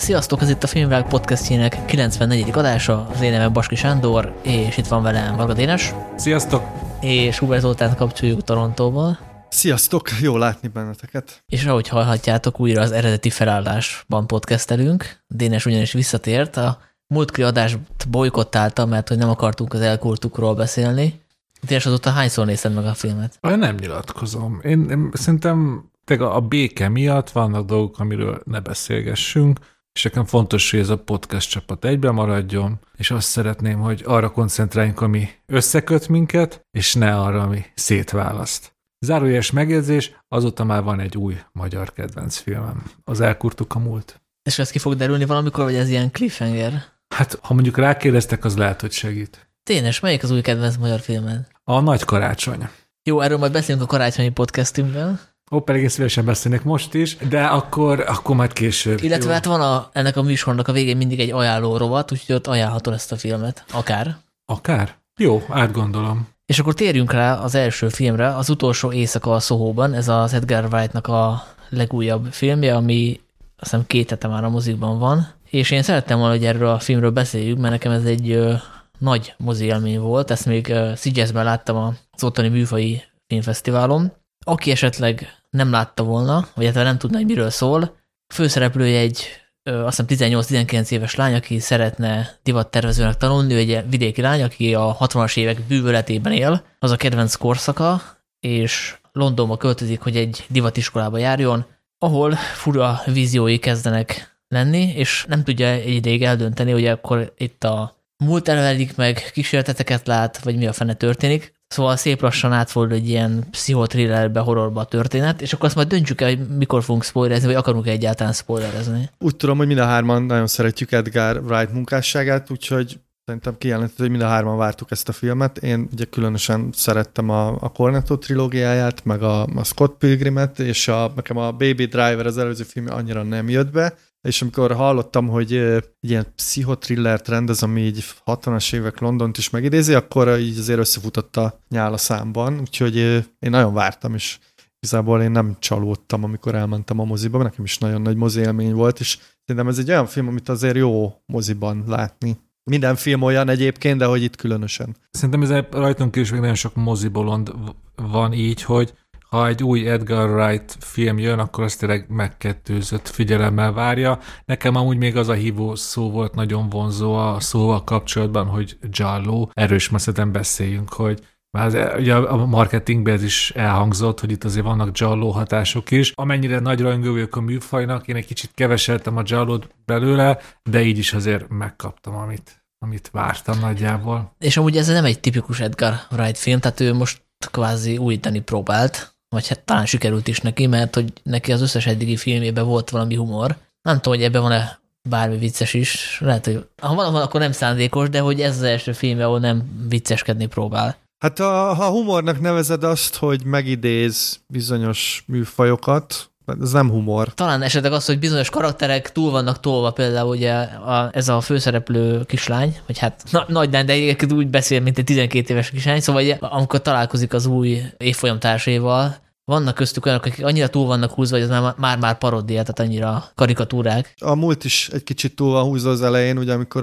Sziasztok, ez itt a Filmvilág podcastjének 94. adása, az én nevem Baski Sándor, és itt van velem Varga Dénes. Sziasztok! És Hubert Zoltánt kapcsoljuk Torontóból. Sziasztok, jó látni benneteket. És ahogy hallhatjátok, újra az eredeti felállásban podcastelünk. Dénes ugyanis visszatért, a múltkori adást bolykottálta, mert hogy nem akartunk az elkurtukról beszélni. Dénes, azóta hányszor nézted meg a filmet? Nem nyilatkozom. Én szerintem a béke miatt vannak dolgok, amiről ne beszélgessünk, és nekem fontos, hogy ez a podcast csapat egyben maradjon, és azt szeretném, hogy arra koncentráljunk, ami összeköt minket, és ne arra, ami szétválaszt. Zárójeles megjegyzés, azóta már van egy új magyar kedvenc filmem. Az Elkurtuk a múlt. És ez ki fog derülni valamikor, vagy ez ilyen cliffhanger? Hát, ha mondjuk rákérdeztek, az lehet, hogy segít. Dénes, melyik az új kedvenc magyar filmed? A Nagy Karácsony. Jó, erről majd beszélünk a karácsonyi podcastünkben. Pedig én szívesen beszélnék most is, de akkor majd később. Illetve hát van ennek a műsornak a végén mindig egy ajánló rovat, úgyhogy ott ajánlhatod ezt a filmet. Akár. Akár? Jó, átgondolom. És akkor térjünk rá az első filmre, Az utolsó éjszaka a Sohóban. Ez az Edgar Wright-nak a legújabb filmje, ami azt hiszem 2 hete már a mozikban van. És én szerettem volna, hogy erről a filmről beszéljük, mert nekem ez egy nagy mozi élmény volt. Ezt még Szigetben láttam az ottani műfaji filmfesztiválon. Aki esetleg nem látta volna, vagy hát nem tudna, hogy miről szól, a főszereplője egy azt hiszem 18-19 éves lány, aki szeretne divattervezőnek tanulni, ő egy vidéki lány, aki a 60-as évek bűvöletében él, az a kedvenc korszaka, és Londonba költözik, hogy egy divatiskolába járjon, ahol fura víziói kezdenek lenni, és nem tudja egy ideig eldönteni, hogy akkor itt a múlt elevelik meg, kísérleteket lát, vagy mi a fene történik. Szóval szép lassan átfordul egy ilyen pszichothrillerbe, horrorba a történet, és akkor azt majd döntsük el, hogy mikor fogunk spoilerezni, vagy akarunk egyáltalán spoilerezni. Úgy tudom, hogy mind a hárman nagyon szeretjük Edgar Wright munkásságát, úgyhogy szerintem kijelentett, hogy mind a hárman vártuk ezt a filmet. Én ugye különösen szerettem a Cornetto trilógiáját, meg a Scott Pilgrimet, és nekem a Baby Driver, az előző film annyira nem jött be, és amikor hallottam, hogy egy ilyen pszichotrillert rendez, ami így 60-as évek Londont is megidézi, akkor így azért összefutott a nyál a számban, úgyhogy én nagyon vártam, és igazából én nem csalódtam, amikor elmentem a moziba, nekem is nagyon nagy mozi élmény volt, és szerintem ez egy olyan film, amit azért jó moziban látni. Minden film olyan egyébként, de hogy itt különösen. Szerintem ez rajtunk is még nagyon sok mozibolond van így, hogy ha egy új Edgar Wright film jön, akkor azt tényleg megkettőzött figyelemmel várja. Nekem amúgy még az a hívó szó volt nagyon vonzó a szóval kapcsolatban, hogy giallo. Erős messzeten beszéljünk, hogy már ugye a marketingben ez is elhangzott, hogy itt azért vannak giallo hatások is. Amennyire nagy rajongó vagyok a műfajnak, én egy kicsit keveseltem a giallót belőle, de így is azért megkaptam, amit vártam nagyjából. És amúgy ez nem egy tipikus Edgar Wright film, tehát ő most kvázi újítani próbált, vagy hát talán sikerült is neki, mert hogy neki az összes eddigi filmjében volt valami humor. Nem tudom, hogy ebben van-e bármi vicces is. Lehet, hogy ha van, akkor nem szándékos, de hogy ez az első film, ahol nem vicceskedni próbál. Hát ha humornak nevezed azt, hogy megidéz bizonyos műfajokat, ez nem humor. Talán esetleg az, hogy bizonyos karakterek túl vannak tolva, például ugye ez a főszereplő kislány, vagy hát nagy lány, de egyébként úgy beszél, mint egy 12 éves kislány, szóval ugye, amikor találkozik az új évfolyam társaival, vannak köztük olyanok, akik annyira túl vannak húzva, hogy ez már paródia, tehát annyira karikatúrák. A múlt is egy kicsit túl van húzva az elején, ugye amikor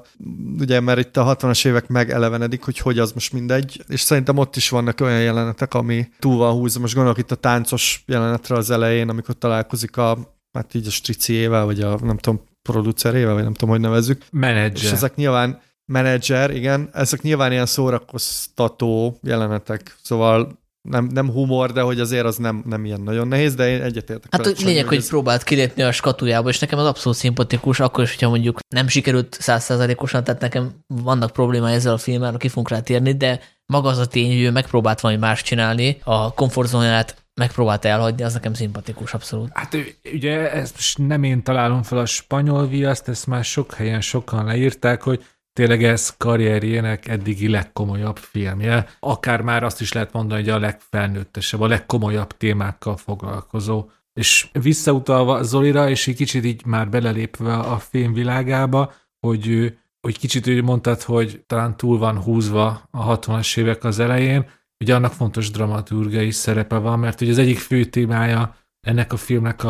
ugye mert itt a 60-as évek megelevenedik, hogy az most mindegy, és szerintem ott is vannak olyan jelenetek, ami túl van húzva. Most gondolok itt a táncos jelenetre az elején, amikor találkozik hát így a striciével, vagy a nem tudom, producerével, vagy nem tudom, hogy nevezzük. Menedzser. És ezek nyilván menedzser, igen, ezek nyilván ilyen szórakoztató jelenetek, szóval nem humor, de hogy azért az nem ilyen nagyon nehéz, de én egyetértek. Hát lényeg, hogy próbált kilépni a skatujába, és nekem az abszolút szimpatikus, akkor is, hogyha mondjuk nem sikerült 100%-osan, tehát nekem vannak problémái ezzel a filmmel, ki fogunk rá térni, de maga az a tény, hogy ő megpróbált valami más csinálni, a komfortzónát megpróbálta elhagyni, az nekem szimpatikus, abszolút. Hát ugye ezt nem én találom fel a spanyol viaszt, ezt már sok helyen sokan leírták, hogy tényleg ez karrierjének eddigi legkomolyabb filmje. Akár már azt is lehet mondani, hogy a legfelnőttesebb, a legkomolyabb témákkal foglalkozó. És visszautalva Zolira, és egy kicsit így már belelépve a filmvilágába, hogy kicsit mondtad, hogy talán túl van húzva a 60-as évek az elején, ugye annak fontos dramaturgiai szerepe van, mert ugye az egyik fő témája ennek a filmnek a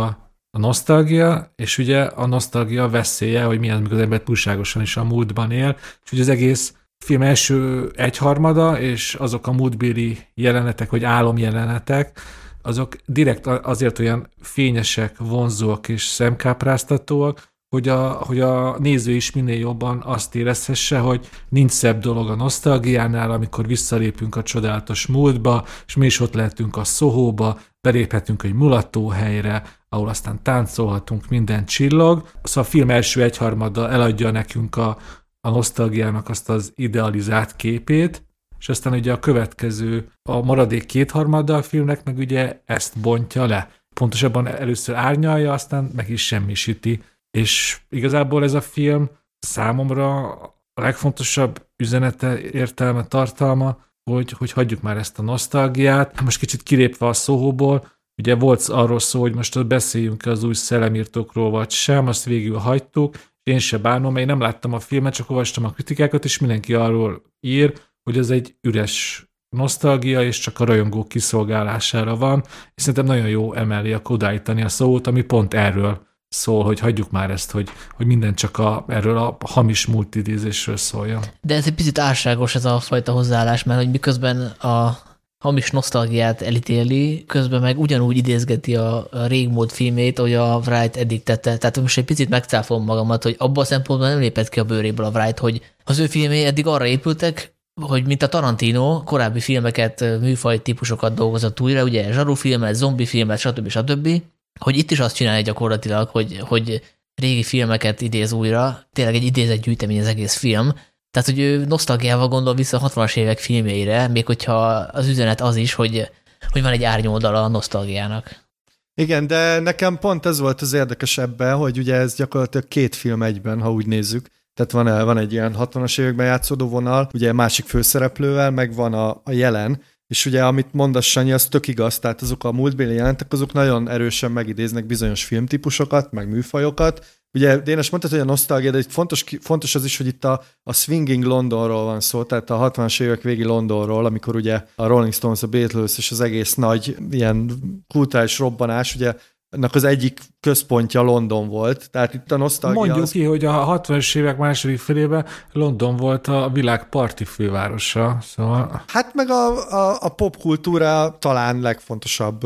a nosztalgia, és ugye a nosztalgia veszélye, hogy milyen, amikor az ember túlságosan is a múltban él, és ugye az egész film első egyharmada, és azok a múltbéli jelenetek, vagy álomjelenetek, azok direkt azért olyan fényesek, vonzóak és szemkápráztatóak, hogy a néző is minél jobban azt érezhesse, hogy nincs szebb dolog a nosztalgiánál, amikor visszalépünk a csodálatos múltba, és mi is ott lehetünk a Sohóba, beléphetünk egy mulatóhelyre, ahol aztán táncolhatunk, minden csillog. Szóval a film első egyharmada eladja nekünk a nosztalgiának azt az idealizált képét, és aztán ugye a következő, a maradék kétharmada a filmnek meg ugye ezt bontja le. Pontosabban először árnyalja, aztán meg is semmisíti. És igazából ez a film számomra a legfontosabb üzenete, értelme, tartalma, hogy hagyjuk már ezt a nosztalgiát. Most kicsit kilépve a Sohóból, ugye volt arról szó, hogy most beszéljünk az új szellemírtókról vagy sem, azt végül hagytuk. Én se bánom, én nem láttam a filmet, csak olvastam a kritikákat, és mindenki arról ír, hogy ez egy üres nosztalgia, és csak a rajongók kiszolgálására van, és szerintem nagyon jó emellé odaállítani a szót, ami pont erről szól, hogy hagyjuk már ezt, hogy minden csak erről a hamis múltidézésről szóljon. De ez egy picit álságos ez a fajta hozzáállás, mert hogy miközben a hamis nosztalgiát elítéli, közben meg ugyanúgy idézgeti a régmúlt filmét, ahogy a Wright eddig tette. Tehát most egy picit megcáfolom magamat, hogy abban a szempontból nem lépett ki a bőréből a Wright, hogy az ő filmé eddig arra épültek, hogy mint a Tarantino korábbi filmeket, műfaj típusokat dolgozott újra, ugye zsarufilmet, zombifilmet, stb. Hogy itt is azt csinálja gyakorlatilag, hogy régi filmeket idéz újra, tényleg egy idézetgyűjtemény az egész film, tehát hogy ő nosztalgiával gondol vissza a 60-as évek filmjeire, még hogyha az üzenet az is, hogy van egy árnyoldala a nosztalgiának. Igen, de nekem pont ez volt az érdekes ebben, hogy ugye ez gyakorlatilag két film egyben, ha úgy nézzük. Tehát van egy ilyen 60-as években játszódó vonal, ugye másik főszereplővel, meg van a jelen, és ugye amit mondasz, Sanyi, az tök igaz, tehát azok a múltbéli jelentek, azok nagyon erősen megidéznek bizonyos filmtípusokat, meg műfajokat. Ugye Dénes mondtad, hogy a nosztalgia, de itt fontos az is, hogy itt a swinging Londonról van szó, tehát a 60-as évek végi Londonról, amikor ugye a Rolling Stones, a Beatles és az egész nagy ilyen kulturális robbanás, ugye ennek az egyik központja London volt, tehát itt a nosztalgia... Mondjuk ki, hogy a 60-as évek második felében London volt a világ parti fővárosa, szóval... Hát meg a popkultúra talán legfontosabb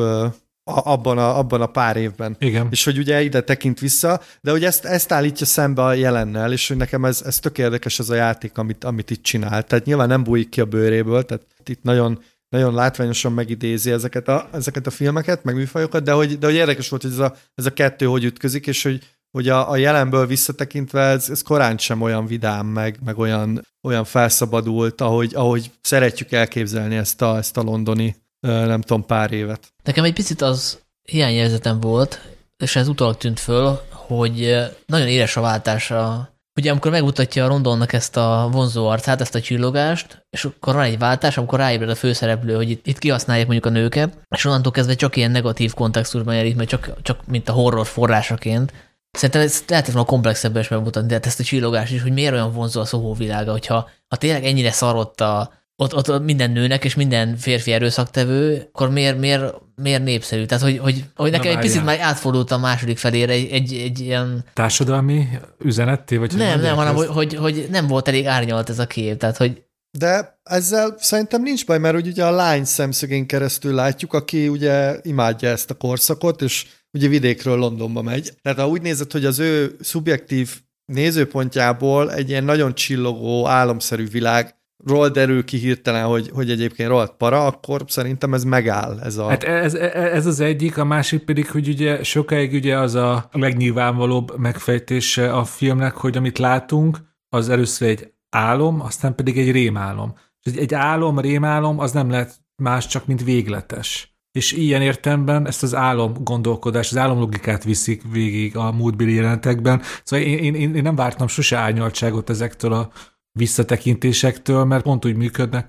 abban a pár évben. Igen. És hogy ugye ide tekint vissza, de hogy ezt állítja szembe a jelennel, és hogy nekem ez tök érdekes ez a játék, amit itt csinál. Tehát nyilván nem bújik ki a bőréből, tehát itt nagyon látványosan megidézi ezeket a filmeket, meg műfajokat, de hogy érdekes volt, hogy ez a kettő hogy ütközik, és hogy a jelenből visszatekintve ez korán sem olyan vidám, meg olyan felszabadult, ahogy szeretjük elképzelni ezt a londoni, nem tudom, pár évet. Nekem egy picit az hiányérzetem volt, és ez utólag tűnt föl, hogy nagyon éles a váltása. Ugye amikor megmutatja a Londonnak ezt a vonzó arcát, ezt a csillogást, és akkor van egy váltás, amikor ráébred a főszereplő, hogy itt kihasználják mondjuk a nőket, és onnantól kezdve csak ilyen negatív kontextusban jelenik, mert csak mint a horror forrásaként. Szerintem ezt lehetett volna komplexebben is megmutatni, de ezt a csillogást is, hogy miért olyan vonzó a Soho világa, hogyha tényleg ennyire szarott ott minden nőnek és minden férfi erőszaktevő, akkor miért népszerű? Tehát, hogy nekem egy picit már átfordult a második felére egy ilyen... Társadalmi üzenetté? Vagy nem, hanem hogy nem volt elég árnyalt ez a kép. Tehát, hogy... De ezzel szerintem nincs baj, mert ugye a lány szemszögén keresztül látjuk, aki ugye imádja ezt a korszakot, és ugye vidékről Londonba megy. Tehát ha úgy nézed, hogy az ő szubjektív nézőpontjából egy ilyen nagyon csillogó, álomszerű világ ról derül ki hirtelen, hogy egyébként rohadt para, akkor szerintem ez megáll. Hát ez az egyik, a másik pedig, hogy ugye sokáig ugye az a legnyilvánvalóbb megfejtése a filmnek, hogy amit látunk, az először egy álom, aztán pedig egy rémálom. Egy álom, rémálom, az nem lehet más csak, mint végletes. És ilyen értelemben ezt az álom gondolkodás, az álomlogikát viszik végig a múltbéli jelentekben. Szóval én nem vártam sose árnyaltságot ezektől a visszatekintésektől, mert pont úgy működnek,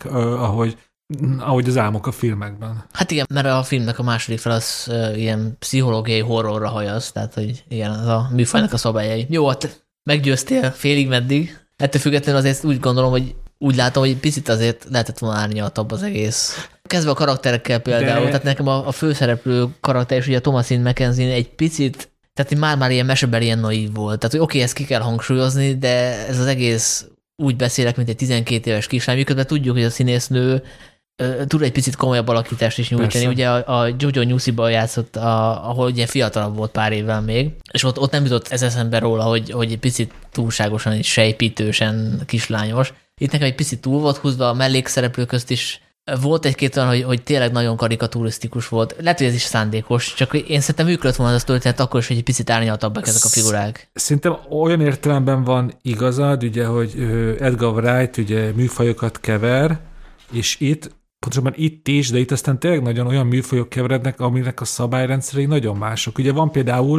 ahogy az álmok a filmekben. Hát igen, mert a filmnek a második fel az ilyen pszichológiai horrorra hajaz, tehát hogy igen, az a műfajnak a szabályai. Jó, hát meggyőztél félig meddig. Ettől függetlenül azért úgy gondolom, hogy úgy látom, hogy picit azért lehetett volna árnyaltabb az egész. Kezdve a karakterekkel például, tehát nekem a főszereplő karakter, és ugye a Thomasin McKenzie egy picit Tehát már ilyen mesebeli ilyen naív volt. Tehát, hogy oké, ezt ki kell hangsúlyozni, de ez az egész úgy beszélek, mint egy 12 éves kislány, miközben tudjuk, hogy a színésznő tud egy picit komolyabb alakítást is nyújtani. Persze. Ugye a Jojo Newsy-ban játszott, ahol ugye fiatalabb volt pár évvel még, és ott nem jutott ez eszembe róla, hogy egy picit túlságosan, egy sejpítősen kislányos. Itt nekem egy picit túl volt húzva, a mellékszereplő közt is volt egy-két olyan, hogy tényleg nagyon karikaturisztikus volt. Lehet, hogy ez is szándékos, csak én szerintem működött volna az történet akkor is, hogy egy picit árnyaltabbak ezek a figurák. Szerintem olyan értelemben van igazad, ugye, hogy Edgar Wright ugye műfajokat kever, és pontosabban itt is, de itt aztán tényleg nagyon olyan műfajok keverednek, aminek a szabályrendszerei nagyon mások. Ugye van például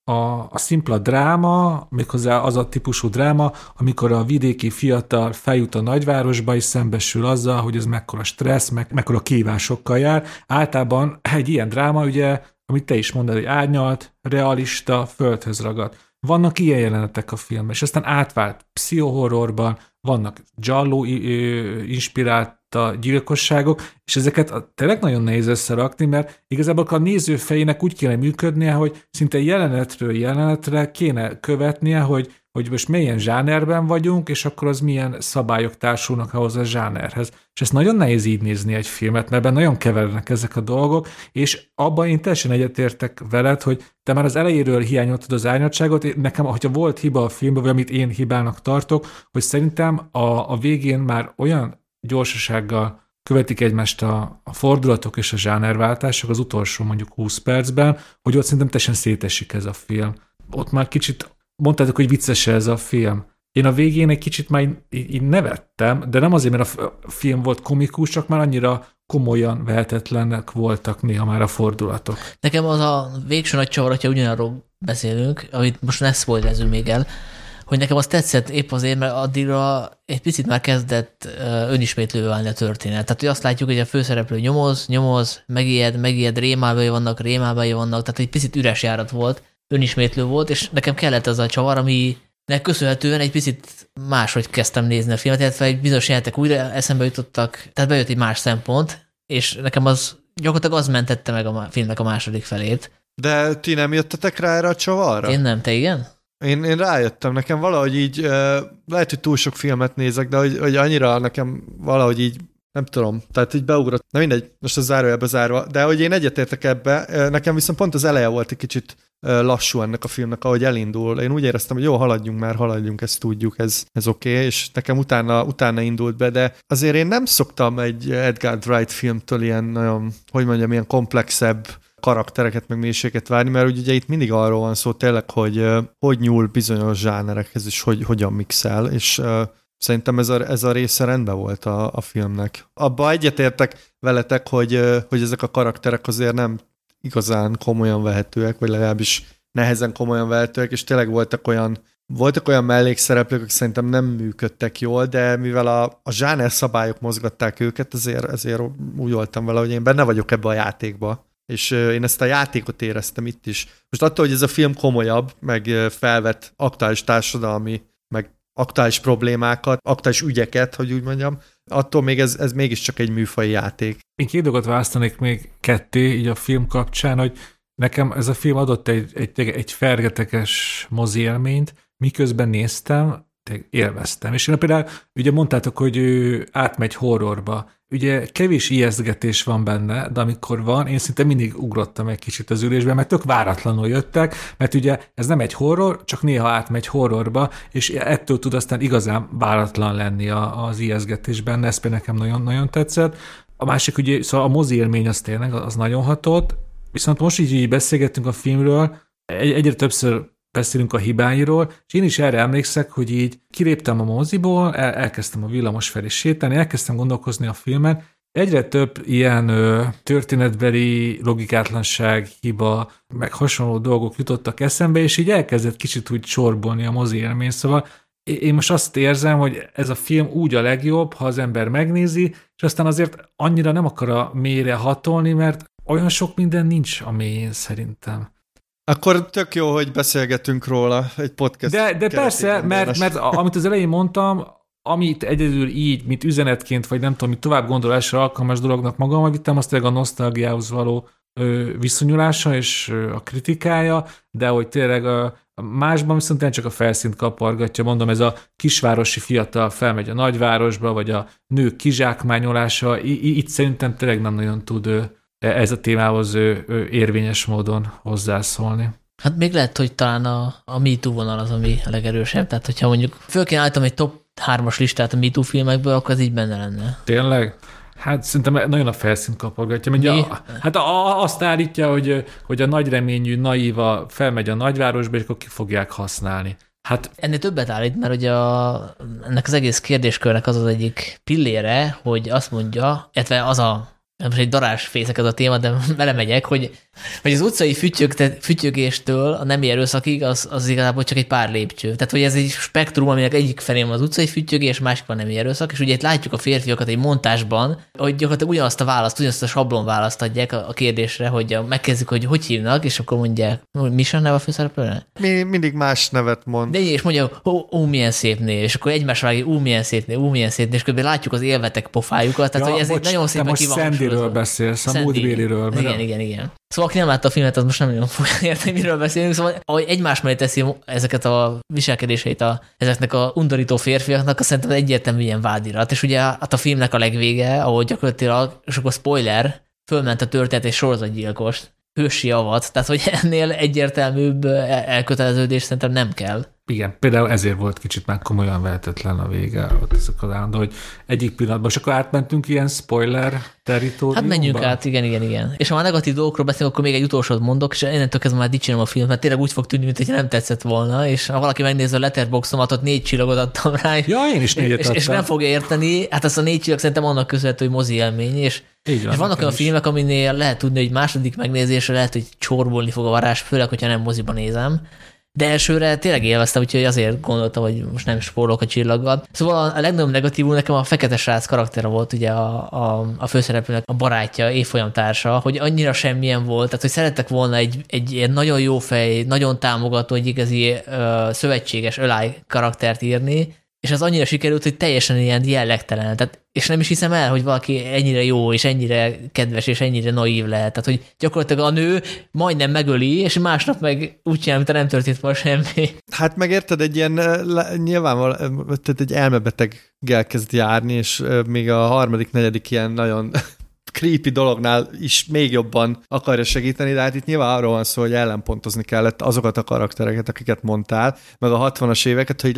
a szimpla dráma, méghozzá az a típusú dráma, amikor a vidéki fiatal feljut a nagyvárosba, és szembesül azzal, hogy ez mekkora stressz, mekkora kihívásokkal jár. Általában egy ilyen dráma, ugye, amit te is mondod, hogy árnyalt, realista, földhöz ragad. Vannak ilyen jelenetek a filmben, és aztán átvált pszichohorrorban, vannak giallo inspirált gyilkosságok, és ezeket tényleg nagyon nehéz összerakni, mert igazából a néző fejének úgy kéne működnie, hogy szinte jelenetről jelenetre kéne követnie, hogy most milyen zsánerben vagyunk, és akkor az milyen szabályok társulnak ahhoz a zsánerhez. És ezt nagyon nehéz így nézni egy filmet, mert ebben nagyon kevernek ezek a dolgok, és abban én teljesen egyetértek veled, hogy te már az elejéről hiányoltad az árnyaltságot. Nekem, hogyha volt hiba a filmben, vagy amit én hibának tartok, hogy szerintem a végén már olyan gyorsasággal követik egymást a fordulatok és a zsánerváltások az utolsó mondjuk 20 percben, hogy ott szerintem teljesen szétesik ez a film. Ott már kicsit mondtátok, hogy vicces ez a film. Én a végén egy kicsit már így nevettem, de nem azért, mert a film volt komikus, csak már annyira komolyan vehetetlenek voltak néha már a fordulatok. Nekem az a végső nagy csavar, hogyha ugyanarról beszélünk, amit most ne spoilezzünk még el, hogy nekem az tetszett épp azért, mert addigra egy picit már kezdett önismétlővé válni a történet. Tehát, hogy azt látjuk, hogy a főszereplő nyomoz, megijed, rémálbai vannak, tehát egy picit üres járat volt, önismétlő volt, és nekem kellett az a csavar, aminek köszönhetően egy picit máshogy kezdtem nézni a filmet, illetve egy bizonyos jelentek újra eszembe jutottak, tehát bejött egy más szempont, és nekem az gyakorlatilag az mentette meg a filmnek a második felét. De ti nem jöttetek rá erre a csavarra? Én nem, te igen? Én rájöttem, nekem valahogy így, lehet, hogy túl sok filmet nézek, de hogy annyira nekem valahogy így, nem tudom, tehát így beugrott, na mindegy, most az zárójelbe zárva, de hogy én egyetértek ebbe, nekem viszont pont az eleje volt egy kicsit lassú ennek a filmnek, ahogy elindul. Én úgy éreztem, hogy jó, haladjunk, ezt tudjuk, ez oké, és nekem utána indult be, de azért én nem szoktam egy Edgar Wright filmtől ilyen nagyon, hogy mondjam, ilyen komplexebb karaktereket, meg mélységet várni, mert ugye itt mindig arról van szó tényleg, hogy nyúl bizonyos zsánerekhez, és hogyan mixel, és szerintem ez a része rendben volt a filmnek. Abba egyetértek veletek, hogy ezek a karakterek azért nem igazán komolyan vehetőek, vagy legalábbis nehezen komolyan vehetőek, és tényleg voltak olyan mellékszereplők, akik szerintem nem működtek jól, de mivel a zsáner szabályok mozgatták őket, ezért úgy voltam vele, hogy én benne vagyok ebbe a játékba. És én ezt a játékot éreztem itt is. Most attól, hogy ez a film komolyabb, meg felvet aktuális társadalmi, meg aktuális problémákat, aktuális ügyeket, hogy úgy mondjam, attól még ez mégiscsak egy műfai játék. Én két dolgot választanék még ketté így a film kapcsán, hogy nekem ez a film adott egy fergeteges mozi élményt, miközben néztem, élveztem. És én például, ugye mondtátok, hogy ő átmegy horrorba. Ugye kevés ijesztgetés van benne, de amikor van, én szinte mindig ugrottam egy kicsit az ülésben, mert tök váratlanul jöttek, mert ugye ez nem egy horror, csak néha átmegy horrorba, és ettől tud aztán igazán váratlan lenni az ijesztgetés benne, ez például nekem nagyon-nagyon tetszett. A másik, ugye, szóval a mozi élmény az tényleg, az nagyon hatott, viszont most így beszélgettünk a filmről, egyre többször beszélünk a hibáiról, és én is erre emlékszek, hogy így kiléptem a moziból, elkezdtem a villamos felé sétálni, elkezdtem gondolkozni a filmen, egyre több ilyen történetbeli logikátlanság, hiba, meg hasonló dolgok jutottak eszembe, és így elkezdett kicsit úgy csorbolni a mozi élmény, szóval én most azt érzem, hogy ez a film úgy a legjobb, ha az ember megnézi, és aztán azért annyira nem akar a mélyre hatolni, mert olyan sok minden nincs a mélyén szerintem. Akkor tök jó, hogy beszélgetünk róla egy podcast. De persze, mert amit az elején mondtam, amit egyedül így, mint üzenetként, vagy nem tudom, mint tovább gondolásra alkalmas dolognak magammal vittem, azt tényleg a nosztalgiához való viszonyulása és a kritikája, de hogy tényleg a másban viszont nem csak a felszínt kapargatja, mondom, ez a kisvárosi fiatal felmegy a nagyvárosba, vagy a nők kizsákmányolása, itt szerintem tényleg nem nagyon tud ez a témához érvényes módon hozzászólni. Hát még lehet, hogy talán a MeToo vonal az, ami a legerősebb. Tehát, hogyha mondjuk föl kéne állítom egy top 3-as listát a MeToo filmekből, akkor az így benne lenne. Tényleg? Hát szerintem nagyon a felszínt kapargatja. Hát azt állítja, hogy a nagy reményű naíva felmegy a nagyvárosba, és akkor ki fogják használni. Hát ennél többet állít, mert ugye ennek az egész kérdéskörnek az egyik pillére, hogy azt mondja, illetve az most egy darázsfészek ez a téma, de belemegyek, hogy az utcai füttyögéstől a nemi erőszakig az igazából csak egy pár lépcső. Tehát, hogy ez egy spektrum, aminek egyik felén van az utcai füttyögés, másik van nemi erőszak, és ugye itt látjuk a férfiakat egy montásban, hogy gyakorlatilag ugyanazt a választ, ugyanazt a sablon választ adják a kérdésre, hogy megkezdjük, hogy hívnak, és akkor mondják, mi is a neve a főszereplőnek? Mindig más nevet mond. De és mondja, milyen szép név, és akkor egymásra vágja, milyen szép név, és közben látjuk az élvetek pofájukat, tehát hogy ez egy nagyon szépen kivan. Sandyről beszélsz, a múltbériről. Igen. Szóval aki nem látta a filmet, az most nem nagyon fogja érteni, miről beszélünk. Szóval ahogy egymás mellé teszi ezeket a viselkedéseit ezeknek a undorító férfiaknak, azt szerintem egyértelmű ilyen vádirat. És ugye hát a filmnek a legvége, ahol gyakorlatilag, és akkor spoiler, fölment a történet egy sorozatgyilkost, hősi avat, tehát hogy ennél egyértelműbb elköteleződés szerintem nem kell. Igen, például ezért volt kicsit már komolyan vehetetlen a vége, ott ezek az állandó, hogy egyik pillanatban, és akkor átmentünk ilyen spoiler territóriumba. Hát menjünk át, igen. És ha már negatív dolgokról beszélünk, akkor még egy utolsót mondok, és innentől kezdve már dicsérem a filmet, mert tényleg úgy fog tűnni, mintha nem tetszett volna, és ha valaki megnézi a Letterboxdomat, ott 4 csillagot adtam rá. Ja, én is 4-et adtam. És nem fogja érteni, hát azt a 4 csillag szerintem annak köszönhető, hogy mozi élmény, és vannak olyan filmek, aminél lehet tudni, hogy második megnézésre lehet, hogy csorbolni fog a varázs, főleg, hogyha nem moziban nézem. De elsőre tényleg élveztem, úgyhogy azért gondoltam, hogy most nem spórolok a csillaggal. Szóval a legnagyobb negatívul nekem a fekete srác karaktere volt, ugye a főszereplőnek a barátja, évfolyamtársa, hogy annyira semmilyen volt, tehát hogy szerettek volna egy ilyen nagyon jó fej, nagyon támogató, egy igazi szövetséges öláj karaktert írni, és az annyira sikerült, hogy teljesen ilyen jellegtelen. Tehát, és nem is hiszem el, hogy valaki ennyire jó, és ennyire kedves, és ennyire naív lehet. Tehát, hogy gyakorlatilag a nő majdnem megöli, és másnap meg úgy csinál, mintha nem történt volna semmi. Hát meg érted, egy ilyen nyilvánvalóan, tehát egy elmebeteggel kezd járni, és még a harmadik, negyedik ilyen nagyon creepy dolognál is még jobban akarja segíteni, de hát itt nyilván arról van szó, hogy ellenpontozni kellett azokat a karaktereket, akiket mondtál, meg a 60-as éveket, hogy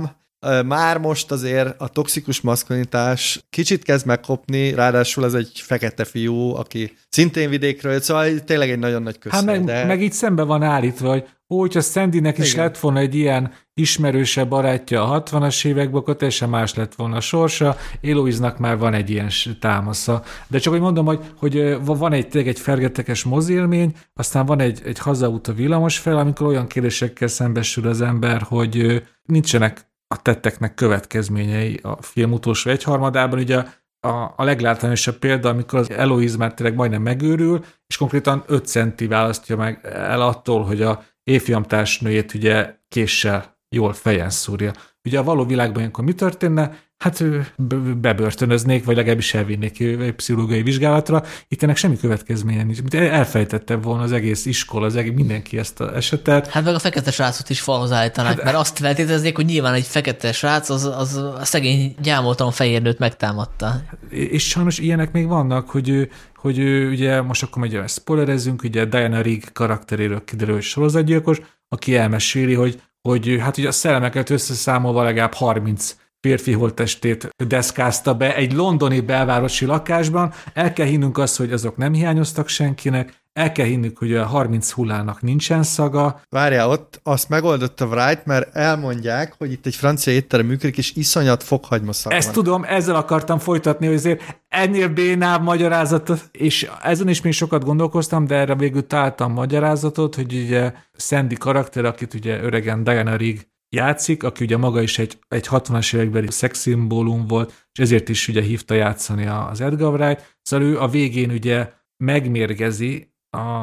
már most azért a toxikus maszkulinitás kicsit kezd megkopni, ráadásul ez egy fekete fiú, aki szintén vidékről jött, szóval tényleg egy nagyon nagy köszön. Hát meg így szembe van állítva, hogy hogyha Sandynek is lett volna egy ilyen ismerősebb barátja a 60-as években, akkor teljesen más lett volna a sorsa, Eloise-nak már van egy ilyen támasza. De csak hogy mondom, hogy van egy fergetekes mozélmény, aztán van egy hazaút a villamos fel, amikor olyan kérdésekkel szembesül az ember, hogy nincsenek a tetteknek következményei a film utolsó egyharmadában. Ugye a leglátványosabb példa, amikor az Eloise már tényleg majdnem megőrül, és konkrétan 5 centi választja meg el attól, hogy a évfiamtársnőjét ugye késsel jól fejen szúrja. Ugye a való világban ilyenkor mi történne? Hát bebörtönöznék, vagy legalábbis elvinnék egy pszichológiai vizsgálatra. Itt ennek semmi következménye nincs. Elfejtette volna az egész iskola, mindenki ezt az esetet. Hát meg a fekete srácot is falhoz állítanák, mert azt feltételeznék, hogy nyilván egy fekete srác az a szegény gyámoltan fehérnőt megtámadta. És sajnos ilyenek még vannak, hogy ugye most akkor majd spoilerezzünk, ugye Diana Rigg karakteréről kiderül, hogy sorozatgyilkos, aki elmeséli, hogy hát ugye a szellemeket összeszámolva legalább 30 férfi holttestét deszkázta be egy londoni belvárosi lakásban. El kell hinnünk azt, hogy azok nem hiányoztak senkinek, el kell hinnünk, hogy a 30 hullának nincsen szaga. Várjál, ott azt megoldotta Wright, mert elmondják, hogy itt egy francia étterem működik, és iszonyat fokhagyma szag van. Ezt tudom, ezzel akartam folytatni, hogy azért ennél bénább magyarázatot, és ezen is még sokat gondolkoztam, de erre végül találtam magyarázatot, hogy ugye Sandy karakter, akit ugye öregen Diana Rigg játszik, aki ugye maga is egy 60-as évekbeli szexszimbólum volt, és ezért is ugye hívta játszani az Edgar Wright. Szóval ő a végén ugye megmérgezi a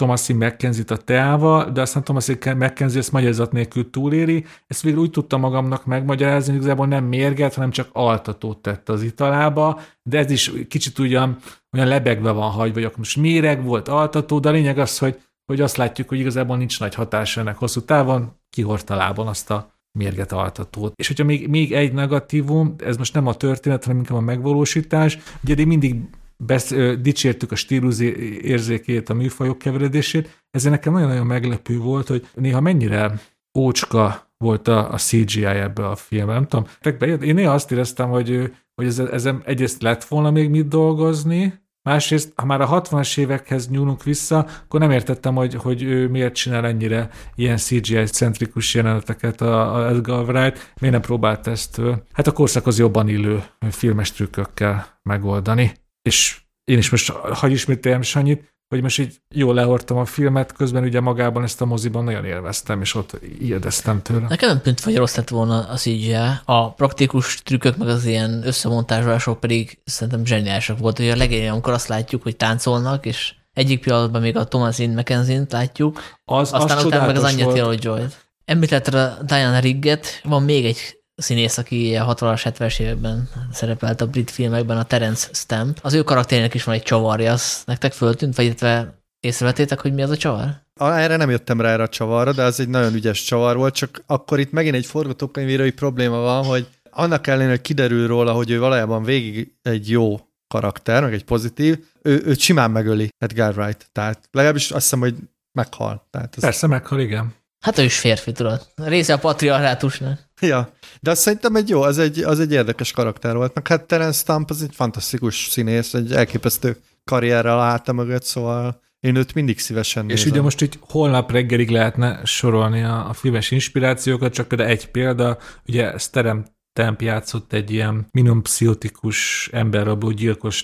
Thomasin McKenzie-t a teával, de aztán Thomasin McKenzie ezt magyarázat nélkül túléri. Ezt végül úgy tudtam magamnak megmagyarázni, hogy igazából nem mérget, hanem csak altatót tett az italába, de ez is kicsit olyan lebegve van hagyva, vagy akkor most méreg volt, altató, de a lényeg az, hogy azt látjuk, hogy igazából nincs nagy hatása ennek hosszú távon, kihordta lábon azt a mérget altatót. És hogyha még egy negatívum, ez most nem a történet, hanem inkább a megvalósítás, ugye mindig dicsértük a stílus érzékét, a műfajok keveredését, ezért nekem nagyon-nagyon meglepő volt, hogy néha mennyire ócska volt a CGI ebbe a filmben, nem tudom. Én néha azt éreztem, hogy ezen egyrészt lett volna még mit dolgozni, másrészt, ha már a 60-as évekhez nyúlunk vissza, akkor nem értettem, hogy ő miért csinál ennyire ilyen CGI-centrikus jeleneteket a Edgar Wright, miért nem próbált ezt hát a korszakhoz jobban illő filmes trükkökkel megoldani. És én is most, hagyj ismételjem Sanyit, hogy most így jól lehordtam a filmet, közben ugye magában ezt a moziban nagyon élveztem, és ott érdeztem tőle. Nekem nem tűnt, hogy rossz lett volna a CGI. A praktikus trükkök, meg az ilyen összemontázsások pedig szerintem zseniálisak volt. Ugye a legelején, amikor azt látjuk, hogy táncolnak, és egyik pillanatban még a Thomasin McKenzie-t látjuk, aztán utána meg az anyja Taylor-Joy-t. Említetted a Diana Rigget, van még egy színész, aki a 60-as, 70-es években szerepelt a brit filmekben, a Terence Stamp. Az ő karakterének is van egy csavarja, az nektek föltűnt, vagy illetve észrevettétek, hogy mi az a csavar? Erre nem jöttem rá erre a csavarra, de az egy nagyon ügyes csavar volt, csak akkor itt megint egy forgatókönyvírói probléma van, hogy annak ellenére, hogy kiderül róla, hogy ő valójában végig egy jó karakter, meg egy pozitív, ő simán megöli Edgar Wright. Tehát legalábbis azt hiszem, hogy meghal. Tehát persze meghal, igen. Hát ő is férfi, tudod. Része a patriarhátusnak. Ja, de azt szerintem az egy érdekes karakter volt. Meg hát Terence Stamp az egy fantasztikus színész, egy elképesztő karrierrel a háta mögött, szóval én őt mindig szívesen nézem. És ugye most így holnap reggelig lehetne sorolni a filmes inspirációkat, csak például egy példa, ugye Stamp játszott egy ilyen minimpszichotikus emberrabló gyilkost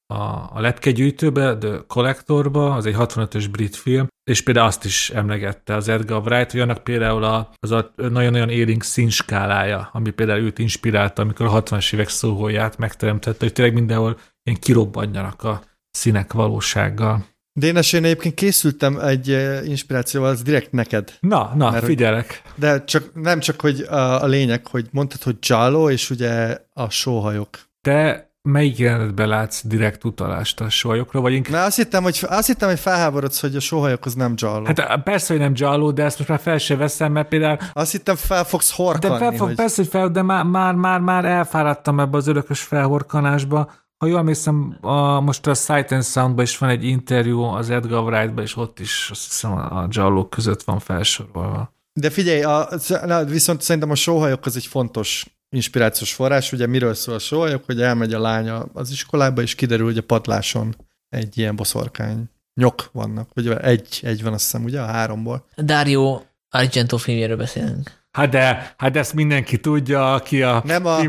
a lepkegyűjtőbe, The Collectorba, az egy 65-ös brit film, és például azt is emlegette az Edgar Wright, hogy annak például az a nagyon-nagyon élénk színskálája, ami például őt inspirálta, amikor a 60-as évek szóhóját megteremtette, hogy tényleg mindenhol ilyen kirobbanjanak a színek valósággal. Dénes, én egyébként készültem egy inspirációval, az direkt neked. Na, figyelek. De nem csak, hogy a lényeg, hogy mondtad, hogy Giallo, és ugye a sóhajok. Te melyik jelenetben látsz direkt utalást a sóhajokra, vagy inkább... Na, azt hittem, hogy felháborodsz, hogy a sóhajok az nem Giallo. Hát persze, hogy nem Giallo, de ezt most már fel sem veszem, mert például... Azt hittem, fel fogsz horkanni. Persze, hogy fel, de már elfáradtam ebbe az örökös felhorkanásba. Ha jól emlékszem, most a Sight and Soundban is van egy interjú az Edgar Wright-ban, és ott is azt hiszem a Giallók között van felsorolva. De figyelj, viszont szerintem a sóhajok az egy fontos inspirációs forrás. Ugye miről szól a sóhajok, hogy elmegy a lánya az iskolába, és kiderül, hogy a padláson egy ilyen boszorkány nyok vannak. Vagy egy van, azt hiszem, ugye, a 3-ból. Dario Argento filmjéről beszélünk. Hát de ezt mindenki tudja, aki a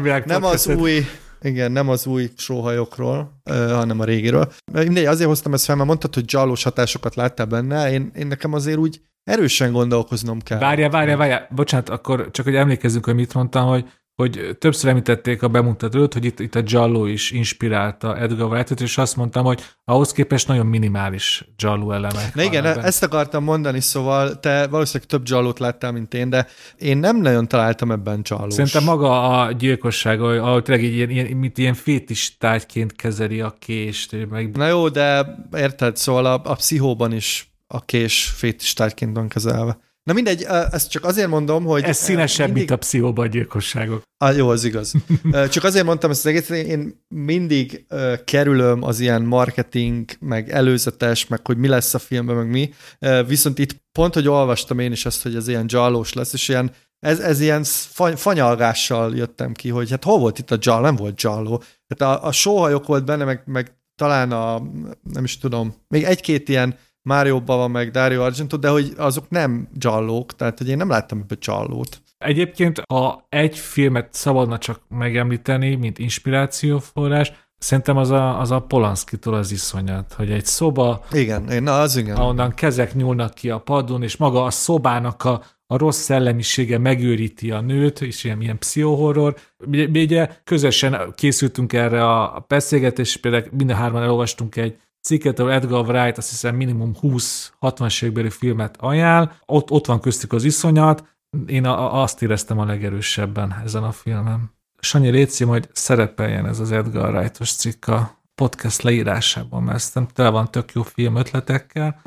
nem az új sóhajokról, hanem a régiről. Mindegy, azért hoztam ezt fel, mert mondtad, hogy Giallós hatásokat láttál benne, én nekem azért úgy erősen gondolkoznom kell. Várjál, bocsánat, akkor csak hogy emlékezzünk, hogy mit mondtam, hogy többször említették a bemutatót, hogy itt a Giallo is inspirálta Edgar Wright-ot, és azt mondtam, hogy ahhoz képest nagyon minimális Giallo elemek. Na igen, ezt akartam mondani, szóval te valószínűleg több Giallót láttál, mint én, de én nem nagyon találtam ebben Giallós. Szerintem maga a gyilkosság, ahogy tényleg mint ilyen fétis tárgyként kezeli a kést. Na jó, de érted, szóval a Pszichóban is a kés fétis tárgyként van kezelve. Na mindegy, ezt csak azért mondom, hogy... Ez színesebb, mint a Pszichóban a gyilkosságok. Jó, az igaz. Csak azért mondtam ezt az egészet, én mindig kerülöm az ilyen marketing, meg előzetes, meg hogy mi lesz a filmben, meg mi. Viszont itt pont, hogy olvastam én is ezt, hogy ez ilyen giallós lesz, és ilyen, ez ilyen fanyalgással jöttem ki, hogy hát hol volt itt a giallo? Nem volt giallo. Hát a sóhajok volt benne, meg talán nem is tudom, még egy-két ilyen Márióban van meg Dario Argento, de hogy azok nem giallók, tehát hogy én nem láttam ebbe giallót. Egyébként, ha egy filmet szabadna csak megemlíteni, mint inspirációforrás, szerintem az a Polanszkitól az iszonyat, hogy egy szoba, igen, az igen. Ahonnan kezek nyúlnak ki a padon, és maga a szobának a rossz szellemisége megőríti a nőt, és ilyen pszichohorror. Ugye közösen készültünk erre a beszélgetésre, például mind a hárman elolvastunk egy cikket, ahol Edgar Wright azt hiszem minimum 20-60-as évekbeli filmet ajánl, ott van köztük az iszonyat, én azt éreztem a legerősebben ezen a filmen. Sanyi, légy majd szerepeljen ez az Edgar Wright-os cikk a podcast leírásában, mert aztán tele van tök jó film ötletekkel.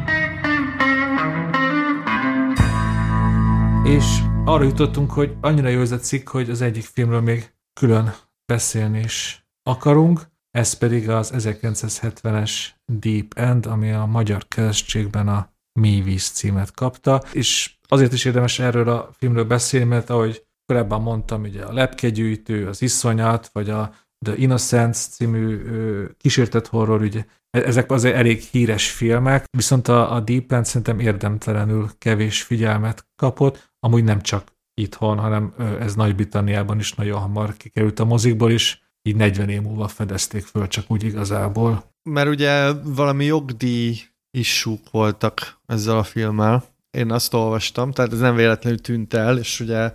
És arra jutottunk, hogy annyira jó ez a cikk, hogy az egyik filmről még külön beszélni is akarunk, ez pedig az 1970-es Deep End, ami a magyar keresztségben a Mély víz címet kapta, és azért is érdemes erről a filmről beszélni, mert ahogy korábban mondtam, ugye a Lepkegyűjtő, az Iszonyat, vagy a The Innocents című kísértett horror, ugye, ezek azért elég híres filmek, viszont a Deep End szerintem érdemtelenül kevés figyelmet kapott, amúgy nem csak itthon, hanem ez Nagy-Britanniában is nagyon hamar kikerült a mozikból is, így 40 év múlva fedezték föl, csak úgy igazából. Mert ugye valami jogdíj issúk voltak ezzel a filmmel. Én azt olvastam, tehát ez nem véletlenül tűnt el, és ugye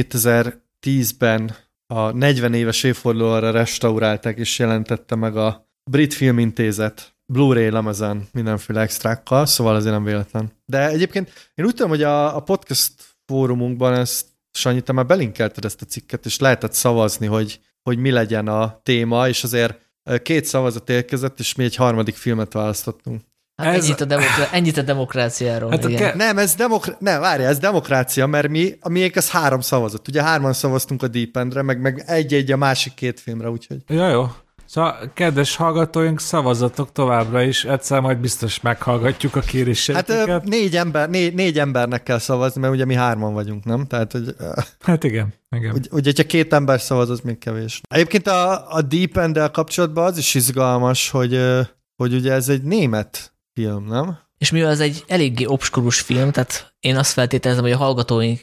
2010-ben a 40 éves évfordulóra restaurálták, és jelentette meg a Brit Filmintézet Blu-ray lemezen mindenféle extrákkal, szóval azért nem véletlen. De egyébként én úgy tudom, hogy a podcast fórumunkban ezt, Sanyi, te már belinkelted ezt a cikket, és lehetett szavazni, hogy mi legyen a téma, és azért 2 szavazat érkezett, és mi egy harmadik filmet választottunk. Hát ennyit a demokráciáról. Hát nem, ez demokrácia, mert miénk ez 3 szavazat. Ugye 3-an szavaztunk a Deep Endre, meg egy-egy a másik 2 filmre, úgyhogy... Jó. Szóval, kedves hallgatóink, szavazatok továbbra is, egyszer majd biztos meghallgatjuk a kéréseiteket. Hát 4 embernek kell szavazni, mert ugye mi 3-an vagyunk, nem? Tehát, hogy... Hát igen. Ugye, ha 2 ember szavaz, az még kevés. Egyébként a Deep End-del kapcsolatban az is izgalmas, hogy ugye ez egy német film, nem? És mivel ez egy eléggé obskurus film, tehát én azt feltételezem, hogy a hallgatóink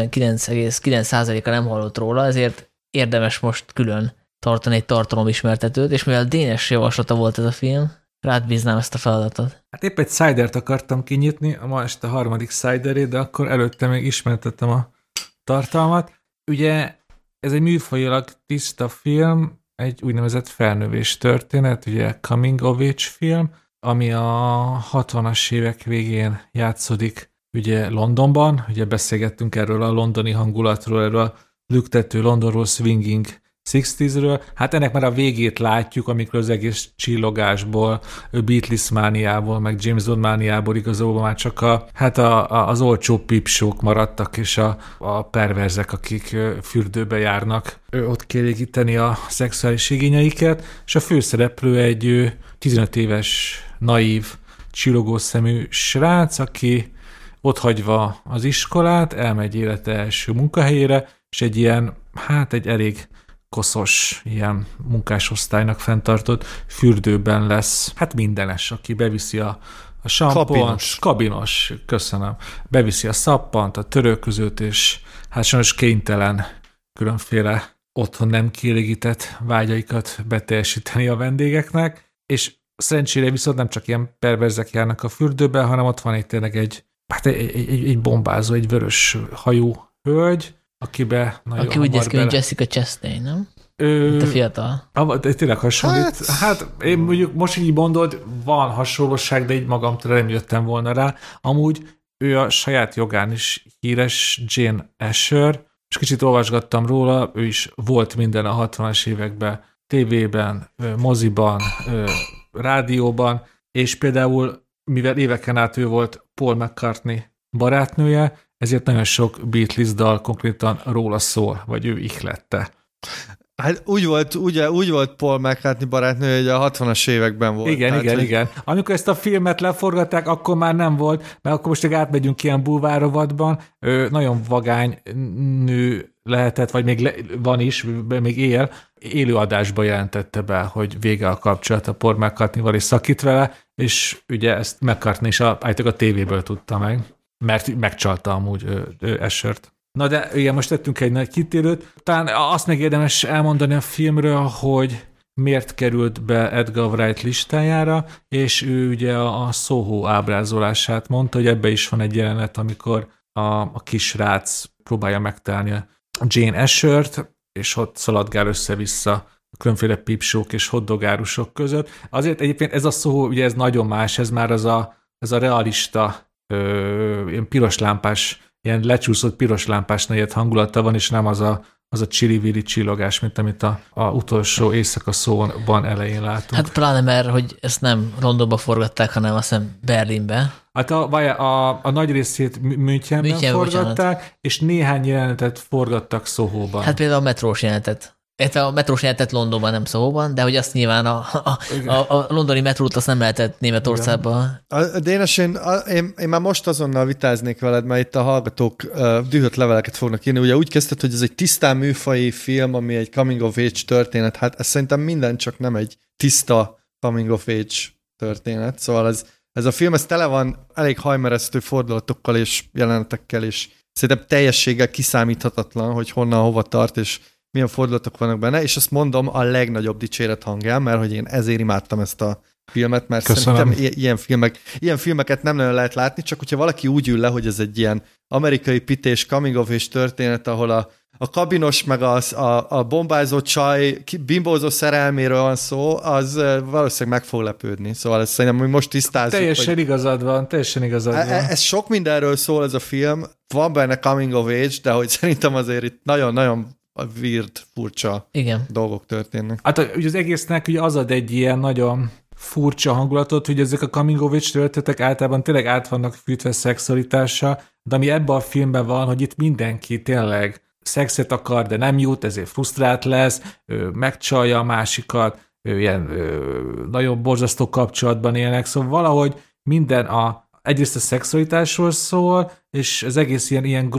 99,9%-a nem hallott róla, ezért érdemes most külön tartani egy tartalomismertetőt, és mivel Dénes javaslata volt ez a film, rád bíznám ezt a feladatot. Hát épp egy cidert akartam kinyitni, ma este a 3. ciderét, de akkor előtte még ismertettem a tartalmat. Ugye ez egy műfajilag tiszta film, egy úgynevezett felnövés történet, ugye coming of age film, ami a 60-as évek végén játszódik ugye Londonban, ugye beszélgettünk erről a londoni hangulatról, erről a lüktető Londonról, swinging 60s-ről. Hát ennek már a végét látjuk, amikor az egész csillogásból, Beatles mániából, meg James Bond mániából igazából már csak az olcsó pipsók maradtak, és a perverzek, akik fürdőbe járnak ott kielégíteni a szexuális igényeiket, és a főszereplő egy 15 éves, naív, csillogószemű srác, aki otthagyva az iskolát, elmegy élete első munkahelyére, és egy ilyen, egy elég koszos, ilyen munkásosztálynak fenntartott fürdőben lesz, mindenes, aki beviszi a sampont, kabinos, köszönöm, beviszi a szappant, a törölközőt, és sajnos kénytelen különféle otthon nem kielégített vágyaikat beteljesíteni a vendégeknek, és szerencsére viszont nem csak ilyen perverzek járnak a fürdőbe, hanem ott van tényleg egy bombázó, egy vörös hajú hölgy, aki úgy néz ki, hogy Jessica Chastain, nem? Mint a fiatal. Tényleg hasonlít. Én mondjuk most így mondod, van hasonlóság, de így magamtól nem jöttem volna rá. Amúgy ő a saját jogán is híres, Jane Asher, és kicsit olvasgattam róla, ő is volt minden a 60-as években, tévében, moziban, rádióban, és például, mivel éveken át ő volt Paul McCartney barátnője, ezért nagyon sok Beatles dal konkrétan róla szól, vagy ő ihlette. Hát úgy volt Paul McCartney barátnő, hogy a 60-as években volt. Igen. Amikor ezt a filmet leforgatták, akkor már nem volt, mert akkor most átmegyünk ilyen bulvárovatban, nagyon vagány nő lehetett, vagy még van is, még él, élőadásba jelentette be, hogy vége a kapcsolat a Paul McCartneyval, és szakít vele, és ugye ezt McCartney is a tévéből tudta meg, mert megcsalta amúgy Ashert. Na de igen, most tettünk egy nagy kitérőt. Talán azt meg érdemes elmondani a filmről, hogy miért került be Edgar Wright listájára, és ő ugye a Soho ábrázolását mondta, hogy ebbe is van egy jelenet, amikor a kisrác próbálja megtalálni a Jane Ashert, és ott szaladgál össze-vissza a különféle pipsók és hotdogárusok között. Azért egyébként ez a Soho, ugye ez nagyon más, ez már ez a realista, ilyen piros lámpás, ilyen lecsúszott piros lámpás negyed hangulata van, és nem az a csili-vili csillogás, mint amit a utolsó éjszaka Soho-ban elején látunk. Hát pláne mert, hogy ezt nem Londonba forgatták, hanem azt hiszem Berlinbe. Hát a nagy részét Münchenben forgatták, bocsánat. És néhány jelenetet forgattak Soho-ban. Hát például a metrós jelenetet. A metrós jelenetet Londonban, nem Soho-ban, de hogy azt nyilván a londoni metrót azt nem lehetett Németországban. Dénes, én már most azonnal vitáznék veled, mert itt a hallgatók dühött leveleket fognak írni. Ugye úgy kezdted, hogy ez egy tisztán műfaji film, ami egy coming of age történet. Hát ez szerintem minden, csak nem egy tiszta coming of age történet. Szóval ez a film, ez tele van elég hajmeresztő fordulatokkal és jelenetekkel, és szerintem teljességgel kiszámíthatatlan, hogy honnan, hova tart, és milyen fordulatok vannak benne, és azt mondom a legnagyobb dicséret hangján, mert hogy én ezért imádtam ezt a filmet, mert Köszönöm. Szerintem ilyen filmeket nem nagyon lehet látni, csak hogyha valaki úgy ül le, hogy ez egy ilyen amerikai pités coming of age történet, ahol a kabinos meg a bombázó csaj bimbózó szerelméről van szó, az valószínűleg meg fog lepődni. Szóval ezt szerintem, hogy most tisztázzuk. Teljesen igazad van. Ez sok mindenről szól ez a film, van benne coming of age, de hogy szerintem azért itt nagyon-nagyon weird, furcsa dolgok történnek. Hát ugye az egésznek ugye az ad egy ilyen nagyon furcsa hangulatot, hogy ezek a coming of age történetek általában tényleg át vannak fűtve szexualitással, de ami ebben a filmben van, hogy itt mindenki tényleg szexet akar, de nem jut, ezért frusztrált lesz, megcsalja a másikat, ilyen nagyon borzasztó kapcsolatban élnek, szóval valahogy minden egyrészt a szexualitásról szól, és az egész ilyen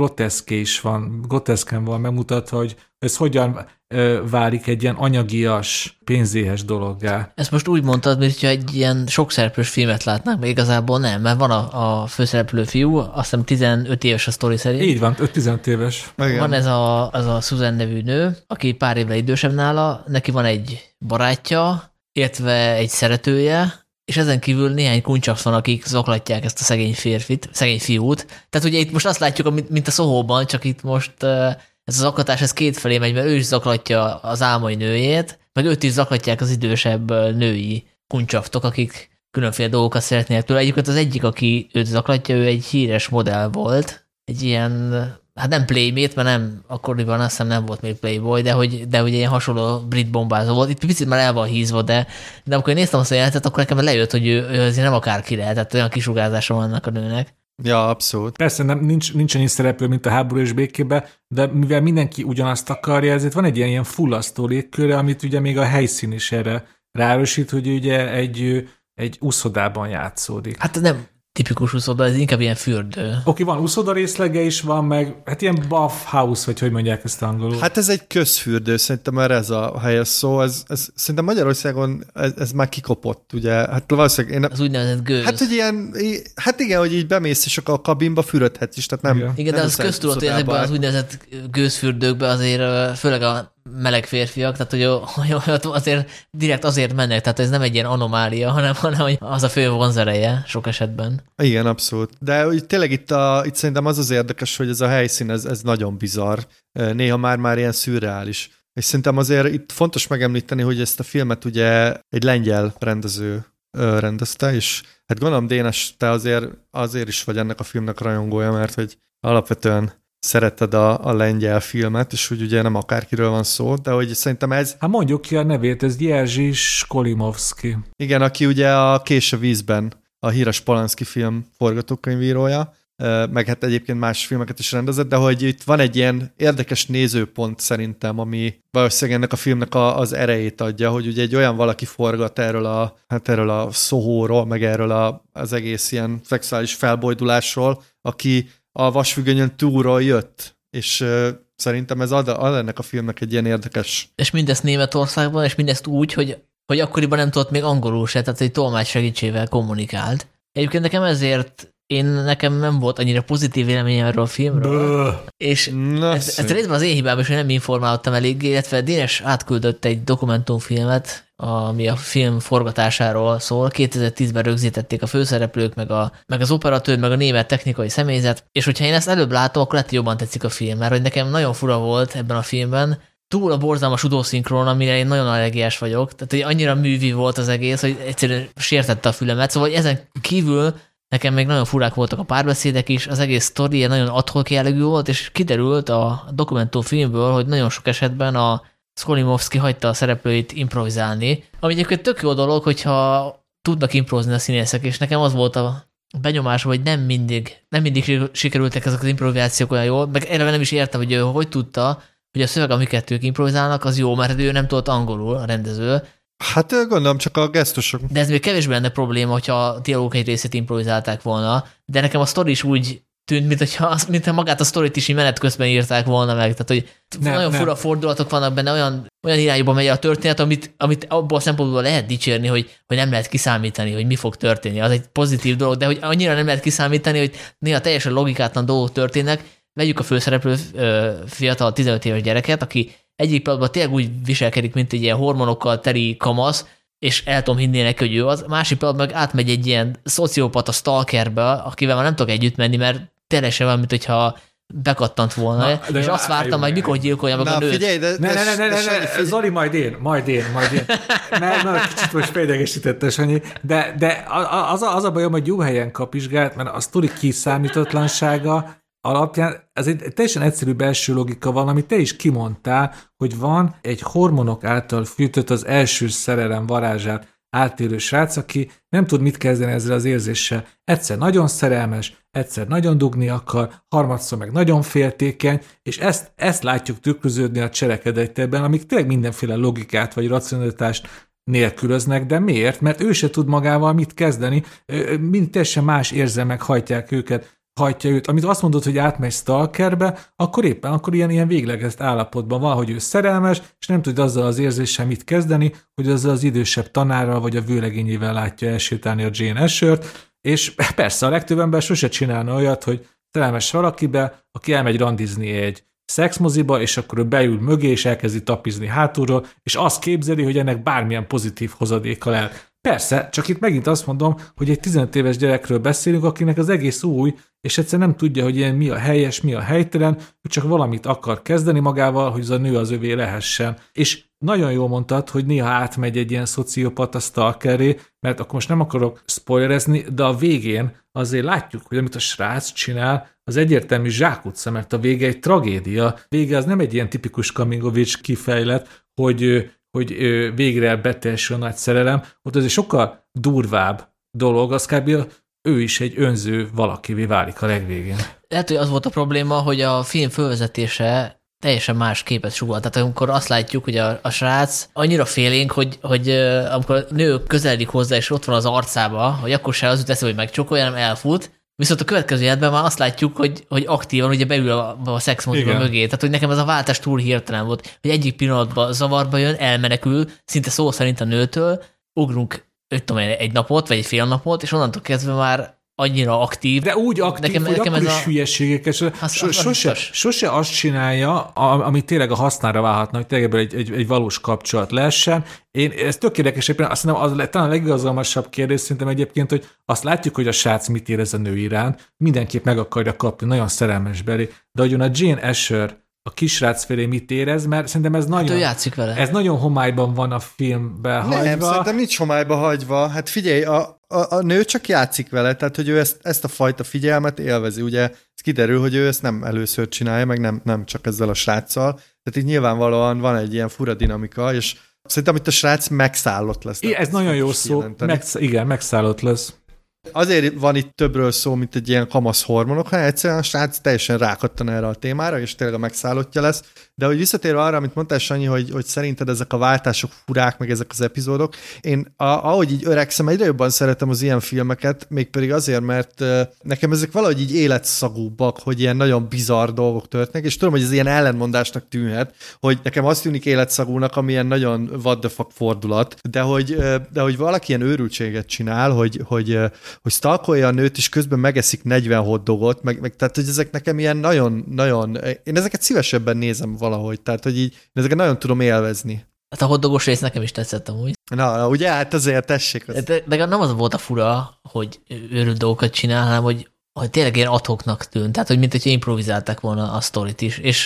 groteszken van megmutatva, hogy ez hogyan válik egy ilyen anyagias, pénzéhes dologgá. Ezt most úgy mondtad, mintha egy ilyen sokszereplős filmet látnánk, mert igazából nem, mert van a főszereplő fiú, azt hiszem 15 éves a sztori szerint. Így van, 15 éves. Igen. Van ez a Susan nevű nő, aki pár évvel idősebb nála, neki van egy barátja, illetve egy szeretője, és ezen kívül néhány kuncsaksz van, akik zaklatják ezt a szegény fiút. Tehát ugye itt most azt látjuk, mint a Soho-ban, csak itt most ez az zaklatás, ez kétfelé megy, mert ő is zaklatja az álmai nőjét, meg őt is zaklatják az idősebb női kuncsaftok, akik különféle dolgokat szeretnének tőle. Egyébként az egyik, aki őt zaklatja, ő egy híres modell volt, egy ilyen, hát nem Playmate, mert nem, akkoriban azt hiszem nem volt még Playboy, de hogy ilyen hasonló brit bombázó volt. Itt picit már el van hízva, de amikor én néztem azt a jelenetet, akkor nekem lejött, hogy ő azért nem akárki lehet, tehát olyan kisugárzása vannak a nőnek. Ja, abszolút. Persze nincs annyi szereplő, mint a Háború és békében, de mivel mindenki ugyanazt akarja, ezért van egy ilyen fullasztó légköre, amit ugye még a helyszín is erre ráerősít, hogy ugye egy úszodában játszódik. Hát nem tipikus úszoda, ez inkább ilyen fürdő. Oké, van úszoda részlege is van, meg hát ilyen bath house, vagy hogy mondják ezt angolul. Hát ez egy közfürdő, szerintem erre ez a helyes szó, ez szerintem Magyarországon ez már kikopott, ugye, hát valószínűleg az úgynevezett gőz. Hát, hogy hát igen, hogy így bemész, és akkor a kabinba fürödhetsz is, tehát nem. Igen, de az köztudott, hogy ezekben az úgynevezett gőzfürdőkben azért főleg a meleg férfiak, tehát hogy azért direkt azért mennek, tehát ez nem egy ilyen anomália, hanem hogy az a fő vonzereje sok esetben. Igen, abszolút. De úgy, tényleg itt szerintem az érdekes, hogy ez a helyszín, ez nagyon bizarr. Néha már ilyen szürreális. És szerintem azért itt fontos megemlíteni, hogy ezt a filmet ugye egy lengyel rendező rendezte, és hát gondolom, Dénes, te azért is vagy ennek a filmnek rajongója, mert hogy alapvetően szereted a lengyel filmet, és úgy ugye nem akárkiről van szó, de hogy szerintem ez... Hát mondjuk ki a nevét, ez Jerzy Skolimowski. Igen, aki ugye a Kés a vízben a híres Polanski film forgatókönyvírója, meg hát egyébként más filmeket is rendezett, de hogy itt van egy ilyen érdekes nézőpont szerintem, ami valószínűleg ennek a filmnek az erejét adja, hogy ugye egy olyan valaki forgat erről a Soho-ról, meg erről az egész ilyen szexuális felbojdulásról, aki a Vasfüggönyön túlról jött, és szerintem ez ad ennek a filmnek egy ilyen érdekes... És mindezt Németországban, és mindezt úgy, hogy akkoriban nem tudott még angolul se, tehát egy tolmács segítségével kommunikált. Egyébként nekem nem volt annyira pozitív véleményem erről a filmről, és ez részben az én hibám, és nem informáltam elég, illetve Dénes átküldött egy dokumentumfilmet, ami a film forgatásáról szól. 2010-ben rögzítették a főszereplők, meg az operatőr, meg a német technikai személyzet, és hogyha én ezt előbb látom, akkor lehet, jobban tetszik a film, mert hogy nekem nagyon fura volt ebben a filmben, túl a borzalmas utószinkron, amire én nagyon allergiás vagyok, tehát hogy annyira művi volt az egész, hogy egyszerűen sértette a fülemet, szóval ezen kívül nekem még nagyon furák voltak a párbeszédek is, az egész sztori nagyon ad-hoc jellegű volt, és kiderült a dokumentumfilmből, hogy nagyon sok esetben a Skolimowski hagyta a szereplőit improvizálni, ami egyébként tök jó dolog, hogyha tudnak improvizni a színészek, és nekem az volt a benyomás, hogy nem mindig sikerültek ezek az improvizációk olyan jól, meg eleve nem is értem, hogy ő hogy tudta, hogy a szöveg, amiket ők improvizálnak, az jó, mert ő nem tudott angolul, a rendező. Hát gondolom csak a gesztusok. De ez még kevésbé lenne probléma, hogyha a dialógok egy részét improvizálták volna, de nekem a sztori is úgy tűnt, mintha magát a sztorit is így menet közben írták volna meg. Tehát, hogy nagyon fura fordulatok vannak benne, olyan irányba megy a történet, amit abból a szempontból lehet dicsérni, hogy nem lehet kiszámítani, hogy mi fog történni. Az egy pozitív dolog, de hogy annyira nem lehet kiszámítani, hogy néha teljesen logikátlan dolgok történnek. Vegyük a főszereplő fiatal 15 éves gyereket, aki egyik pillanatban tényleg úgy viselkedik, mint egy ilyen hormonokkal teli kamasz, és el tudom hinni neki, hogy ő az. Másik pillanatban meg átmegy egy ilyen szociopata stalkerbe, akivel már nem tudok együtt menni, mert teljesen van, mint hogyha bekattant volna, és azt vártam, hogy mikor gyilkolja meg a nőt. Figyelj, ne, Zoli, majd én. Mert kicsit most féldegesítette, Sanyi, de az a bajom, hogy jó helyen kapizsgált, mert a sztori kiszámítatlansága alapján ez egy teljesen egyszerű belső logika van, amit te is kimondtál, hogy van egy hormonok által fűtött az első szerelem varázsát átélő srác, aki nem tud mit kezdeni ezzel az érzéssel. Egyszer nagyon szerelmes, egyszer nagyon dugni akar, harmadszor meg nagyon féltékeny, és ezt látjuk tükröződni a cselekedetében, amik tényleg mindenféle logikát vagy racionalitást nélkülöznek, de miért? Mert ő se tud magával mit kezdeni, mind teljesen más érzelmek hajtja őt. Amit azt mondod, hogy átmegy stalkerbe, akkor ilyen végleges állapotban van, hogy ő szerelmes, és nem tud azzal az érzéssel mit kezdeni, hogy azzal az idősebb tanárral vagy a vőlegényével látja elsétálni a Jane Ashert, és persze a legtöbb ember sose csinálna olyat, hogy szerelmes valakibe, aki elmegy randizni egy szexmoziba, és akkor ő beül mögé, és elkezdi tapizni hátulról, és azt képzeli, hogy ennek bármilyen pozitív hozadéka lehet. Persze, csak itt megint azt mondom, hogy egy 15 éves gyerekről beszélünk, akinek az egész új, és egyszerűen nem tudja, hogy ilyen mi a helyes, mi a helytelen, ő csak valamit akar kezdeni magával, hogy az a nő az övé lehessen. És nagyon jól mondtad, hogy néha átmegy egy ilyen szociopata stalkerré, mert akkor most nem akarok spoilerezni, de a végén azért látjuk, hogy amit a srác csinál, az egyértelmű zsákutca, mert a vége egy tragédia. Vége az nem egy ilyen tipikus coming of age kifejlet, hogy végre beteljesül a nagy szerelem, ott az egy sokkal durvább dolog, az kb. Ő is egy önző valakivé válik a legvégén. Lehet, hogy az volt a probléma, hogy a film fölvezetése teljesen más képet sugall. Tehát amikor azt látjuk, hogy a srác annyira félénk, hogy amikor a nő közeledik hozzá, és ott van az arcába, hogy akkor se az jut eszébe, hogy megcsókolja, hanem elfut. Viszont a következő életben már azt látjuk, hogy aktívan ugye beül a szexmoziba mögé. Tehát, hogy nekem ez a váltás túl hirtelen volt, hogy egyik pillanatban zavarba jön, elmenekül, szinte szó szerint a nőtől, ugrunk egy napot, vagy egy fél napot, és onnantól kezdve már annyira aktív. De úgy aktív, hogy akkor is hülyeségeket. Sose azt csinálja, ami tényleg a hasznára válhatna, hogy tényleg egy valós kapcsolat lehessen. Ez tök érdekes, azt hiszem, az talán a legigazalmasabb kérdés szerintem egyébként, hogy azt látjuk, hogy a srác mit érez a nő iránt, mindenképp meg akarja kapni, nagyon szerelmes belé, de hogy a Jane Asher a kisrác felé mit érez, mert szerintem ez nagyon, játszik vele. Ez nagyon homályban van a filmben hagyva. Nem, szerintem nincs homályban hagyva. Hát figyelj, a nő csak játszik vele, tehát hogy ő ezt a fajta figyelmet élvezi. Ugye ez kiderül, hogy ő ezt nem először csinálja, meg nem csak ezzel a sráccal. Tehát itt nyilvánvalóan van egy ilyen fura dinamika, és szerintem itt a srác megszállott lesz. Ez nagyon jó szó. Igen, megszállott lesz. Azért van itt többről szó, mint egy ilyen kamasz hormonok, hanem egyszerűen a srác teljesen rákattan erre a témára, és tényleg a megszállottja lesz. De hogy visszatérve arra, amit mondtál, Sanyi, hogy szerinted ezek a váltások furák, meg ezek az epizódok, én ahogy így öregszem, egyre jobban szeretem az ilyen filmeket, mégpedig azért, mert nekem ezek valahogy így életszagúbbak, hogy ilyen nagyon bizarr dolgok történnek, és tudom, hogy ez ilyen ellentmondásnak tűnhet, hogy nekem azt tűnik életszagúnak, ami ilyen nagyon what the fuck fordulat, de hogy valaki ilyen őrültséget csinál, hogy stalkolja a nőt, és közben megeszik 40 hotdogot, meg tehát, hogy ezek nekem ilyen nagyon, én ezeket szívesebben nézem valahogy, tehát, hogy így én ezeket nagyon tudom élvezni. Hát a hotdogos rész nekem is tetszett amúgy. Na ugye, hát azért tessék. De nem az volt a fura, hogy őrült dolgokat csinál, hanem hogy tényleg ilyen ad hocnak tűnt, tehát, hogy mint hogyha improvizálták volna a sztorit is, és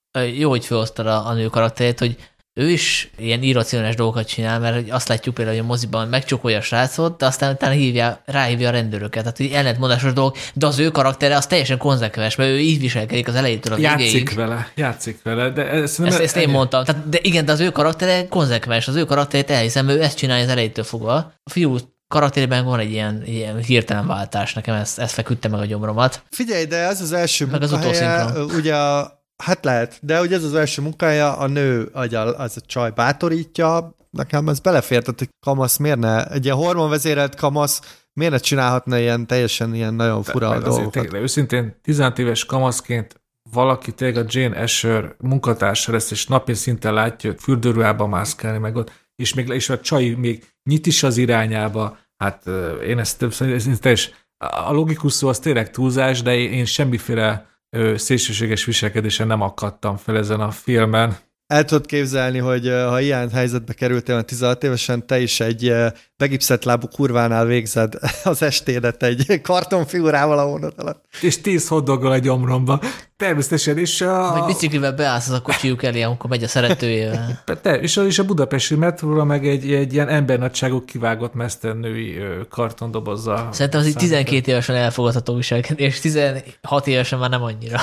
jó, hogy felhoztad a nő karakterét, hogy ő is ilyen irracionális dolgokat csinál, mert azt látjuk például, hogy a moziban megcsokolja a srácot, de aztán utána ráhívja a rendőröket. Tehát hogy ellentmondásos dolgok, de az ő karaktere az teljesen konzekvens, mert ő így viselkedik az elejétől a végéig. Játszik vele, de ezt én mondtam. Tehát, de igen, de az ő karaktere konzekvens, az ő karakterét elhiszem, ő ezt csinálja az elejétől fogva. A fiú karakterében van egy ilyen hirtelen váltás, nekem ezt feküdte meg a gyomromat. Figyelj, de ez az első meg munkahelye, ugye hát lehet, de ugye ez az első munkája, a nő, az a csaj bátorítja, nekem ez belefért, hogy kamasz miért ne, egy ilyen hormonvezérelt kamasz miért ne csinálhatna ilyen teljesen ilyen nagyon fura dolgokat. Őszintén 16 éves kamaszként valaki tényleg a Jane Asher munkatársa lesz, és napi szinten látja, hogy fürdőruhába mászkálni meg ott, és a csaj még nyit is az irányába, hát én ezt teljes, a logikus szó az tényleg túlzás, de én semmiféle szélsőséges viselkedésen nem akadtam fel ezen a filmen. El tudod képzelni, hogy ha ilyen helyzetbe kerültél 16 évesen, te is egy begipszelt lábú kurvánál végzed az estédet egy kartonfigurával a vonat alatt. És 10 hotdoggal a gyomromba. Természetesen is vagy biciklivel beállsz az a kocsijuk elé, amikor megy a szeretőjével. És a budapesti metróra meg egy ilyen embernagyságú kivágott mesztennői kartondobozzal. Szerintem az így 12 évesen elfogadható viselkedés, és 16 évesen már nem annyira.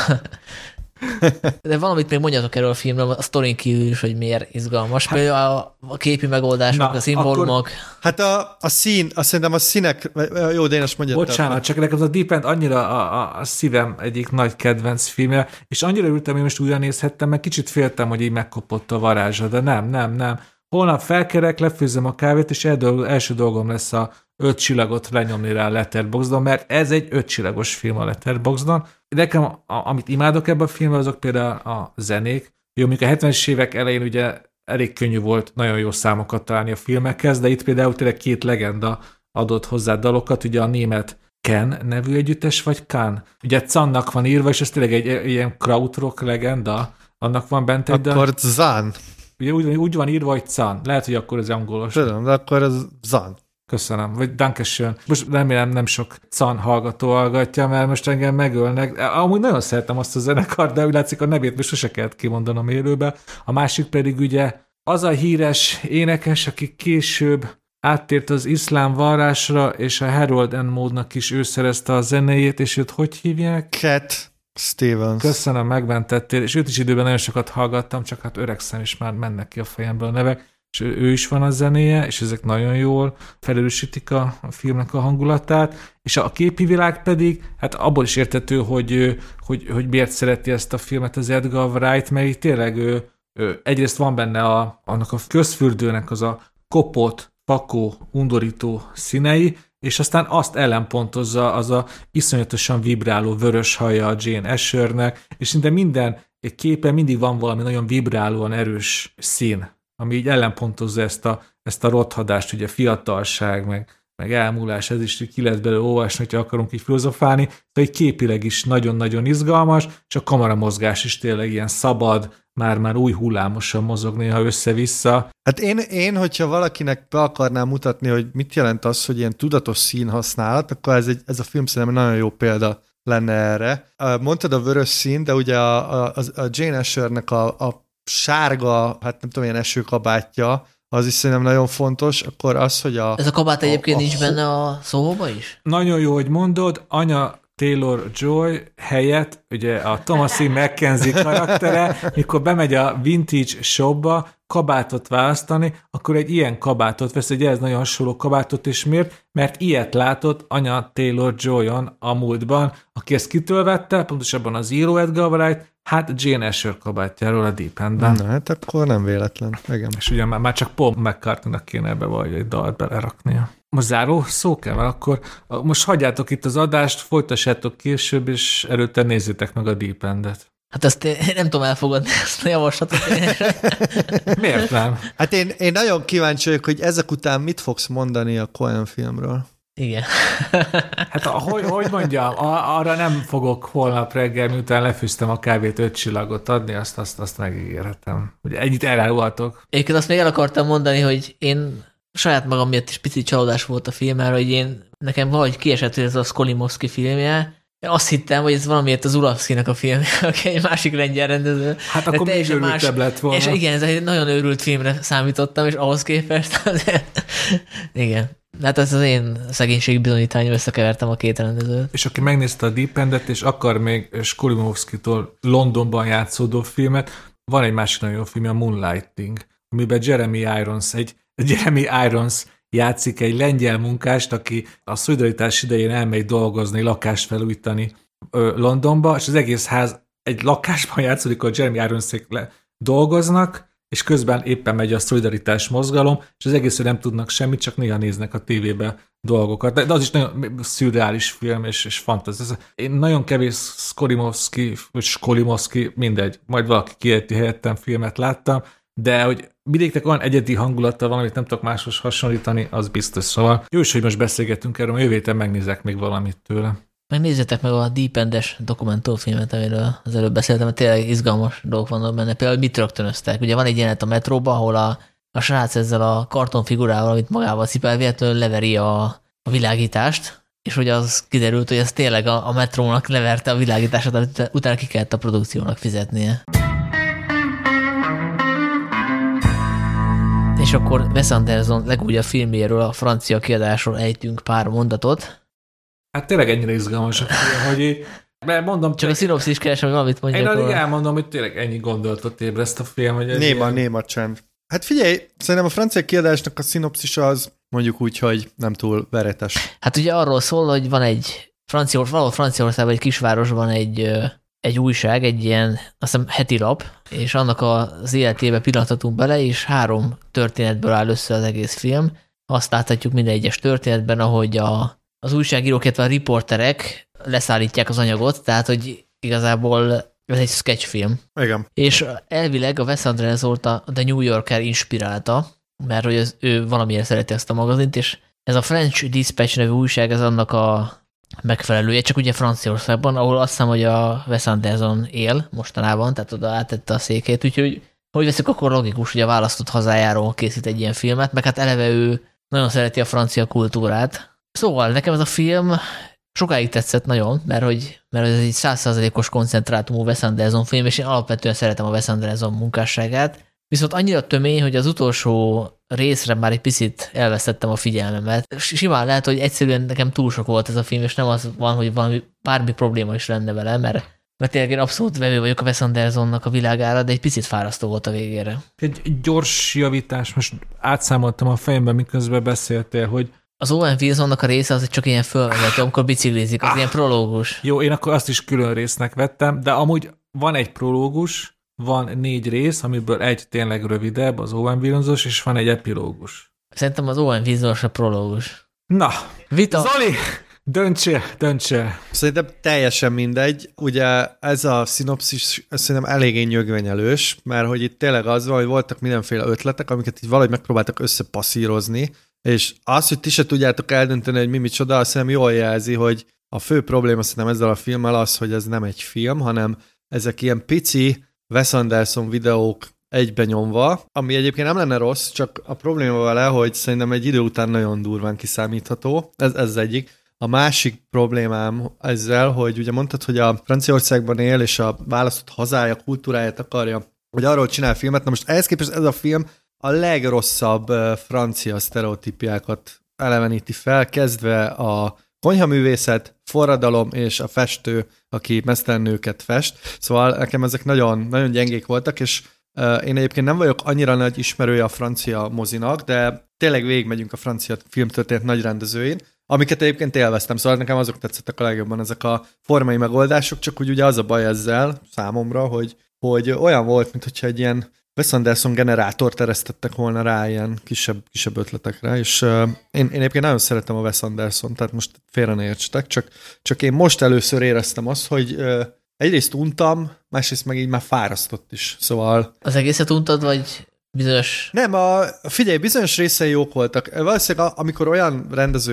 De valamit még mondjatok erről a filmről, a sztorin kívül is, hogy miért izgalmas. Például a képi megoldások, a szimbólumok. Hát a szín, szerintem a színek, jó, Dénes, mondjad. Bocsánat, csak nekem a Deep End annyira a szívem egyik nagy kedvenc filmje, és annyira ültem, hogy most újra nézhettem, meg kicsit féltem, hogy így megkopott a varázsa, de nem. Holnap felkerek, lefőzöm a kávét, és első dolgom lesz a 5 csillagot lenyomni rá a Letterboxdon, mert ez egy 5 csillagos film a Letterboxdon. Nekem, amit imádok ebben a filmben, azok például a zenék. Jó, mondjuk a 70-es évek elején ugye elég könnyű volt nagyon jó számokat találni a filmekhez, de itt például tényleg 2 legenda adott hozzá dalokat, ugye a német Ken nevű együttes, vagy Kan. Ugye Cannak van írva, és ez tényleg egy ilyen krautrock legenda, annak van bent egy Akkor Zan. Ugye úgy van írva, hogy Can. Lehet, hogy akkor ez angolos. Tudom, de akkor ez Zan. Köszönöm, vagy Dankeschön. Most remélem nem sok Can hallgató hallgatja, mert most engem megölnek. Amúgy nagyon szeretem azt a zenekart, de úgy látszik a nevét most sose kellett kimondanom élőbe. A másik pedig ugye az a híres énekes, aki később áttért az iszlám vallásra, és a Harold and Maude-nak is ő szerezte a zenéjét, és őt hogy hívják? Cat Stevens. Köszönöm, megmentettél, és őt is időben nagyon sokat hallgattam, csak hát öregszem, és már mennek ki a fejemből a nevek, és ő is van a zenéje, és ezek nagyon jól felerősítik a filmnek a hangulatát, és a képi világ pedig, hát abból is értető, hogy miért szereti ezt a filmet az Edgar Wright, mert itt tényleg egyrészt van benne annak a közfürdőnek az a kopott, fakó, undorító színei, és aztán azt ellenpontozza az a iszonyatosan vibráló vörös haja a Jane Ashernek, és szinte minden képen mindig van valami nagyon vibrálóan erős szín, ami így ellenpontozza ezt a rothadást, ugye fiatalság, meg elmúlás, ez is ki lehet belőle olvasni, hogyha akarunk így filozofálni, de egy képileg is nagyon-nagyon izgalmas, és a kameramozgás is tényleg ilyen szabad, már úgy hullámosan mozog néha össze-vissza. Hát én, hogyha valakinek be akarnám mutatni, hogy mit jelent az, hogy ilyen tudatos színhasználat, akkor ez a film szerintem nagyon jó példa lenne erre. Mondtad a vörös szín, de ugye a Jane Ashernek a sárga, hát nem tudom, ilyen esőkabátja, az is szerintem nagyon fontos, akkor az, hogy ez a kabát egyébként nincs benne a Soho-ba is? Nagyon jó, hogy mondod, Anya Taylor-Joy helyett, ugye a Thomasin McKenzie karaktere, mikor bemegy a vintage shopba kabátot választani, akkor egy ilyen kabátot vesz, egy ehhez nagyon hasonló kabátot, és miért? Mert ilyet látott Anya Taylor-Joy-on a múltban, aki ezt kitől vette, pontosabban az író Edgar Wright, hát Jane Asher kabátjáról a Deep Endben. Na, hát akkor nem véletlen. Igen. És ugye már csak Paul McCartney-nak kéne ebbe vagy egy dalt beleraknia. Most záró szó kell, mert akkor most hagyjátok itt az adást, folytassátok később, és előtte nézzétek meg a Deep Endet. Hát ezt én nem tudom elfogadni, ezt a javaslatot. Miért nem? Hát én nagyon kíváncsi vagyok, hogy ezek után mit fogsz mondani a Coen filmről. Igen. Hát hogy mondjam, arra nem fogok holnap reggel, miután lefűztem a kávét 5 csillagot adni, azt megígérhetem. Ugye ennyit elárulhatok. Egyébként azt még el akartam mondani, hogy én saját magam miatt is picit csalódás volt a film, mert hogy nekem valahogy kiesett ez a Skolimowski filmje, Azt hittem, hogy ez valamiért az Ulavszkinak a film, aki egy másik lengyel rendező. Hát akkor még őrültebb lett volna. És igen, ez egy nagyon őrült filmre számítottam, és ahhoz képest azért, igen. Hát ez az én szegénység bizonyítványom, összekevertem a két rendezőt. És aki megnézte a Deep Endet, és akar még Skolimowskitól Londonban játszódó filmet, van egy másik nagyon jó film, a Moonlighting, amiben Jeremy Irons játszik egy lengyel munkást, aki a szolidaritás idején elmegy dolgozni, lakást felújítani Londonba, és az egész ház egy lakásban játszódik, ahol Jeremy Ironsék dolgoznak, és közben éppen megy a szolidaritás mozgalom, és az egészről nem tudnak semmit, csak néha néznek a tévébe dolgokat. De az is nagyon szürreális film, és fantasztikus. Én nagyon kevés Skolimowski, mindegy, majd valaki kiejti helyettem filmet láttam, de hogy vidéknek olyan egyedi hangulata van, amit nem tudok máshoz hasonlítani, az biztos. Szóval jó is, hogy most beszélgetünk erről, jövő héten megnézek még valamit tőle. Megnézzétek meg a Deep End-es dokumentumfilmet, amiről az előbb beszéltem, mert tényleg izgalmas dolgok vannak benne. Például mit rögtönöztek. Ugye van egy jelenet a metróban, ahol a srác ezzel a kartonfigurával, amit magával cipel, véletlenül leveri a világítást, és hogy az kiderült, hogy ez tényleg a metrónak leverte a világítását, amit utána ki kellett a produkciónak fizetnie. És akkor Wes Anderson legújabb filmjéről, a francia kiadásról ejtünk pár mondatot. Hát tényleg ennyire izgalmas a film, hogy mondom... Csak a szinopszis keresem, hogy valamit mondjak. Én addig elmondom, hogy tényleg ennyi gondolatot ébreszt a film, hogy... Néma csend. Hát figyelj, szerintem a francia kiadásnak a szinopszisa az mondjuk úgy, hogy nem túl veretes. Hát ugye arról szól, hogy van egy valahol Franciaországban egy kisvárosban egy újság, egy ilyen, azt hiszem, heti lap, és annak az életébe pillantatunk bele, és 3 történetből áll össze az egész film. Azt láthatjuk minden egyes történetben, ahogy az újságírók, illetve a riporterek leszállítják az anyagot, tehát, hogy igazából ez egy sketchfilm. Igen. És elvileg a Wes Anderson a The New Yorker inspirálta, mert hogy ő valamiért szereti ezt a magazint, és ez a French Dispatch nevű újság, ez annak a megfelelője, csak ugye Franciaországban, ahol azt hiszem, hogy a Wes Anderson él mostanában, tehát oda átette a székét, úgyhogy hogy veszük, akkor logikus, hogy a választott hazájáról készít egy ilyen filmet, meg hát eleve ő nagyon szereti a francia kultúrát. Szóval nekem ez a film sokáig tetszett nagyon, mert ez egy 100%-os koncentrátumú Wes Anderson film, és én alapvetően szeretem a Wes Anderson munkásságát, viszont annyira tömény, hogy az utolsó részre már egy picit elvesztettem a figyelmemet. Simán lehet, hogy egyszerűen nekem túl sok volt ez a film, és nem az van, hogy bármi probléma is lenne vele, mert tényleg én abszolút vevő vagyok a Wes Andersonnak a világára, de egy picit fárasztó volt a végére. Egy gyors javítás, most átszámoltam a fejemben, miközben beszéltél, hogy az Owen Wilsonnak a része az csak ilyen fölvezető, amikor biciklizik, az ilyen prológus. Jó, én akkor azt is külön résznek vettem, de amúgy van egy prológus, van 4 rész, amiből egy tényleg rövidebb, az Owen Wilson-os, és van egy epilógus. Szerintem az Owen Wilson-os a prológus. Na, Vita. Zoli, döntsél. Szerintem teljesen mindegy. Ugye ez a szinopszis szerintem eléggé nyögvenyelős, mert hogy itt tényleg az van, hogy voltak mindenféle ötletek, amiket így valahogy megpróbáltak összepasszírozni, és az, hogy ti se tudjátok eldönteni, hogy mi micsoda, azt szerintem jól jelzi, hogy a fő probléma szerintem ezzel a filmmel az, hogy ez nem egy film, hanem ezek ilyen pici Wes Anderson videók egybenyomva, ami egyébként nem lenne rossz, csak a probléma vele, hogy szerintem egy idő után nagyon durván kiszámítható. Ez az egyik. A másik problémám ezzel, hogy ugye mondtad, hogy a Franciaországban él, és a választott hazája, kultúráját akarja, hogy arról csinál filmet. Na most ehhez képest ez a film a legrosszabb francia sztereotípiákat eleveníti fel, kezdve a konyhaművészet, forradalom és a festő, aki mesztelnőket fest. Szóval nekem ezek nagyon, nagyon gyengék voltak, és én egyébként nem vagyok annyira nagy ismerője a francia mozinak, de tényleg végigmegyünk a francia filmtörténet nagy rendezőin, amiket egyébként élveztem, szóval nekem azok tetszettek a legjobban, ezek a formai megoldások, csak úgy ugye az a baj ezzel számomra, hogy olyan volt, mintha egy ilyen Wes Anderson generátort eresztettek volna rá ilyen kisebb ötletekre, és én egyébként nagyon szeretem a Wes Anderson, tehát most félre ne értsetek, csak én most először éreztem azt, hogy egyrészt untam, másrészt meg így már fárasztott is, szóval... Az egészet untad, vagy bizonyos... Nem, figyelj, bizonyos részei jók voltak. Valószínűleg amikor olyan rendezők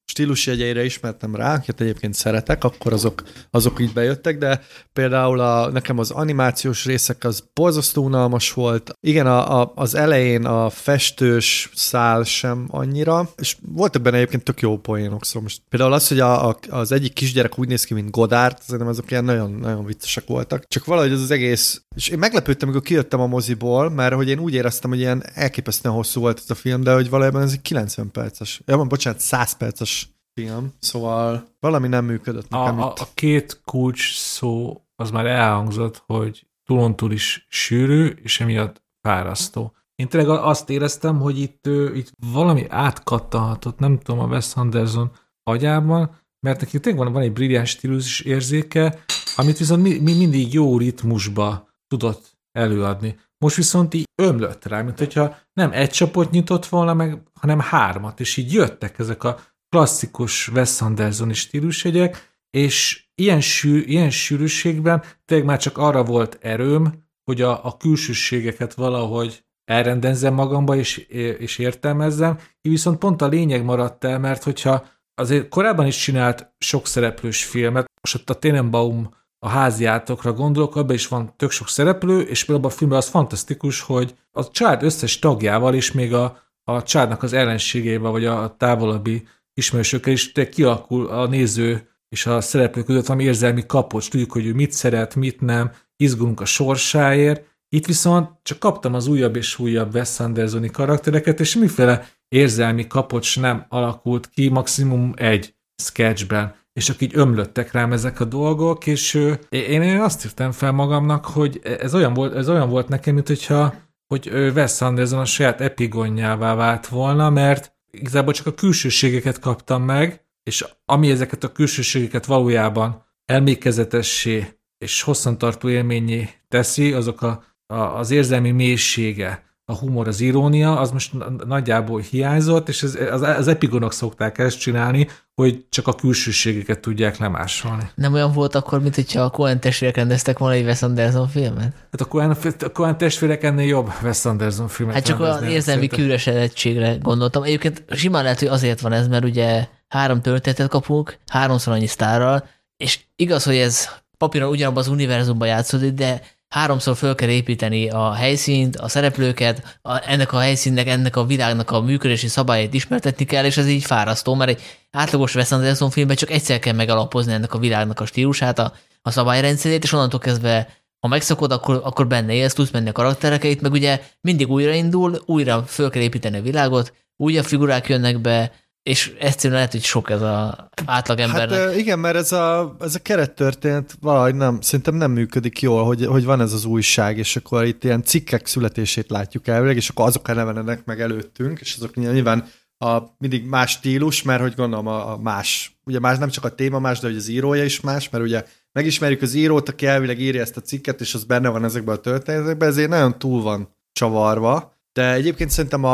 stílusjegyeire ismertem rá, akiket egyébként szeretek, akkor azok így bejöttek, de például nekem az animációs részek az borzasztó unalmas volt. Igen, az elején a festős szál sem annyira, és voltak benne egyébként tök jó poénok, szóval most például az, hogy az egyik kisgyerek úgy néz ki, mint Godard, szerintem azok ilyen nagyon, nagyon viccesek voltak. Csak valahogy az egész, és én meglepődtem, amikor kijöttem a moziból, mert hogy én úgy éreztem, hogy ilyen elképesztően hosszú volt ez a film, de hogy valójában ez egy 90 perces, bocsánat, 100 perces film, szóval valami nem működött nekem itt. A két kulcs szó az már elhangzott, hogy túlontúl is sűrű, és emiatt fárasztó. Én tényleg azt éreztem, hogy itt valami átkattanhatott, nem tudom, a Wes Anderson agyában, mert neki tényleg van egy brilliáns stílus érzéke, amit viszont mindig jó ritmusba tudott előadni. Most viszont így ömlött rá, mint hogyha nem egy csapot nyitott volna meg, hanem 3, és így jöttek ezek a klasszikus Wes Anderson-i stílusjegyek, és ilyen sűrűségben tényleg már csak arra volt erőm, hogy a külsőségeket valahogy elrendezzem magamba, és értelmezzem, így viszont pont a lényeg maradt el, mert hogyha azért korábban is csinált sok szereplős filmet, most ott a Tenenbaum a háziátokra gondolok, abban is van tök sok szereplő, és például a filmben az fantasztikus, hogy a család összes tagjával, és még a családnak az ellenségével, vagy a távolabbi ismerősökkel is kialakul a néző és a szereplő között valami érzelmi kapocs, tudjuk, hogy ő mit szeret, mit nem, izgulunk a sorsáért. Itt viszont csak kaptam az újabb és újabb Wes Anderson-i karaktereket, és semmiféle érzelmi kapocs nem alakult ki, maximum egy sketchben, és csak így ömlöttek rám ezek a dolgok, és én azt írtam fel magamnak, hogy ez olyan volt nekem, mint hogy Wes Anderson a saját epigonjává vált volna, mert igazából csak a külsőségeket kaptam meg, és ami ezeket a külsőségeket valójában emlékezetessé és hosszantartó élményé teszi, azok az érzelmi mélysége, a humor, az irónia, az most nagyjából hiányzott, és az epigonok szokták ezt csinálni, hogy csak a külsőségeket tudják lemásolni. Nem olyan volt akkor, mint hogyha a Coen testvérek rendeztek volna egy Wes Anderson filmet? Hát a Coen testvérek ennél jobb Wes Anderson filmet. Hát csak olyan érzelmi kiüresedettségre gondoltam. Egyébként simán lehet, hogy azért van ez, mert ugye 3 történetet kapunk, 3-szor annyi sztárral, és igaz, hogy ez papíron ugyanabban az univerzumban játszódik, de 3-szor föl kell építeni a helyszínt, a szereplőket, ennek a helyszínnek, ennek a világnak a működési szabályait ismertetni kell, és ez így fárasztó, mert egy átlagos Wes Anderson filmben csak egyszer kell megalapozni ennek a világnak a stílusát, a szabályrendszerét, és onnantól kezdve, ha megszokod, akkor benne élsz, tudsz menni a karakterekeit, meg ugye mindig újraindul, újra föl kell építeni a világot, újabb figurák jönnek be, és egyszerűen lehet, hogy sok ez az átlagembernek. Hát igen, mert ez a kerettörténet valahogy szerintem nem működik jól, hogy van ez az újság, és akkor itt ilyen cikkek születését látjuk elvileg, és akkor azok elevenenek meg előttünk, és azok nyilván mindig más stílus, mert hogy gondolom a más, ugye más nem csak a téma más, de hogy az írója is más, mert ugye megismerjük az írót, aki elvileg írja ezt a cikket, és az benne van ezekben a történetekben, ezért nagyon túl van csavarva, de egyébként szerintem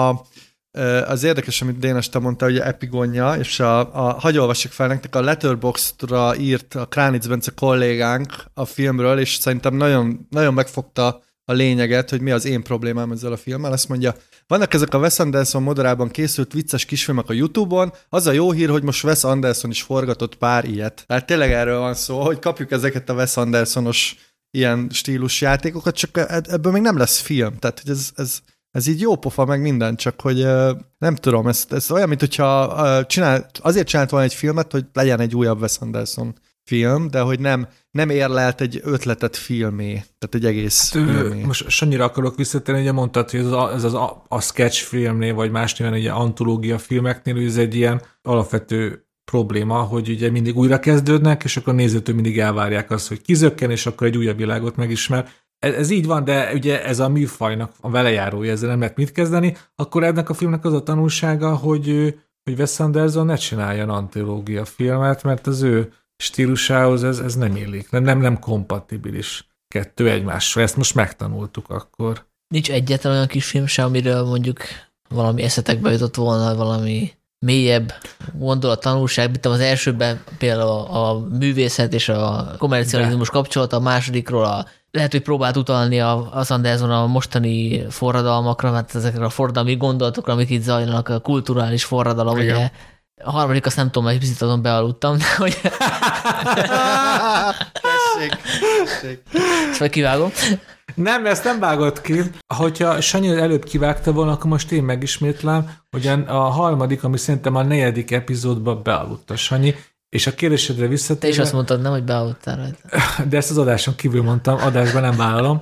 az érdekes, amit Dénes te mondta, hogy a epigonja, és hagyj olvassuk fel nektek, a Letterboxdra írt a Kránitz Bence kollégánk a filmről, és szerintem nagyon, nagyon megfogta a lényeget, hogy mi az én problémám ezzel a filmmel. Azt mondja, vannak ezek a Wes Anderson modorában készült vicces kisfilmek a YouTube-on, az a jó hír, hogy most Wes Anderson is forgatott pár ilyet. Tehát tényleg erről van szó, hogy kapjuk ezeket a Wes Andersonos ilyen stílus játékokat, csak ebből még nem lesz film. Tehát, hogy ez így jó pofa, meg minden, csak hogy nem tudom, ez olyan, mint hogyha azért csinált volna egy filmet, hogy legyen egy újabb Wes Anderson film, de hogy nem érlelt egy ötletet filmé, tehát egy egész filmé. Most annyira akarok visszatérni, hogy mondtad, hogy ez a sketch filmnél, vagy más néven ugye antológia filmeknél, ez egy ilyen alapvető probléma, hogy ugye mindig újra kezdődnek, és akkor a nézőtől mindig elvárják azt, hogy kizökken, és akkor egy újabb világot megismer. Ez így van, de ugye ez a műfajnak a velejárója, ezzel nem lehet mit kezdeni, akkor ennek a filmnek az a tanulsága, hogy Wes Anderson ne csináljon antológia filmet, mert az ő stílusához ez nem illik, nem kompatibilis kettő egymásra. Ezt most megtanultuk akkor. Nincs egyetlen olyan kis film sem, amiről mondjuk valami eszetekbe jutott volna, valami mélyebb gondolat, tanulság, mint az elsőben például a művészet és a kommercializmus kapcsolata, a másodikról lehet, hogy próbált utalni az Anderson a mostani forradalmakra, mert ezekre a forradalmi gondolatokra, amik itt zajlanak, a kulturális forradalom, ugye A harmadik, azt nem tudom, hogy picit azon bealudtam, de hogy... Tessék. Szóval kivágom. Nem, ezt nem vágott ki. Hogyha Sanyi előbb kivágta volna, akkor most én megismétlem, hogy a harmadik, ami szerintem a 4. epizódban bealudt a Sanyi, és a kérdésedre visszatérve... Te is azt mondtad, nem, hogy bealudtál rajta. De ezt az adáson kívül mondtam, adásban nem vállalom.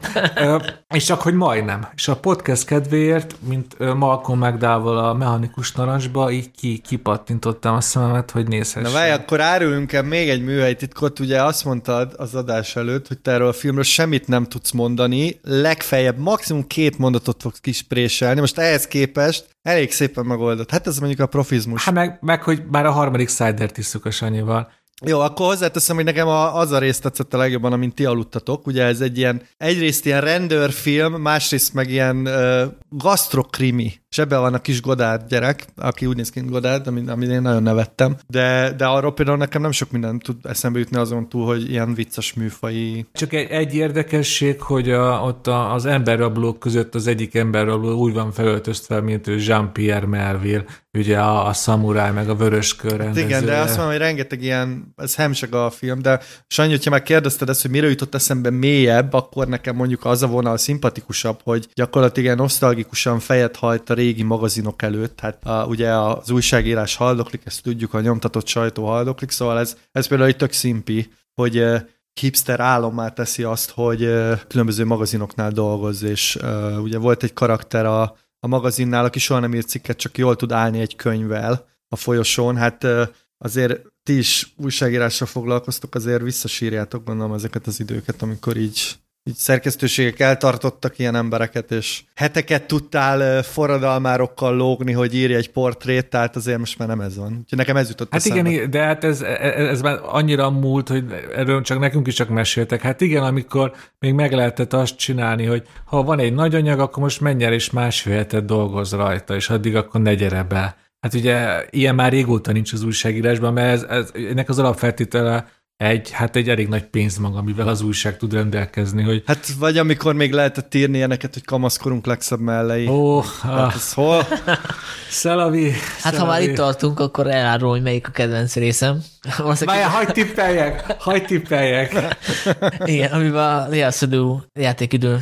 És csak, hogy majdnem. És a podcast kedvéért, mint Malcolm McDowell a Mechanikus Narancsba, így kipattintottam a szememet, hogy nézhessen. Na várj, akkor árulunk el még egy műhelytitkot. Ugye azt mondtad az adás előtt, hogy te erről a filmről semmit nem tudsz mondani, legfeljebb maximum 2 mondatot fogsz kispréselni. Most ehhez képest elég szépen megoldott. Hát ez mondjuk a profizmus. Hát meg hogy már a harmadik Cider-t isszuk a Sanyival. Jó, akkor hozzáteszem, hogy nekem az a rész tetszett a legjobban, amint ti aludtatok. Ugye ez egy ilyen, egyrészt ilyen rendőrfilm, másrészt meg ilyen gasztrokrimi. És ebben van a kis Godard gyerek, aki úgy néz ki, mint Godard, amit én nagyon nevettem. De arról például nekem nem sok minden tud eszembe jutni azon túl, hogy ilyen vicces műfai. Csak egy érdekesség, hogy ott az emberrablók között az egyik emberrabló úgy van felöltöztve, mint ő Jean-Pierre Melville, ugye a szamuráj, meg a vöröskör rendezője. Igen, de azt mondom, hogy rengeteg ilyen, ez hemseg a film, de Sanyi, hogyha már kérdezted ezt, hogy mire jutott eszembe mélyebb, akkor nekem mondjuk az a vonal szimpatikusabb, hogy gyakorlatilag ilyen nosztalgikusan fejet hajt a régi magazinok előtt. Hát ugye az újságírás haldoklik, ezt tudjuk, a nyomtatott sajtó haldoklik, szóval ez például egy tök szimpi, hogy hipster álommá teszi azt, hogy különböző magazinoknál dolgoz, és ugye volt egy karakter a magazinnál, aki soha nem írt cikket, csak jól tud állni egy könyvvel a folyosón. Hát azért ti is újságírással foglalkoztok, azért visszasírjátok, gondolom, ezeket az időket, amikor így szerkesztőségek eltartottak ilyen embereket, és heteket tudtál forradalmárokkal lógni, hogy írj egy portrét, tehát azért most már nem ez van. Úgyhogy nekem ez jutott eszembe. Igen, de hát ez már annyira múlt, hogy erről csak nekünk is csak meséltek. Hát igen, amikor még meg lehetett azt csinálni, hogy ha van egy nagy anyag, akkor most menj el és másfél hetet dolgozz rajta, és addig akkor ne gyere be. Hát ugye ilyen már régóta nincs az újságírásban, mert ennek az alapfeltétele egy elég nagy pénzmag, amivel az újság tud rendelkezni, hogy... Hát vagy amikor még lehetett írni ilyeneket, hogy kamaszkorunk legszebb mellei. Ez hol? Szelavi. Hát ha már itt tartunk, akkor elárulom, hogy melyik a kedvenc részem. Várjál, hagyd tippeljek. Igen, amiben a Léa Seydoux játékidő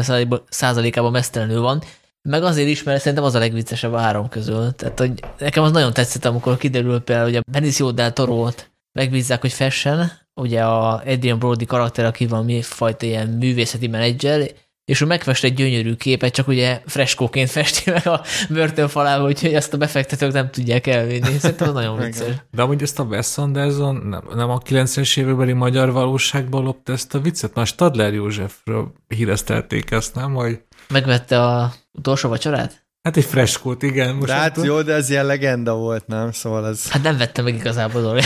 90%-ában mesztelenül van. Meg azért is, mert szerintem az a legviccesebb a 3 közül. Tehát, hogy nekem az nagyon tetszett, amikor kiderül például, hogy a Benicio del Toro-t megbízzák, hogy fessen, ugye a Adrian Brody karakter, aki valami fajta ilyen művészeti menedzser, és ő megfest egy gyönyörű képet, csak ugye freskóként festi meg a börtönfalába, úgyhogy ezt a befektetők nem tudják elvinni. Szerintem az nagyon vicces. De amúgy ezt a Wes Anderson nem a 90-es évekbeli magyar valóságban lopta ezt a viccet? Na, Stadler Józsefről híresztelték ezt, nem? Hogy... Megvette a utolsó vacsorát? Hát egy freskót, igen. Most de hát jó, de ez ilyen legenda volt, nem? Szóval ez... Hát nem vettem meg igazából dolog.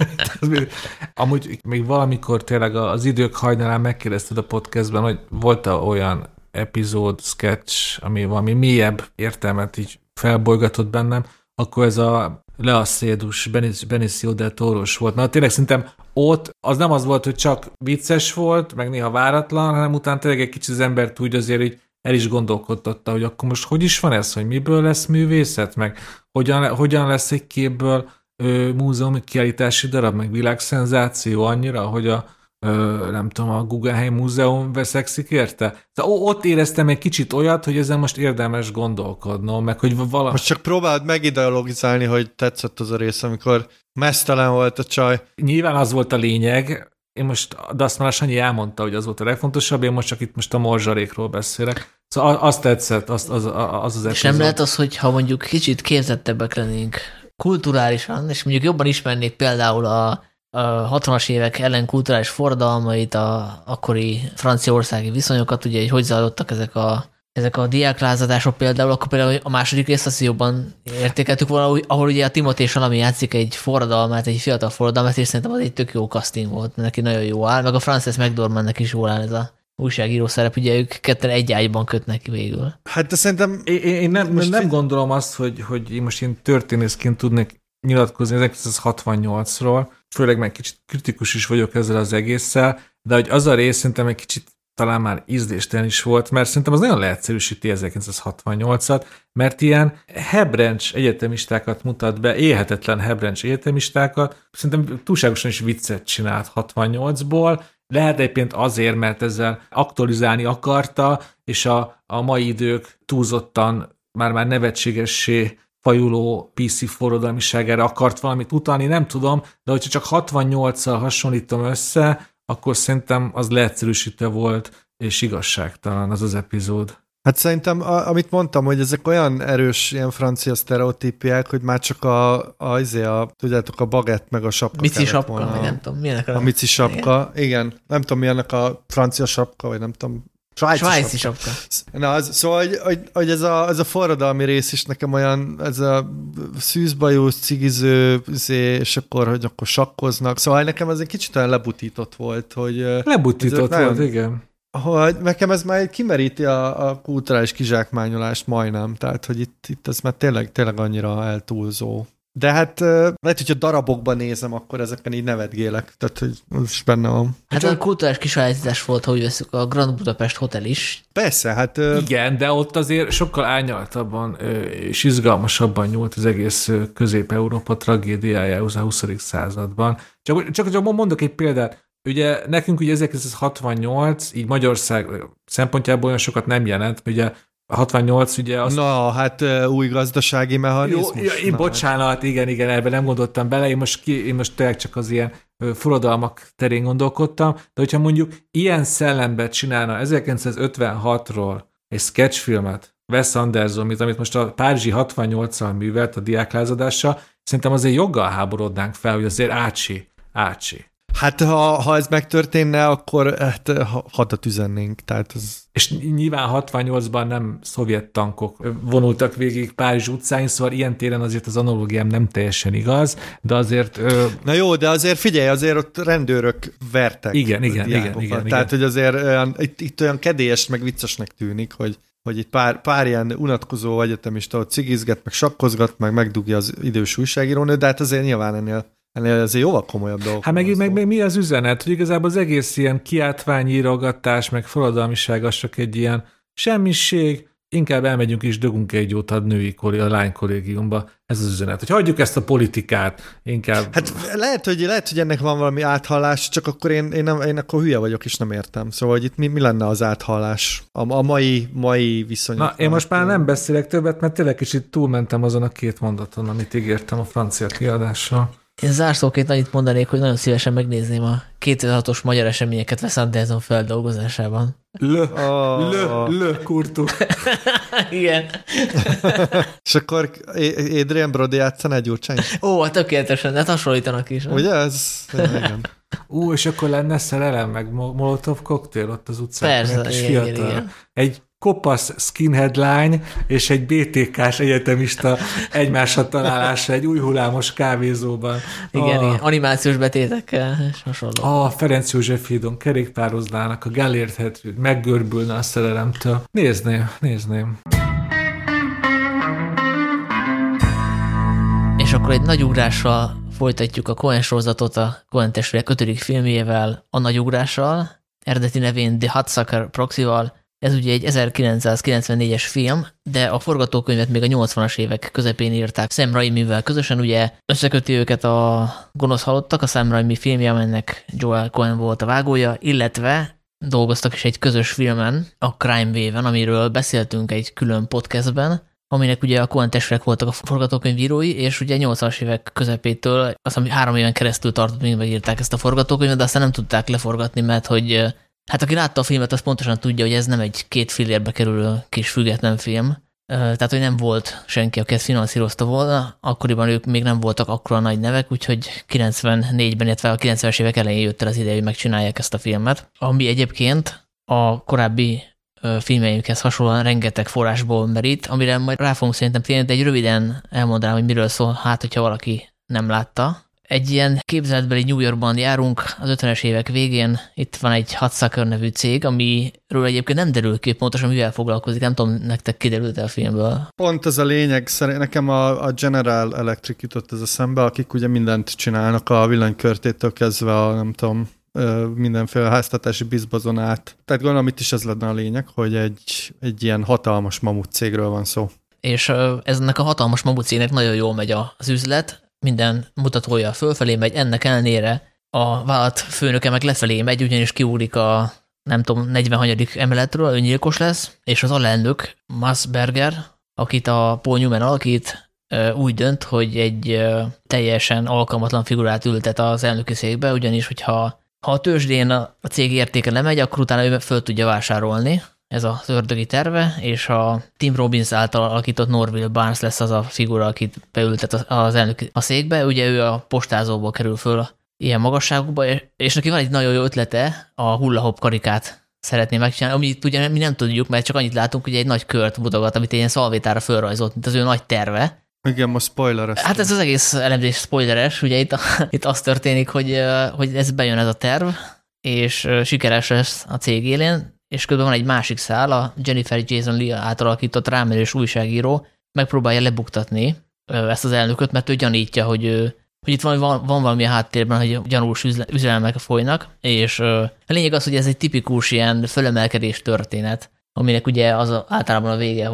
Amúgy még valamikor tényleg az idők hajnalán megkérdezted a podcastben, hogy volt olyan epizód, sketch, ami valami mélyebb értelmet így felbolygatott bennem, akkor ez a Léa Seydoux, Benicio del Toros volt. Na tényleg szerintem ott az nem az volt, hogy csak vicces volt, meg néha váratlan, hanem utána tényleg egy kicsit az embert úgy azért így el is gondolkodtatta, hogy akkor most hogy is van ez, hogy miből lesz művészet, meg hogyan lesz egy képből múzeumi kiállítási darab, meg világszenzáció annyira, hogy nem tudom, a Guggenheim Múzeum veszekszik érte. Ott éreztem egy kicsit olyat, hogy ezen most érdemes gondolkodnom, meg hogy valami... Most csak próbáld megideologizálni, hogy tetszett az a rész, amikor mesztelen volt a csaj. Nyilván az volt a lényeg, de azt már a Sanyi elmondta, hogy az volt a legfontosabb, én most csak itt a morzsarékról beszélek. Szóval azt tetszett, az epizód. És nem lehet az, hogy ha mondjuk kicsit képzettebbek lennénk kulturálisan, és mondjuk jobban ismernék például a 60-as évek ellen kulturális forradalmait, a akkori franciaországi viszonyokat, ugye, hogy zajlottak ezek a diáklázadások például, akkor például a második részt azt jobban értékeltük volna, ahol ugye a Timothée Chalamet játszik egy forradalmát, egy fiatal forradalmát, és szerintem az egy tök jó casting volt, neki nagyon jó áll, meg a Frances McDormandnek is jól áll ez a újságíró szerep, ugye ők ketten egy ágyban kötnek ki végül. Hát de szerintem... Én nem gondolom azt, hogy most én történészként tudnék nyilatkozni 1968-ról, főleg meg kicsit kritikus is vagyok ezzel az egésszel, de hogy az a rész szerintem egy kicsit talán már ízléstelen is volt, mert szerintem az nagyon leegyszerűsíti 1968-at, mert ilyen hebrencs egyetemistákat mutat be, élhetetlen hebrencs egyetemistákat, szerintem túlságosan is viccet csinált 68-ból, lehet egyébként azért, mert ezzel aktualizálni akarta, és a mai idők túlzottan már nevetségessé fajuló PC forradalmiságára akart valamit utalni, nem tudom, de hogyha csak 68-szal hasonlítom össze, akkor szerintem az leegyszerűsítve volt, és igazságtalan az epizód. Hát szerintem, amit mondtam, hogy ezek olyan erős ilyen francia sztereotípiák, hogy már csak tudjátok, a bagett meg a sapka. Mici sapka, vagy nem tudom, milyenek a mici sapka, igen. Nem tudom, milyennek a francia sapka, vagy nem tudom, svájci sapka. Na, szóval, hogy ez a forradalmi rész is nekem olyan, ez a szűzbajusz, cigiző, és akkor sakkoznak. Szóval nekem ez egy kicsit olyan lebutított volt, hogy... Lebutított volt, igen. Hogy nekem ez már kimeríti a kulturális kizsákmányolást majdnem, tehát, hogy itt ez már tényleg annyira eltúlzó. De hát lehet, hogyha darabokban nézem, akkor ezeken így nevetgélek, tehát, hogy az is benne van. Hát a kulturális kisajátítás volt, hogy veszük a Grand Budapest Hotel is. Persze, hát... Igen, de ott azért sokkal árnyaltabban és izgalmasabban nyúlt az egész Közép-Európa tragédiájához a 20. században. Csak mondok egy példát. Ugye nekünk ugye 1968, így Magyarország szempontjából olyan sokat nem jelent, ugye 68 ugye azt... Na, hát új gazdasági mechanizmus. Jó, bocsánat, igen, ebben nem gondoltam bele, én most tényleg csak az ilyen forradalmak terén gondolkodtam, de hogyha mondjuk ilyen szellemben csinálna 1956-ról egy sketchfilmet, Wes Anderson, amit most a Párizsi 68-szal művelt a diáklázadással, szerintem azért joggal háborodnánk fel, hogy azért ácsi. Hát ha ez megtörténne, akkor hadat üzennénk. Tehát az... És nyilván 68-ban nem szovjet tankok vonultak végig Párizs utcáin, szóval ilyen téren azért az analógiám nem teljesen igaz, de azért... Na jó, de azért figyelj, azért ott rendőrök vertek. Igen. Tehát, hogy azért itt olyan kedélyes, meg viccesnek tűnik, hogy itt pár ilyen unatkozó egyetemista ott cigizget, meg sakkozgat, meg megdugja az idős újságírónő, de hát azért nyilván ennél azért jóval komolyabb dolgok. Hát meg mi az üzenet? Hogy igazából az egész ilyen kiáltványírogatás, meg forradalmiság az csak egy ilyen semmiség, inkább elmegyünk és dögünk egy jót a a lánykollégiumba. Ez az üzenet. Hogy hagyjuk ezt a politikát, inkább... Hát lehet, hogy ennek van valami áthallás, csak akkor én akkor hülye vagyok, és nem értem. Szóval, hogy itt mi lenne az áthallás a mai viszonyok? Na, én most már nem beszélek többet, mert tényleg kicsit túlmentem azon a 2 mondaton, amit ígértem a francia kiadással. Én zárszóként annyit mondanék, hogy nagyon szívesen megnézném a 2006-os magyar eseményeket Wes Anderson feldolgozásában. Kurtu. Igen. És akkor Adrien Brody játszana egy Gyurcsány? Ó, tökéletesen, de hasonlítanak is. Ugye ez? Igen. És akkor lenne szerelem, meg Molotov koktél ott az utcán. Persze, igen. Egy kopasz skinhead lány és egy BTK-s egyetemista egymásra találása egy új hullámos kávézóban. Igen, animációs betétekkel és hasonló. Ferenc József hídon kerékpároznának, a Gellért Hedvig meggörbülne a szerelemtől. Nézném. És akkor egy nagy ugrással folytatjuk a Coen sorozatot a Coen testvérek 5. filmjével, a nagy ugrással, eredeti nevén The Hudsucker Proxy-val. Ez ugye egy 1994-es film, de a forgatókönyvet még a 80-as évek közepén írták Sam Raimivel közösen, ugye összeköti őket a Gonosz halottak, a Sam Raimi filmje, amelynek Joel Coen volt a vágója, illetve dolgoztak is egy közös filmen, a Crime Wave-en, amiről beszéltünk egy külön podcastben, aminek ugye a Coen testvérek voltak a forgatókönyvírói, és ugye 80-as évek közepétől, azt hiszem 3 éven keresztül tartott, míg megírták ezt a forgatókönyvet, de aztán nem tudták leforgatni, mert hogy hát aki látta a filmet, az pontosan tudja, hogy ez nem egy 2 fillérbe kerülő kis független film. Tehát, hogy nem volt senki, aki ezt finanszírozta volna. Akkoriban ők még nem voltak akkora nagy nevek, úgyhogy 94-ben, illetve a 90-es évek elején jött el az ide, hogy megcsinálják ezt a filmet. Ami egyébként a korábbi filmjeikhez hasonlóan rengeteg forrásból merít, amire majd rá fogunk szerintem térni, de egy röviden elmondanám, hogy miről szól, hát, hogyha valaki nem látta. Egy ilyen képzeletbeli New Yorkban járunk az 50-es évek végén, itt van egy Hudsucker nevű cég, amiről egyébként nem derül ki pontosan, mivel foglalkozik, nem tudom, nektek kiderült a filmből. Pont ez a lényeg, nekem a General Electric jutott ez a szembe, akik ugye mindent csinálnak, a villanykörtétől kezdve a, nem tudom, mindenféle háztartási bizbazonát. Tehát gondolom, itt is ez lenne a lényeg, hogy egy ilyen hatalmas mamut cégről van szó. És ennek a hatalmas mamut cégnek nagyon jól megy az üzlet, minden mutatója fölfelé megy, ennek ellenére a vállalat főnöke meg lefelé megy, ugyanis kiugrik a nem tudom, 40. emeletről, öngyilkos lesz, és az alelnök, Masberger, akit a Paul Newman alakít, úgy dönt, hogy egy teljesen alkalmatlan figurát ültet az elnöki székbe, ugyanis, hogyha a tőzsdén a cég értéke lemegy, akkor utána ő föl tudja vásárolni, ez az ördögi terve, és a Tim Robbins által alakított Norville Barnes lesz az a figura, akit beültet az elnök a székbe. Ugye ő a postázóból kerül föl ilyen magasságokba, és neki van egy nagyon jó ötlete, a hula-hop karikát szeretné megcsinálni, amit ugye mi nem tudjuk, mert csak annyit látunk, hogy egy nagy kört mutogat, amit egy ilyen szalvétára fölrajzolt, mint az ő nagy terve. Igen, most spoiler. Hát ez az egész elemzés spoileres, ugye itt az történik, hogy ez bejön ez a terv, és sikeres lesz a cég élén, és közben van egy másik szál, a Jennifer Jason Leigh által alakított rámerős újságíró megpróbálja lebuktatni ezt az elnököt, mert ő gyanítja, hogy itt van valami a háttérben, hogy gyanús üzemelmek folynak, és a lényeg az, hogy ez egy tipikus ilyen fölemelkedés történet, aminek ugye az általában a vége,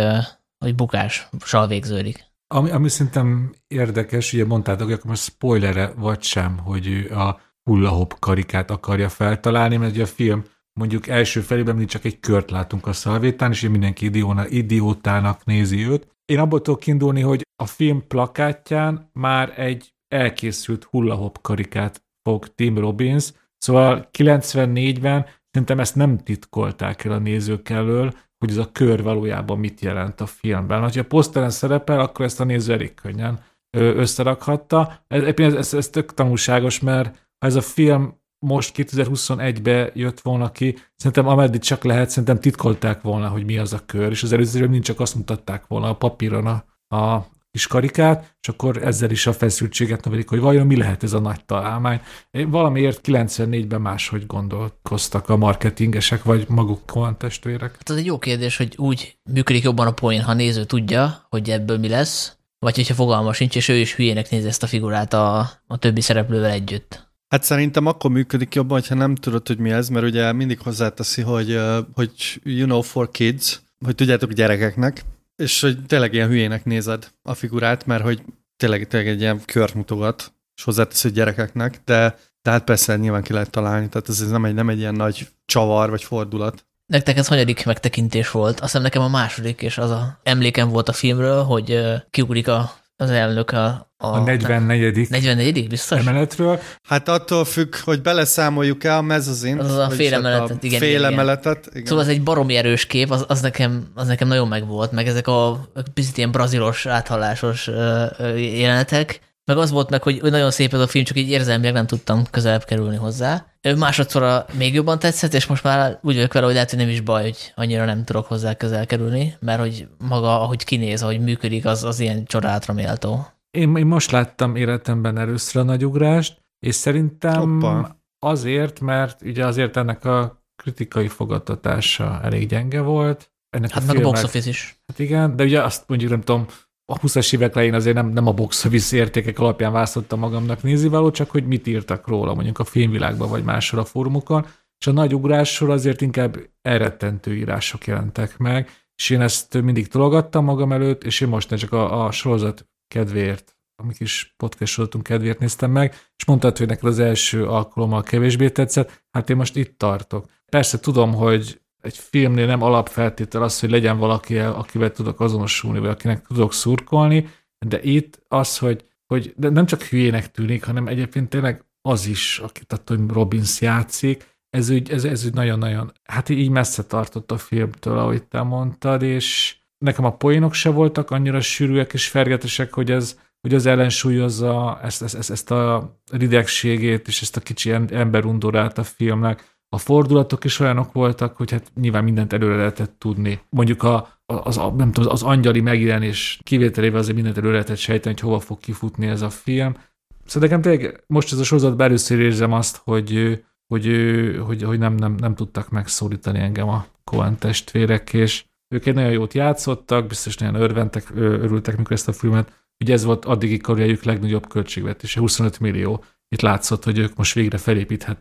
hogy bukással végződik. Ami szerintem érdekes, ugye mondtátok, hogy akkor most spoilere vagy sem, hogy ő a hula-hop karikát akarja feltalálni, mert ugye a film mondjuk első felében mindig csak egy kört látunk a szalvétán, és mindenki idiótának nézi őt. Én abból tudok kiindulni, hogy a film plakátján már egy elkészült hula-hop karikát fog Tim Robbins, szóval 94-ben szerintem ezt nem titkolták el a nézők elől, hogy ez a kör valójában mit jelent a filmben. Ha a poszteren szerepel, akkor ezt a néző elég könnyen összerakhatta. Ez tök tanulságos, mert ha ez a film most 2021-be jött volna ki, szerintem ameddig csak lehet, szerintem titkolták volna, hogy mi az a kör, és az előzőről mind csak azt mutatták volna a papíron a kis karikát, és akkor ezzel is a feszültséget növelik, hogy vajon mi lehet ez a nagy találmány. Valamiért 94-ben máshogy gondolkoztak a marketingesek, vagy maguk Coen testvérek. Hát az egy jó kérdés, hogy úgy működik jobban a poén, ha a néző tudja, hogy ebből mi lesz, vagy hogyha fogalma sincs, és ő is hülyének nézi ezt a figurát a többi szereplővel együtt. Hát szerintem akkor működik jobban, ha nem tudod, hogy mi ez, mert ugye mindig hozzáteszi, hogy you know for kids, hogy tudjátok gyerekeknek, és hogy tényleg ilyen hülyének nézed a figurát, mert hogy tényleg egy ilyen kört mutogat, és hozzáteszi gyerekeknek, de hát persze nyilván ki lehet találni, tehát ez nem egy ilyen nagy csavar vagy fordulat. Nektek ez hanyadik megtekintés volt? Azt hiszem nekem a második, és az a emlékem volt a filmről, hogy kiugrik az elnök a 44. 44. biztos? emeletről. Hát attól függ, hogy beleszámoljuk-e a mezzanint. Az a félemeletet, igen. Félemeletet. Igen. Szóval ez egy baromi erős kép, az nekem nagyon megvolt, meg ezek a picit ilyen brazilos, áthallásos jelenetek, meg az volt meg, hogy nagyon szép ez a film, csak így érzelmileg nem tudtam közelebb kerülni hozzá. Másodszorra még jobban tetszett, és most már úgy vagyok vele, hogy lehet, hogy nem is baj, hogy annyira nem tudok hozzá közel kerülni, mert hogy maga, ahogy kinéz, ahogy működik, az ilyen csodálatra méltó. Én most láttam életemben először a nagyugrást, és szerintem azért, mert ugye azért ennek a kritikai fogadtatása elég gyenge volt. Hát meg a box office is. Hát igen, de ugye azt mondjuk nem tudom, a 20-as évek elején azért nem a box office értékek alapján választottam magamnak nézivaló, csak hogy mit írtak róla, mondjuk a filmvilágban vagy máshol a fórumokon, és a nagy ugrásról azért inkább elrettentő írások jelentek meg, és én ezt mindig tologattam magam előtt, és én most csak a sorozat kedvéért, a mi kis podcast sorozatunk kedvéért néztem meg, és mondtad, hogy neked az első alkalommal kevésbé tetszett, hát én most itt tartok. Persze tudom, hogy egy filmnél nem alapfeltétel az, hogy legyen valaki, akivel tudok azonosulni, vagy akinek tudok szurkolni, de itt az, hogy de nem csak hülyének tűnik, hanem egyébként tényleg az is, akit Tim Robbins játszik, ez úgy nagyon-nagyon, hát így messze tartott a filmtől, ahogy te mondtad, és nekem a poénok se voltak annyira sűrűek és fergetesek, hogy az ellensúlyozza ezt a ridegségét és ezt a kicsi emberundorát a filmnek. A fordulatok is olyanok voltak, hogy hát nyilván mindent előre lehetett tudni. Mondjuk az angyali megjelenés kivételével azért mindent előre lehetett sejteni, hogy hova fog kifutni ez a film. Szóval nekem tényleg most ez a sorozatban először érzem azt, hogy nem tudtak megszólítani engem a Coen testvérek, és ők egy nagyon jót játszottak, biztos nagyon örültek, mikor ezt a filmet. Ugye ez volt addigi karrierjük legnagyobb költségvetése, 25 millió. Itt látszott, hogy ők most végre felépíthetnek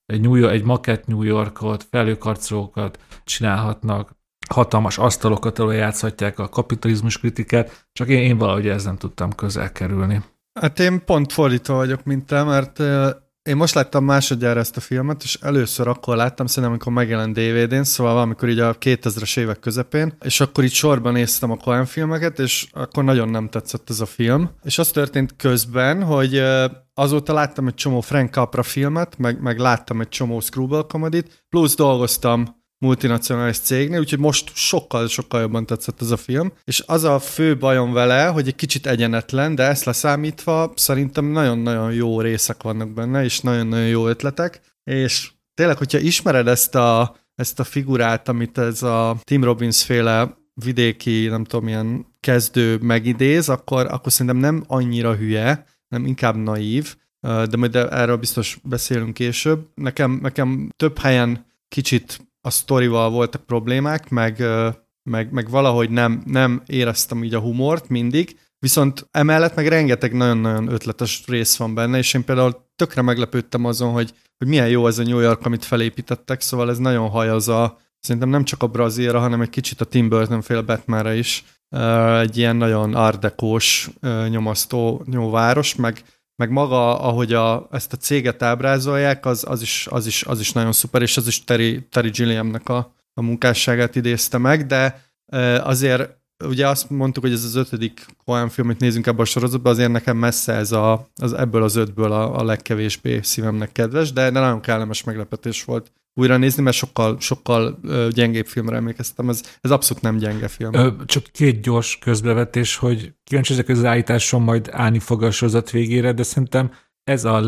egy makett New Yorkot, felhőkarcolókat csinálhatnak, hatalmas asztalokat, ahol játszhatják a kapitalizmus kritikát, csak én valahogy ezt nem tudtam közel kerülni. Hát én pont fordítva vagyok, mint te, mert én most láttam másodjára ezt a filmet, és először akkor láttam, szerintem, amikor megjelent DVD-n, szóval valamikor így a 2000-es évek közepén, és akkor így sorban néztem a Coen filmeket, és akkor nagyon nem tetszett ez a film. És az történt közben, hogy azóta láttam egy csomó Frank Capra filmet, meg láttam egy csomó Screwball comedy-t, plusz dolgoztam multinacionális cégnél, úgyhogy most sokkal jobban tetszett ez a film. És az a fő bajom vele, hogy egy kicsit egyenetlen, de ezt leszámítva szerintem nagyon-nagyon jó részek vannak benne, és nagyon-nagyon jó ötletek. És tényleg, hogyha ismered ezt a figurát, amit ez a Tim Robbins féle vidéki, nem tudom, ilyen kezdő megidéz, akkor szerintem nem annyira hülye, nem inkább naív, de majd erről biztos beszélünk később. Nekem több helyen kicsit a sztorival voltak problémák, meg valahogy nem éreztem így a humort mindig, viszont emellett meg rengeteg nagyon-nagyon ötletes rész van benne, és én például tökre meglepődtem azon, hogy milyen jó ez a New York, amit felépítettek, szóval ez nagyon hajaz szerintem nem csak a Brazilra, hanem egy kicsit a Tim Burton-féle Batmanre is. Egy ilyen nagyon art decós, nyomasztó város, meg maga, ahogy ezt a céget ábrázolják, az is nagyon szuper, és az is Terry Gilliamnek a munkásságát idézte meg, de azért ugye azt mondtuk, hogy ez az 5. Coen film, amit nézünk ebben a sorozatban, azért nekem messze ez ebből az 5-ből a legkevésbé szívemnek kedves, de nagyon kellemes meglepetés volt újra nézni, mert sokkal gyengébb filmre emlékeztem. Ez abszolút nem gyenge film. Csak 2 gyors közbevetés, hogy kíváncsi ezek az állításon majd állni fog a sorozat végére, de szerintem ez a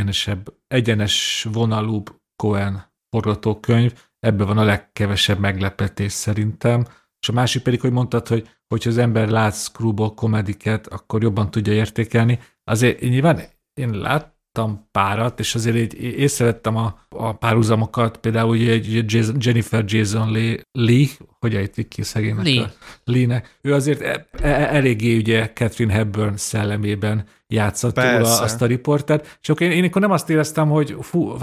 egyenes vonalúbb Coen forgatókönyv, ebben van a legkevesebb meglepetés szerintem. És a másik pedig, hogy mondtad, hogy hogyha az ember lát Screwball komediket, akkor jobban tudja értékelni. Azért nyilván én láttam párat, és azért így észrevettem a párhuzamokat, például ugye Jennifer Jason Leigh, hogy ejtik ki szegénynek? Lee-nek. Ő azért eléggé ugye Catherine Hepburn szellemében játszott azt a riportert, és akkor én akkor nem azt éreztem, hogy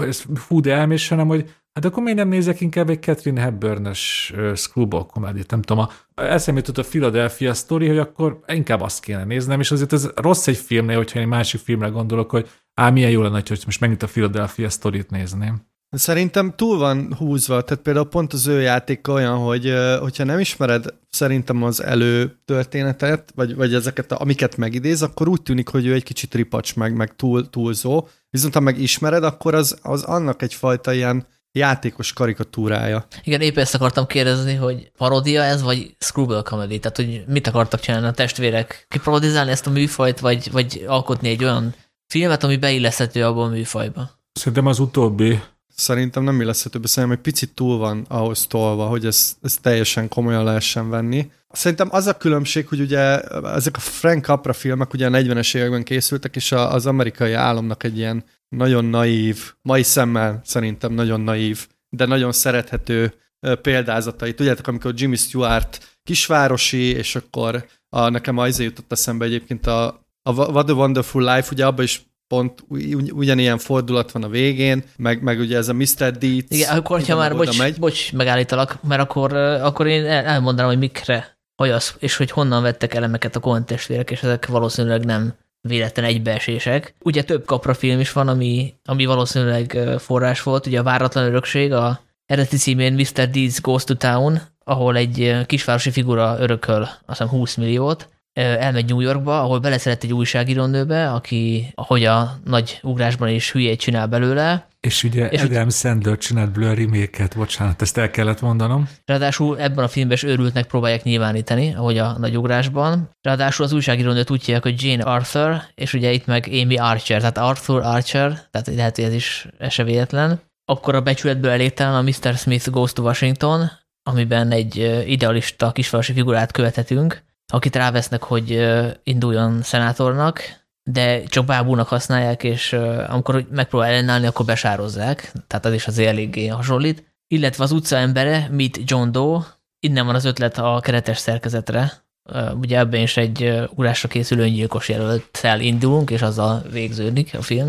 fú de elmés, hanem hogy hát akkor miért nem nézek inkább egy Catherine Hepburn-ös Screwball comédiát, nem tudom, eszembe jutott a Philadelphia Story, hogy akkor inkább azt kéne néznem, és azért ez rossz egy filmnél, hogyha egy másik filmre gondolok, hogy milyen jó lenne, hogy most megint a Philadelphia Story-t nézném. Szerintem túl van húzva, tehát például pont az ő játék olyan, hogyha nem ismered szerintem az előtörténetet, vagy ezeket, amiket megidéz, akkor úgy tűnik, hogy ő egy kicsit ripacs meg túlzó, viszont ha megismered, akkor az annak egyfajta ilyen játékos karikatúrája. Igen, épp ezt akartam kérdezni, hogy paródia ez, vagy Screwball comedy? Tehát, hogy mit akartak csinálni a testvérek? Kiparodizálni ezt a műfajt, vagy alkotni egy olyan filmet, ami beilleszthető abban a műfajba? Szerintem az utóbbi. Szerintem nem illeszthető, szerintem egy picit túl van ahhoz tolva, hogy ez teljesen komolyan lehessen venni. Szerintem az a különbség, hogy ugye ezek a Frank Capra filmek ugye a 40-es években készültek, és az amerikai államnak egy ilyen nagyon naív, mai szemmel szerintem nagyon naív, de nagyon szerethető példázatai. Tudjátok, amikor Jimmy Stewart kisvárosi, és akkor nekem az jutott eszembe egyébként a What a Wonderful Life, ugye abban is pont ugyanilyen fordulat van a végén, meg ugye ez a Mr. Deeds. Igen, akkor, ha már, bocs, megállítalak, mert akkor én elmondanám, hogy mikre hajasz, és hogy honnan vettek elemeket a Coen testvérek, és ezek valószínűleg nem véletlen egybeesések. Ugye több Capra film is van, ami valószínűleg forrás volt, ugye a Váratlan örökség, a eredeti címén Mr. Deeds Goes to Town, ahol egy kisvárosi figura örököl, azt hiszem 20 milliót, elmegy New Yorkba, ahol beleszeret egy újságírónőbe, aki, ahogy a nagy ugrásban is hülyét csinál belőle. És ugye Adam Sandler csinált Blur remake-et, bocsánat, ezt el kellett mondanom. Ráadásul ebben a filmben is őrültnek próbálják nyilvánítani, ahogy a nagy ugrásban. Ráadásul az újságírónőt úgy hívják, hogy Jane Arthur, és ugye itt meg Amy Archer, tehát Arthur Archer, tehát lehet, hogy ez se véletlen. Akkor a becsületből elégtelen a Mr. Smith Goes to Washington, amiben egy idealista kisvárosi figurát követhetünk, akit rávesznek, hogy induljon szenátornak, de csak bábúnak használják, és amikor megpróbál ellenállni, akkor besározzák, tehát az is azért eléggé hasonlít. Illetve az utca embere, Meet John Doe, innen van az ötlet a keretes szerkezetre. Ugye ebben is egy ugrásra készülő öngyilkos jelölttel indulunk, és azzal végződik a film is.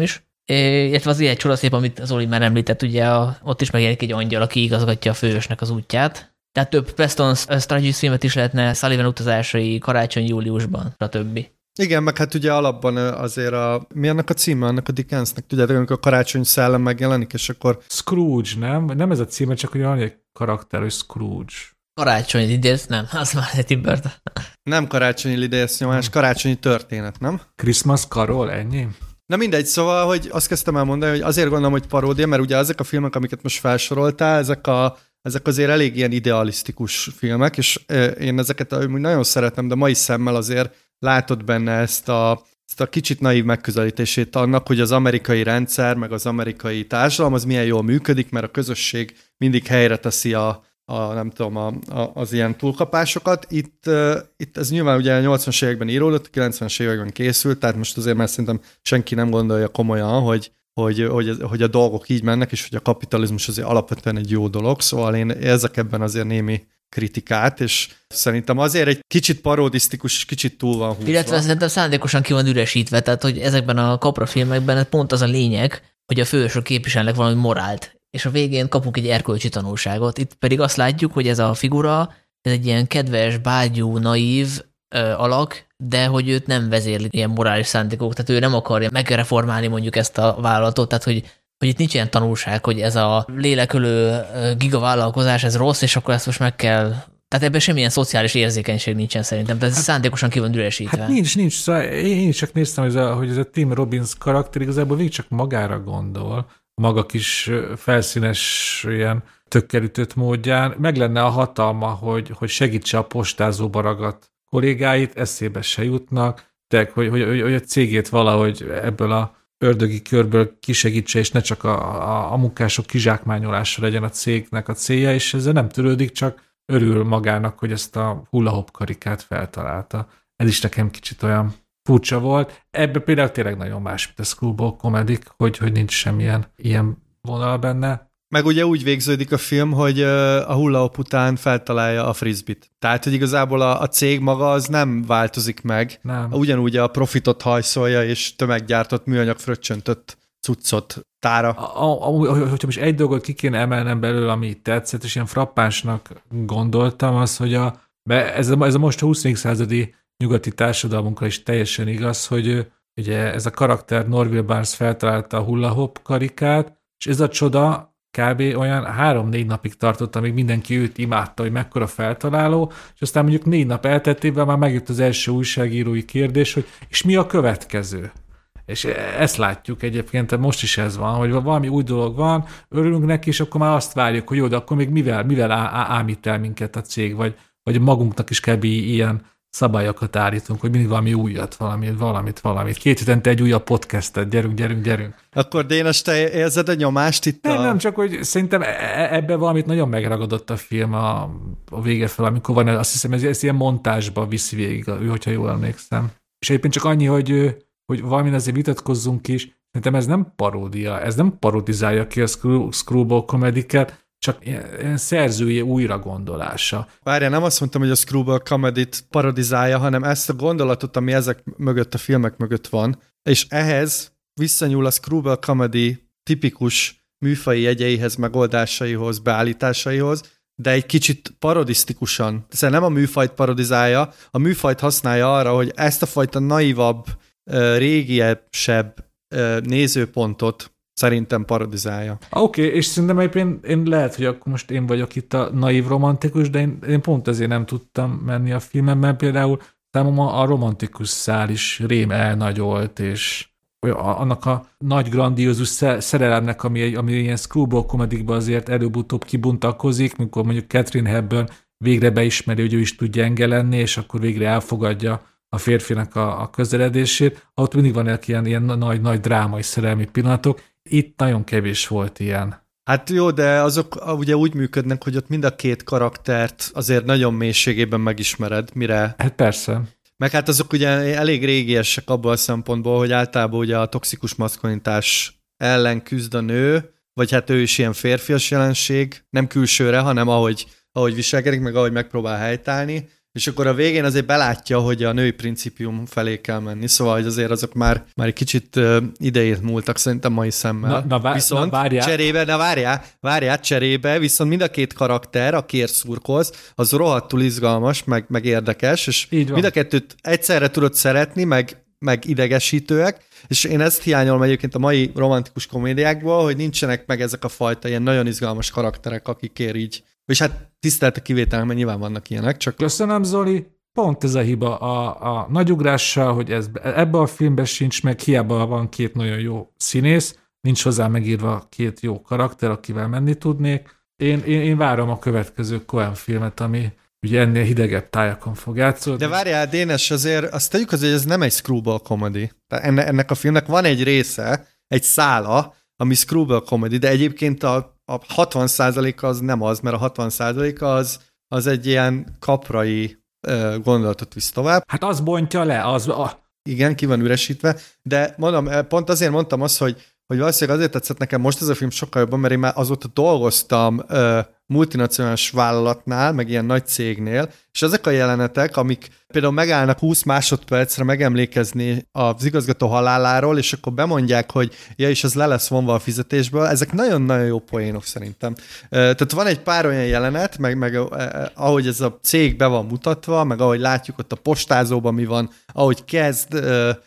Illetve az ilyen csodaszép, amit az Oli már említett, ugye ott is megjelenik egy angyal, aki igazgatja a főhősnek az útját. Tehát több Preston Sturges filmet is lehetne, Sullivan utazásai, Karácsony júliusban, stb. Igen, meg hát ugye alapban azért mi annak a címe, annak a Dickensnek, tudjátok, amikor a Karácsony szellem megjelenik, és akkor... Scrooge, nem? Nem ez a címe, csak hogy van egy karakter, hogy Scrooge. Karácsony idéz, nem, az már egy Tim Burton. Nem karácsonyi lidérsznyomás, karácsonyi történet, nem? Christmas Carol, ennyi? Na mindegy, szóval, hogy azt kezdtem elmondani, hogy azért gondolom, hogy paródia, mert ugye ezek a filmek, amiket most felsoroltál, ezek azért elég ilyen idealisztikus filmek, és én ezeket nagyon szeretem, de mai szemmel azért látod benne ezt a kicsit naív megközelítését annak, hogy az amerikai rendszer, meg az amerikai társadalom az milyen jól működik, mert a közösség mindig helyre teszi nem tudom, az ilyen túlkapásokat. Itt ez nyilván ugye a 80-as években íródott, 90-es években készült, tehát most azért már szerintem senki nem gondolja komolyan, hogy a dolgok így mennek, és hogy a kapitalizmus azért alapvetően egy jó dolog, szóval én érzek ebben azért némi kritikát, és szerintem azért egy kicsit parodisztikus, és kicsit túl van húzva. Illetve szerintem szándékosan ki van üresítve, tehát hogy ezekben a Capra filmekben pont az a lényeg, hogy a főhősök képviselnek valami morált, és a végén kapunk egy erkölcsi tanulságot. Itt pedig azt látjuk, hogy ez a figura, ez egy ilyen kedves, bágyú, naív alak, de hogy őt nem vezérli ilyen morális szándékok, tehát ő nem akarja megreformálni mondjuk ezt a vállalatot, tehát hogy itt nincs ilyen tanulság, hogy ez a lélekölő gigavállalkozás, ez rossz, és akkor ezt most meg kell... Tehát ebben semmilyen szociális érzékenység nincsen szerintem, tehát ez szándékosan ki van üresítve. Hát nincs. Szóval én csak néztem, hogy ez a Tim Robbins karakter igazából végig csak magára gondol, maga kis felszínes ilyen tökkelütött módján. Meg lenne a hatalma, hogy segítse a postázóba ragadt kollégáit, eszébe se jutnak, de hogy a cégét valahogy ebből a ördögi körből kisegítse, és ne csak a munkások kizsákmányolása legyen a cégnek a célja, és ezzel nem törődik, csak örül magának, hogy ezt a hula-hop karikát feltalálta. Ez is nekem kicsit olyan furcsa volt. Ebben például tényleg nagyon más, mint a Screwball Comedy, hogy nincs semmilyen ilyen vonal benne. Meg ugye úgy végződik a film, hogy a hula-hop után feltalálja a frisbit. Tehát, hogy igazából a cég maga az nem változik meg. Nem. Ugyanúgy a profitot hajszolja, és tömeggyártott műanyag fröccsöntött cuccot tára. Hogyha most egy dolgot ki kéne emelnem belőle, ami tetszett, és ilyen frappánsnak gondoltam, az, hogy ez a most a 20. századi nyugati társadalmunkra is teljesen igaz, hogy ugye ez a karakter Norville Barnes feltalálta a hula-hop karikát, és ez a csoda kb. Olyan 3-4 napig tartott, amíg mindenki őt imádta, hogy mekkora feltaláló, és aztán mondjuk 4 nap elteltével már megjött az első újságírói kérdés, hogy és mi a következő? És ezt látjuk egyébként, most is ez van, hogy valami új dolog van, örülünk neki, és akkor már azt várjuk, hogy jó, de akkor még mivel ámít el minket a cég, vagy magunknak is kb. Ilyen szabályokat állítunk, hogy mindig valami újat, valamit. 2 hetente egy újabb podcastet, gyerünk. Akkor Dénes, te érzed a nyomást itt? Nem, csak hogy szerintem ebben valamit nagyon megragadott a film a vége fel, amikor van, azt hiszem, ez ilyen montázsba viszi végig, hogyha jól emlékszem. És egyébként csak annyi, hogy valamin azért vitatkozzunk is, szerintem ez nem paródia, ez nem parodizálja ki a Screwball Comedy-ket, csak ilyen szerzői újragondolása. Várjál, nem azt mondtam, hogy a Screwball Comedy-t parodizálja, hanem ezt a gondolatot, ami ezek mögött, a filmek mögött van, és ehhez visszanyúl a Screwball Comedy tipikus műfaji jegyeihez, megoldásaihoz, beállításaihoz, de egy kicsit parodisztikusan. Szóval nem a műfajt parodizálja, a műfajt használja arra, hogy ezt a fajta naivabb, régiesebb nézőpontot szerintem parodizálja. Oké, és szerintem egyébként én lehet, hogy akkor most én vagyok itt a naív romantikus, de én pont ezért nem tudtam menni a filmben, például számomra a romantikus szál is rém elnagyolt, és annak a nagy grandiózus szerelemnek, ami ilyen Screwball Comedy-ban azért előbb-utóbb kibuntakozik, mikor mondjuk Catherine Hepburn végre beismeri, hogy ő is tud gyenge lenni, és akkor végre elfogadja a férfinak a közeledését, ott mindig van ilyen nagy drámai szerelmi pillanatok. Itt nagyon kevés volt ilyen. Hát jó, de azok ugye úgy működnek, hogy ott mind a két karaktert azért nagyon mélységében megismered, mire... Hát persze. Meg hát azok ugye elég régiesek abban a szempontból, hogy általában ugye a toxikus maszkulinitás ellen küzd a nő, vagy hát ő is ilyen férfias jelenség, nem külsőre, hanem ahogy viselkedik, meg ahogy megpróbál helytállni, és akkor a végén azért belátja, hogy a női principium felé kell menni, szóval hogy azért azok már egy kicsit idejét múltak szerintem mai szemmel. Viszont várjál, cserébe, viszont mind a két karakter, akiért szurkolsz, az rohadtul izgalmas, meg érdekes, és mind a kettőt egyszerre tudod szeretni, meg idegesítőek, és én ezt hiányolom egyébként a mai romantikus komédiákból, hogy nincsenek meg ezek a fajta ilyen nagyon izgalmas karakterek, akikért így, és hát tisztelt a kivétel, mert nyilván vannak ilyenek, csak... Köszönöm, Zoli. Pont ez a hiba a nagyugrással, hogy ebben a filmben sincs meg, hiába van két nagyon jó színész, nincs hozzá megírva két jó karakter, akivel menni tudnék. Én várom a következő Coen filmet, ami ugye ennél hidegebb tájakon fog játszódni. De várjál, Dénes, azért azt tegyük hogy ez nem egy screwball comedy. Ennek a filmnek van egy része, egy szála, ami screwball comedy, de egyébként a 60%-a az nem az, mert a 60%-a az egy ilyen kaprai gondolatot visz tovább. Hát az bontja le, Igen, ki van üresítve, de mondom, pont azért mondtam azt, hogy valószínűleg azért tetszett nekem most ez a film sokkal jobban, mert én már azóta dolgoztam multinacionális vállalatnál, meg ilyen nagy cégnél, és ezek a jelenetek, amik például megállnak 20 másodpercre megemlékezni az igazgató haláláról, és akkor bemondják, hogy ja, és ez le lesz vonva a fizetésből, ezek nagyon-nagyon jó poénok szerintem. Tehát van egy pár olyan jelenet, meg ahogy ez a cég be van mutatva, meg ahogy látjuk ott a postázóban mi van, ahogy kezd,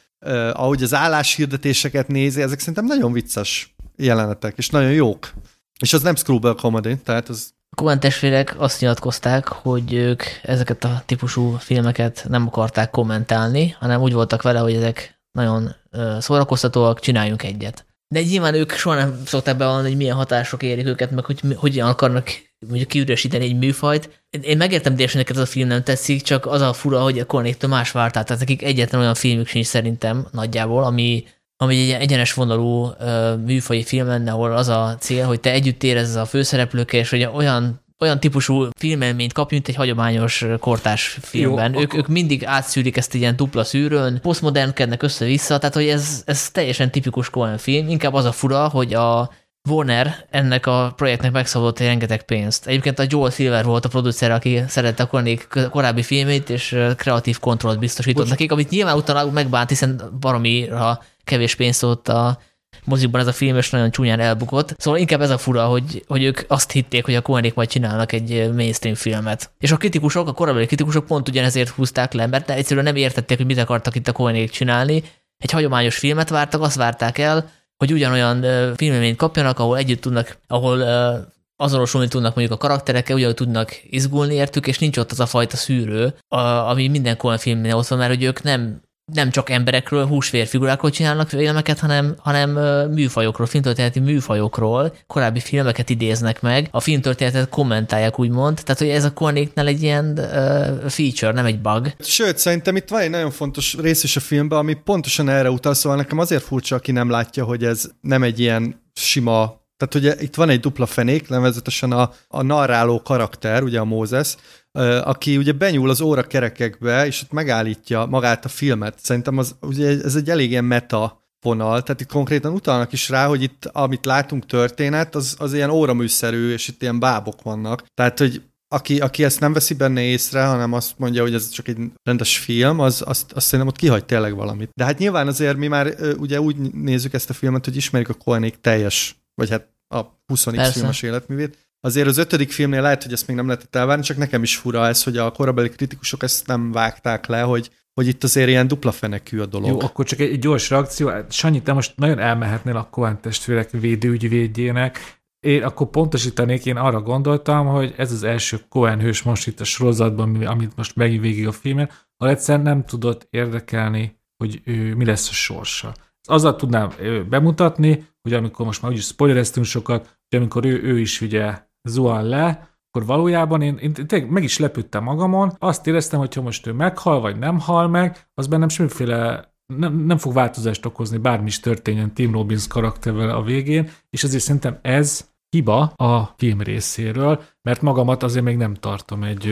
ahogy az álláshirdetéseket nézi, ezek szerintem nagyon vicces jelenetek, és nagyon jók. És az nem screwball comedy, tehát az... A Coen testvérek azt nyilatkozták, hogy ők ezeket a típusú filmeket nem akarták kommentálni, hanem úgy voltak vele, hogy ezek nagyon szórakoztatóak, csináljunk egyet. De nyilván ők soha nem szokták bevallani, hogy milyen hatások érik őket, meg hogy hogyan akarnak mondjuk kiüresíteni egy műfajt. Én megértem, hogy neked ez a film nem tetszik, csak az a fura, hogy a Coenéktől más vártál. Tehát nekik egyetlen olyan filmük sincs szerintem nagyjából, ami egy egyenes vonalú műfaji film lenne, ahol az a cél, hogy te együtt érezz a főszereplőkkel, és hogy olyan típusú filmelményt kapj, mint egy hagyományos kortárs filmben. Jó, ők mindig átszűrik ezt ilyen dupla szűrőn, posztmodernkednek össze-vissza, tehát hogy ez teljesen tipikus Coen film. Inkább az a fura, hogy a Warner ennek a projektnek megszabadott egy rengeteg pénzt. Egyébként a Joel Silver volt a producer, aki szerette a Coenék korábbi filmét, és kreatív kontrollt biztosított nekik, amit nyilván utána megbánt, hiszen baromira kevés pénzt ott a mozikban ez a film, és nagyon csúnyán elbukott. Szóval inkább ez a fura, hogy ők azt hitték, hogy a Coenék majd csinálnak egy mainstream filmet. És a kritikusok, a korábbi kritikusok pont ugyanezért húzták le, mert egyszerűen nem értették, hogy mit akartak itt a Coenék csinálni. Egy hagyományos filmet vártak, azt várták el, hogy ugyanolyan filmélményt kapjanak, ahol együtt tudnak, ahol azonosulni tudnak mondjuk a karakterekkel, ugyanúgy tudnak izgulni értük, és nincs ott az a fajta szűrő, ami minden Coen filmnél ott van, mert hogy ők nem csak emberekről, húsvérfigurákról csinálnak filmeket, hanem műfajokról, filmtörténeti műfajokról, korábbi filmeket idéznek meg, a filmtörténetet kommentálják úgymond, tehát hogy ez a Coenéknál egy ilyen feature, nem egy bug. Sőt, szerintem itt van egy nagyon fontos rész is a filmben, ami pontosan erre utal, szóval nekem azért furcsa, aki nem látja, hogy ez nem egy ilyen sima. Tehát ugye itt van egy dupla fenék, nevezetesen a narráló karakter, ugye a Mózes, aki ugye benyúl az órakerekekbe, és ott megállítja magát a filmet. Szerintem ugye ez egy elég ilyen meta vonal, tehát itt konkrétan utalnak is rá, hogy itt, amit látunk történet, az ilyen óraműszerű, és itt ilyen bábok vannak. Tehát, hogy aki ezt nem veszi benne észre, hanem azt mondja, hogy ez csak egy rendes film, azt szerintem ott kihagy tényleg valamit. De hát nyilván azért mi már ugye úgy nézzük ezt a filmet, hogy ismerjük a Coenék teljes, vagy hát a 20x filmes életművét. Azért az 5. filmnél lehet, hogy ezt még nem lehetett elvárni, csak nekem is fura ez, hogy a korabeli kritikusok ezt nem vágták le, hogy itt azért ilyen dupla fenekű a dolog. Jó, akkor csak egy gyors reakció. Sanyi, te most nagyon elmehetnél a Coen testvérek védőügyvédjének. Én akkor pontosítanék, én arra gondoltam, hogy ez az első Coen hős most itt a sorozatban, amit most megint végig a filmen, ahol egyszerűen nem tudott érdekelni, hogy mi lesz a sorsa. Azzal tudnám bemutatni, hogy amikor most már úgyis spoilereztünk sokat, hogy amikor ő is ugye zuhan le, akkor valójában én meg is lepődtem magamon, azt éreztem, hogy ha most ő meghal, vagy nem hal meg, az bennem semmiféle nem fog változást okozni, bármi is történjen Tim Robbins karaktervel a végén, és azért szerintem ez hiba a film részéről, mert magamat azért még nem tartom egy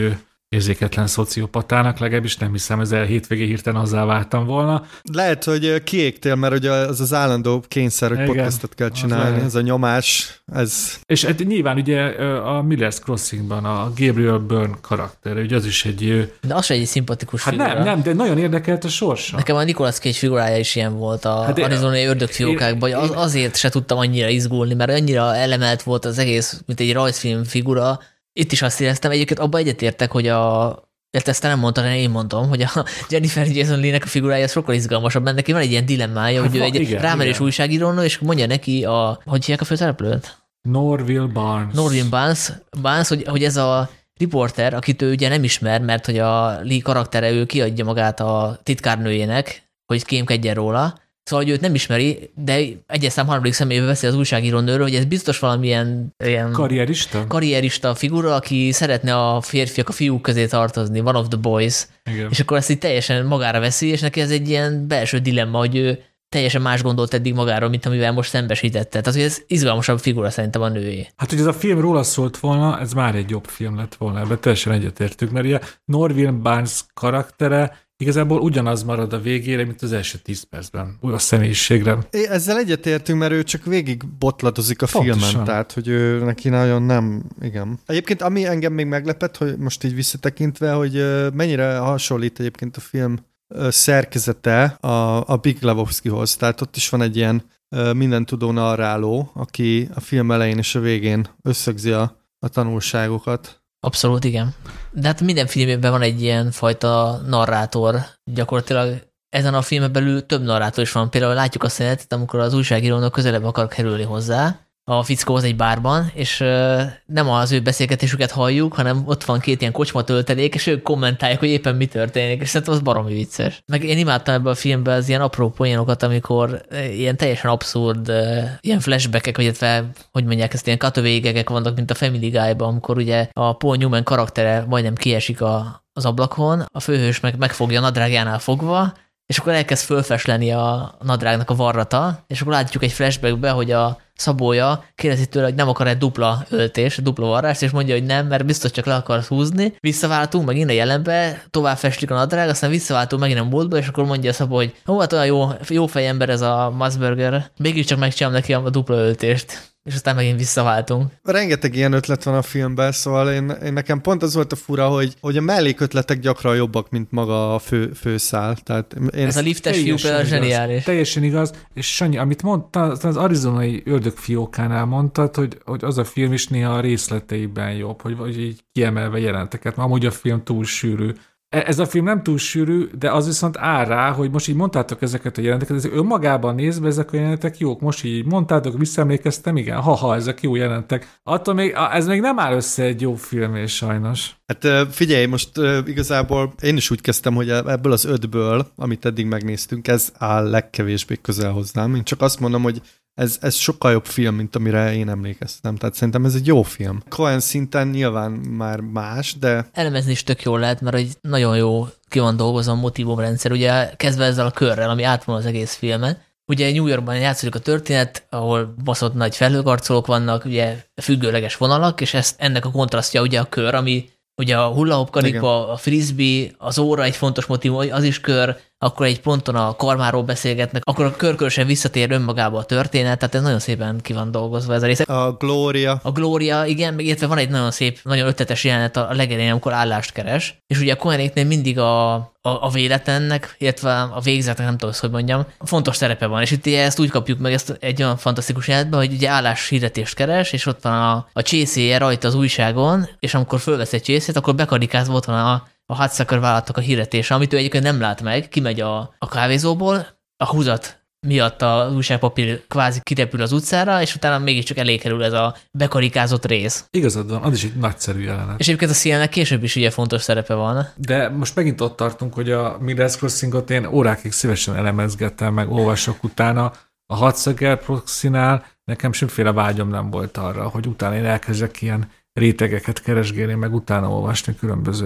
érzéketlen szociopatának, legalábbis nem hiszem, ezzel hétvégén hirtelen azzá váltam volna. Lehet, hogy kiégtél, mert ugye az állandó kényszer, hogy podcastot kell csinálni, ez a nyomás, ez... És nyilván ugye a Miller's Crossingban a Gabriel Byrne karakter, ugye az is egy... De az sem egy szimpatikus figura. Nem, de nagyon érdekelt a sorsa. Nekem a Nicolas Cage figurája is ilyen volt a arizonai ördögfiókákban, hogy azért se tudtam annyira izgulni, mert annyira elemelt volt az egész, mint egy rajzfilm figura. Itt is azt éreztem, egyébként abban egyetértek, hogy ezt nem mondtam, én mondom, hogy a Jennifer Jason Leigh-nek a figurája sokkal izgalmasabb, mert neki van egy ilyen dilemmája, hogy ő egy rámerős újságírónő, és mondja neki hogy hívják a főszereplőt? Norville Barnes, hogy ez a riporter, akit ő ugye nem ismer, mert hogy a Lee karaktere, ő kiadja magát a titkárnőjének, hogy kémkedjen róla. Szóval, hogy őt nem ismeri, de egyes szám harmadik személybe veszi az újságírónőről, hogy ez biztos valamilyen ilyen karrierista figura, aki szeretne a férfiak a fiúk közé tartozni, one of the boys. Igen. És akkor ezt így teljesen magára veszi, és neki ez egy ilyen belső dilemma, hogy ő teljesen más gondolt eddig magáról, mint amivel most szembesítette. Tehát, hogy ez izgalmasabb figura szerintem a nőé. Hát, hogy ez a film róla szólt volna, ez már egy jobb film lett volna, ebben teljesen egyetértünk, mert ugye Norville Barnes karaktere igazából ugyanaz marad a végére, mint az első 10 percben, a személyiségre. Ezzel egyetértünk, mert ő csak végig botladozik a filmen, tehát, hogy ő neki nagyon nem, igen. Egyébként, ami engem még meglepett, hogy most így visszatekintve, hogy mennyire hasonlít egyébként a film szerkezete a Big Lebowskihoz, tehát ott is van egy ilyen mindentudó narráló, aki a film elején és a végén összegzi a tanulságokat. Abszolút, igen. De hát minden filmben van egy ilyen fajta narrátor. Gyakorlatilag ezen a filmen belül több narrátor is van. Például látjuk azt a jelenetet, amikor az újságírónak közelebb akar kerülni hozzá a fickóhoz egy bárban, és nem az ő beszélgetésüket halljuk, hanem ott van két ilyen kocsmatöltelék, és ők kommentálják, hogy éppen mi történik, és szerintem az baromi vicces. Meg én imádtam ebben a filmben az ilyen apró poénokat, amikor ilyen teljesen abszurd ilyen flashbackek, vagy hogy mondják ezt, ilyen cutaway-gek vannak, mint a Family Guy-ban, amikor ugye a Paul Newman karaktere majdnem kiesik az ablakon, a főhős megfogja a nadrágjánál fogva, és akkor elkezd fölfesleni a nadrágnak a varrata, és akkor látjuk egy flashbackbe, hogy a Szabója kérdezi tőle, hogy nem akar egy dupla öltés, dupla varrást, és mondja, hogy nem, mert biztos csak le akarsz húzni. Visszaváltunk megint a jelenbe, tovább festlik a nadrág, aztán visszaváltunk megint a múltba, és akkor mondja a Szabó, hogy hát olyan jó fejember ez a Musburger, mégiscsak megcsinálom neki a dupla öltést. És aztán megint visszaváltunk. Rengeteg ilyen ötlet van a filmben, szóval én nekem pont az volt a fura, hogy a mellékötletek gyakran jobbak, mint maga a főszál. Tehát ez a liftes fiú például zseniális. Teljesen igaz, és Sanyi, amit mondtál, az arizonai ördögfiókánál mondtad, hogy az a film is néha a részleteiben jobb, hogy így kiemelve jelenteket, mert amúgy a film túl sűrű. Ez a film nem túl sűrű, de az viszont áll rá, hogy most így mondtátok ezeket a jelenteket, ezek önmagában nézve ezek a jelentek jók. Most így mondtátok, visszaemlékeztem, igen, ezek jó jelentek. Attól még, ez még nem áll össze egy jó filmé sajnos. Hát figyelj, most igazából én is úgy kezdtem, hogy ebből az 5-ből, amit eddig megnéztünk, ez áll legkevésbé közel hozzám. Én csak azt mondom, hogy ez sokkal jobb film, mint amire én emlékeztem. Tehát szerintem ez egy jó film. Coen szinten nyilván már más, de... Elemezni is tök jól lehet, mert egy nagyon jó ki van dolgozva a motívumrendszer. Ugye kezdve ezzel a körrel, ami átvon az egész filmet. Ugye New Yorkban játszódik a történet, ahol baszott nagy felhőkarcolók vannak, ugye függőleges vonalak, és ennek a kontrasztja ugye a kör, ami ugye a hula-hop karika, a frisbee, az óra egy fontos motívum, az is kör, akkor egy ponton a karmáról beszélgetnek, akkor a körkörösen visszatér önmagába a történet, tehát ez nagyon szépen ki van dolgozva ez a rész. A Gloria, igen, illetve van egy nagyon szép, nagyon ötletes jelenet a legelején, amikor állást keres, és ugye a Coenéknél mindig a véletlennek, illetve a végzetnek, nem tudom, hogy mondjam, fontos szerepe van, és itt ezt úgy kapjuk meg ezt egy olyan fantasztikus jelentben, hogy ugye álláshirdetést keres, és ott van a csészéje rajta az újságon, és amikor fölvesz egy csészét, akkor bekarikázva ott van a Hudsucker vállalatnak a hirdetése, amit ő egyébként nem lát meg, kimegy a kávézóból, a húzat miatt az újságpapír kvázi kirepül az utcára, és utána mégiscsak elé kerül ez a bekarikázott rész. Igazad van, az is egy nagyszerű jelenet. És egyébként a Cielnek később is ugye fontos szerepe van. De most megint ott tartunk, hogy a Miller's Crossingot én órákig szívesen elemezgettem, meg olvasok utána. A Hudsucker Proxynál nekem semmiféle vágyam nem volt arra, hogy utána én elkezdjek ilyen rétegeket keresgélni, meg utána olvasni különböző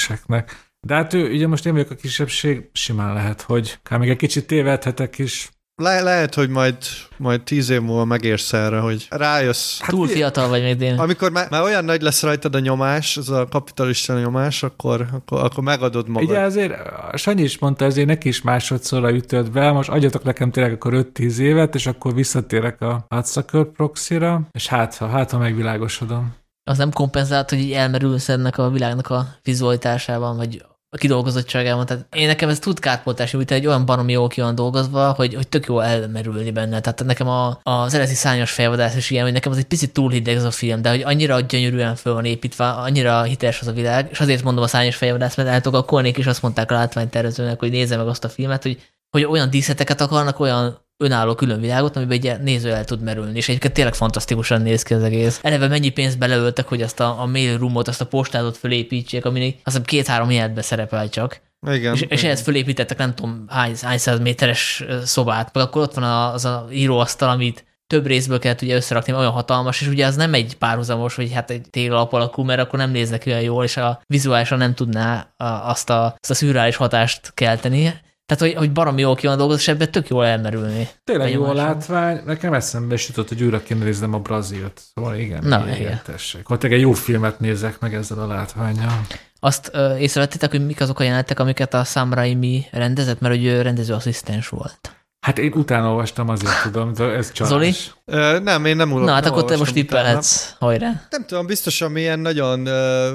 elemzéseknek. De hát ugye most én vagyok a kisebbség, simán lehet, hogy még egy kicsit tévedhetek is, Lehet, hogy majd 10 év múlva megérsz erre, hogy rájössz. Túl fiatal vagy még én. Amikor már olyan nagy lesz rajtad a nyomás, az a kapitalista nyomás, akkor megadod magad. Ugye azért, Sanyi is mondta, ezért neki is másodszorra ütött be, most adjatok nekem tényleg akkor 5-10 évet, és akkor visszatérek a Hudsucker Proxy-ra, és ha megvilágosodom. Az nem kompenzált, hogy így elmerülsz ennek a világnak a vizualitásában, vagy a kidolgozottságában. Tehát én nekem ez tud kárpótás nyújtani, egy olyan baromi jól ki van dolgozva, hogy tök jó elmerülni benne. Tehát nekem az eredeti szárnyas fejvadász is ilyen, hogy nekem az egy picit túl hideg ez a film, de hogy annyira gyönyörűen föl van építve, annyira hiteles az a világ, és azért mondom a szárnyas fejvadász, mert állítólag a Kornék is azt mondták a látványtervezőnek, hogy nézze meg azt a filmet, hogy olyan díszleteket akarnak, olyan önálló külön világot, amiben egy néző el tud merülni, és egyébként tényleg fantasztikusan néz ki az egész. Eleve mennyi pénzt beleöltek, hogy azt a mail roomot, azt a postádot fölépítsék, ami azt hiszem 2-3 jelenetbe szerepel csak. Igen, és ehhez fölépítettek nem tudom hány száz méteres szobát, meg akkor ott van az a íróasztal, amit több részből kellett ugye összerakni, olyan hatalmas, és ugye az nem egy párhuzamos, vagy hát egy téglalap alakú, mert akkor nem néznek olyan jól, és a vizuálisan nem tudná azt a szürreális hatást kelteni. Tehát, hogy baromi jól ki van dolgozni, és ebben tök jól elmerülni. Tényleg jó a látvány, nekem eszembe is jutott, hogy újra kéne néznem a Brazilt. Szóval igen. Na, igen. Tessék. Hogy egy jó filmet nézzek meg ezzel a látvánnyal. Azt észrevettétek, hogy mik azok a jelenetek, amiket a Sam Raimi rendezett, mert hogy ő rendezőasszisztens volt. Hát én utána olvastam, azért tudom, de ez csalás. Zoli? Nem, én nem Na, hát akkor te most tippelhetsz. Hajrá. Nem tudom, biztosan milyen nagyon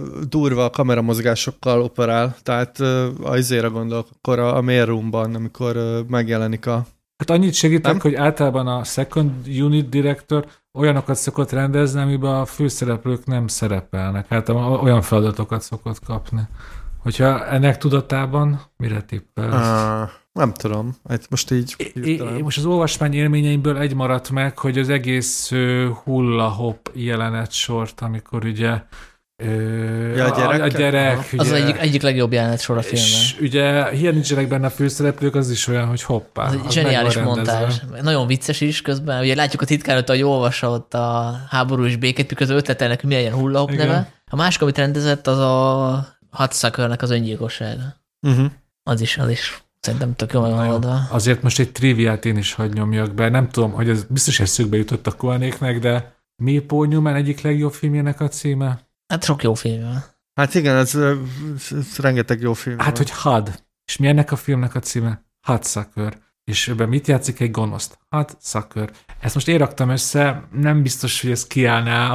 durva kameramozgásokkal operál, tehát azért gondolok, akkor a Mail Roomban, amikor megjelenik a... Hát annyit segítek, hogy általában a second unit director olyanokat szokott rendezni, amiben a főszereplők nem szerepelnek. Általában olyan feladatokat szokott kapni. Hogyha ennek tudatában, mire tippelsz? Nem tudom. Most így... Most az olvasmány élményeimből egy maradt meg, hogy az egész hula-hop jelenet sort, amikor ugye a gyerek ugye, az egyik legjobb jelenet sor a filmben. És ugye hiány nincsenek benne a főszereplők, az is olyan, hogy hoppá. Az egy zseniális montázs. Nagyon vicces is közben. Ugye látjuk a titkárnőt, hogy olvassa ott a háború és békét, miközben ötletelnek, hogy mi legyen hula-hop neve. A másik, amit rendezett, az a Hudsuckernek az öngyilkossága. Az is szerintem tök jól megoldva. Azért most egy triviát én is hadd nyomjak be. Nem tudom, hogy ez biztos eszükbe jutott a Koenéknek, de mi Paul Newman egyik legjobb filmjének a címe? Hát sok jó film. Hát igen, ez rengeteg jó film. Hát, hogy HUD. És mi ennek a filmnek a címe? Hudsucker. És ebben mit játszik egy gonoszt? Hudsucker. Ezt most én raktam össze, nem biztos, hogy ez kiállná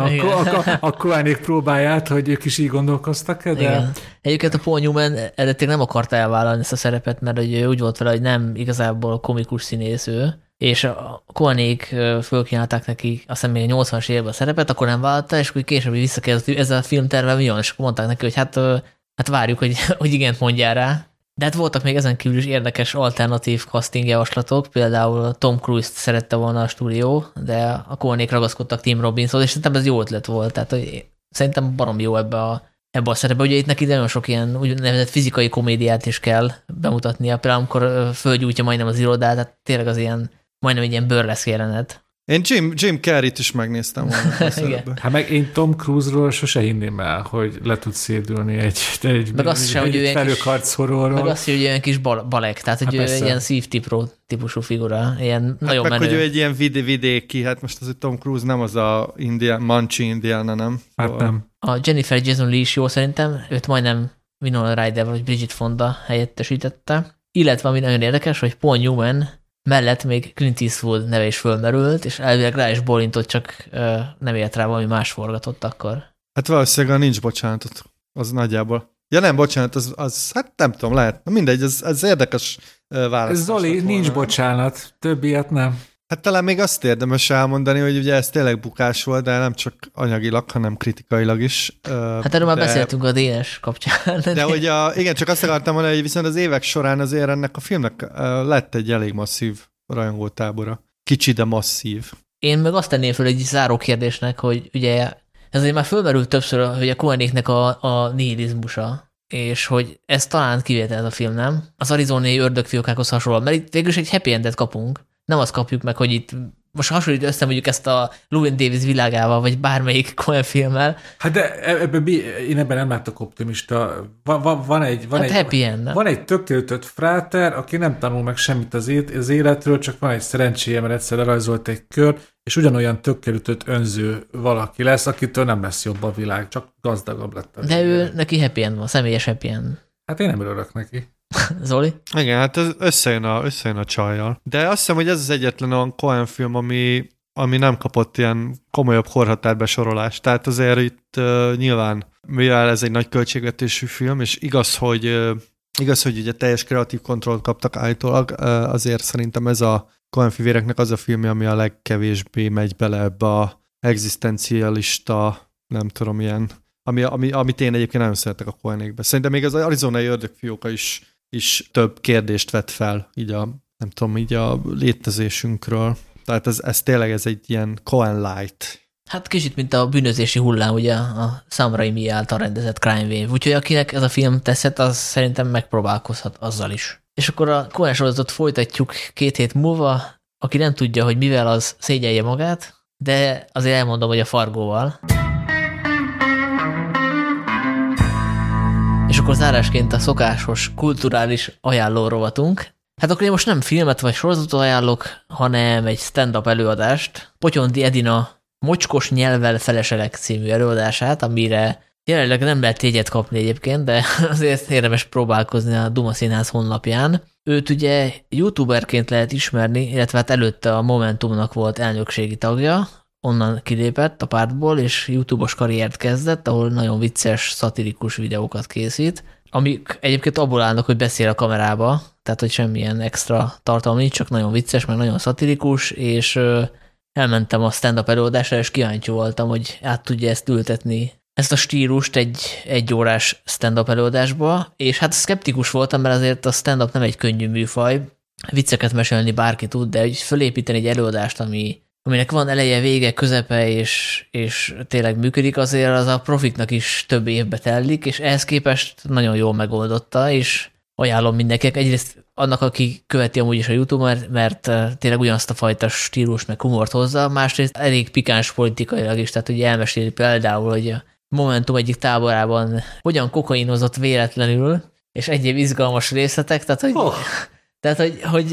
a Koenék próbáját, hogy ők is így gondolkoztak, de... Igen. Egyébként a Paul Newman eredetileg nem akarta elvállalni ezt a szerepet, mert úgy volt vele, hogy nem igazából komikus színész ő, és a Koenék fölkínálták neki azt hiszem még a 80-as években a szerepet, akkor nem vállalta, és akkor később visszakérdezett, ezzel a filmtervvel mi van, és akkor mondták neki, hogy hát várjuk, hogy igent mondjál rá. De hát voltak még ezen kívül is érdekes alternatív casting javaslatok, például Tom Cruise-t szerette volna a stúdió, de a Koenék ragaszkodtak Tim Robbinshoz, és szerintem ez jó ötlet volt, tehát hogy szerintem barom jó ebbe a szerepbe. Ugye itt neki nagyon sok ilyen úgynevezett fizikai komédiát is kell bemutatnia, például amikor fölgyújtja majdnem az irodát, tehát tényleg az ilyen, majdnem egy ilyen burleszk jelenet. Én Jim Carrey-t is megnéztem volna. Hát meg én Tom Cruise-ról sose hinném el, hogy le tud szédülni egy felőkarc horrorról. Meg azt, hogy olyan kis balek, tehát hogy ő ilyen szívtipró típusú figura, ilyen nagyon meg, menő. Hogy ő egy ilyen vidéki, hát most az, hogy Tom Cruise nem az a Manchi Indiana, nem? Hát nem. A Jennifer Jason Leigh is jó szerintem, őt majdnem Winona Ryder vagy Bridget Fonda helyettesítette. Illetve ami nagyon érdekes, hogy Paul Newman mellett még Clint Eastwood neve is fölmerült, és elvileg rá is bólintott, csak nem ért rá, valami más forgatott akkor. Hát valószínűleg nincs bocsánatot, az nagyjából. Ja nem, bocsánat, az hát nem tudom, lehet. Na mindegy, ez érdekes választás. Zoli, nincs bocsánat, több ilyet nem. Hát talán még azt érdemes elmondani, hogy ugye ez tényleg bukás volt, de nem csak anyagilag, hanem kritikailag is. Hát erről már beszéltünk a DNS kapcsán. De hogy igen, csak azt akartam mondani, hogy viszont az évek során azért ennek a filmnek lett egy elég masszív rajongótábora. Kicsi, de masszív. Én meg azt tenném föl egy záró kérdésnek, hogy ugye ez azért már fölmerült többször, hogy a Koenéknek a nihilizmusa, és hogy ez talán kivétel ez a film, nem? Az arizonai ördögfiókákhoz hasonló, mert itt végül is egy happy endet kapunk. Nem azt kapjuk meg, hogy itt most hasonlít össze mondjuk ezt a Llewyn Davis világával, vagy bármelyik Coen filmmel. Hát de én ebben nem látok optimista. Van egy tökéletes fráter, aki nem tanul meg semmit az életről, csak van egy szerencséje, mert egyszer lerajzolt egy kör, és ugyanolyan tökéletes önző valaki lesz, akitől nem lesz jobb a világ, csak gazdagabb lett. De neki happy end van, személyes happy end. Hát én nem örülök neki. Zoli? Igen, hát ez összejön a csajjal. De azt hiszem, hogy ez az egyetlen olyan Coen film, ami nem kapott ilyen komolyabb korhatárbesorolást. Tehát azért itt nyilván, mivel ez egy nagy költségvetésű film, és igaz, hogy ugye teljes kreatív kontrollt kaptak állítólag, azért szerintem ez a Coen fivéreknek az a filmje, ami a legkevésbé megy bele ebbe a egzisztencialista, nem tudom, ilyen, amit én egyébként nagyon szeretek a Coenékbe. Szerintem még az Arizonai ördögfióka is több kérdést vet fel, így a létezésünkről. Tehát ez tényleg egy ilyen Coen light. Hát kicsit, mint a bűnözési hullám, ugye a Sam Raimi által rendezett Crime Wave. Úgyhogy akinek ez a film teszett, az szerintem megpróbálkozhat azzal is. És akkor a Coen sorozatot folytatjuk 2 hét múlva. Aki nem tudja, hogy mivel, az szégyelje magát, de azért elmondom, hogy a Fargóval. És akkor zárásként a szokásos kulturális ajánló rovatunk. Hát akkor én most nem filmet vagy sorozatot ajánlok, hanem egy stand-up előadást. Potyondi Edina Mocskos nyelvvel feleselek című előadását, amire jelenleg nem lehet jegyet kapni egyébként, de azért érdemes próbálkozni a Duma Színház honlapján. Őt ugye youtuberként lehet ismerni, illetve hát előtte a Momentumnak volt elnökségi tagja, onnan kilépett a pártból, és YouTube-os karriert kezdett, ahol nagyon vicces, szatirikus videókat készít, amik egyébként abból állnak, hogy beszél a kamerába, tehát hogy semmilyen extra tartalom nincs, csak nagyon vicces, meg nagyon szatirikus, és elmentem a stand-up előadásra, és kíváncsi voltam, hogy át tudja ezt ültetni, ezt a stílust egy órás stand-up előadásba, és hát szkeptikus voltam, mert azért a stand-up nem egy könnyű műfaj, vicceket mesélni bárki tud, de hogy fölépíteni egy előadást, aminek van eleje, vége, közepe, és tényleg működik, azért az a profiknak is több évbe telik, és ehhez képest nagyon jól megoldotta, és ajánlom mindenkinek. Egyrészt annak, aki követi amúgy is a YouTube, mert tényleg ugyanazt a fajta stílus meg humort hozza, másrészt elég pikáns politikailag is, tehát ugye elmeséli például, hogy a Momentum egyik táborában hogyan kokainozott véletlenül, és egyéb izgalmas részletek, tehát hogy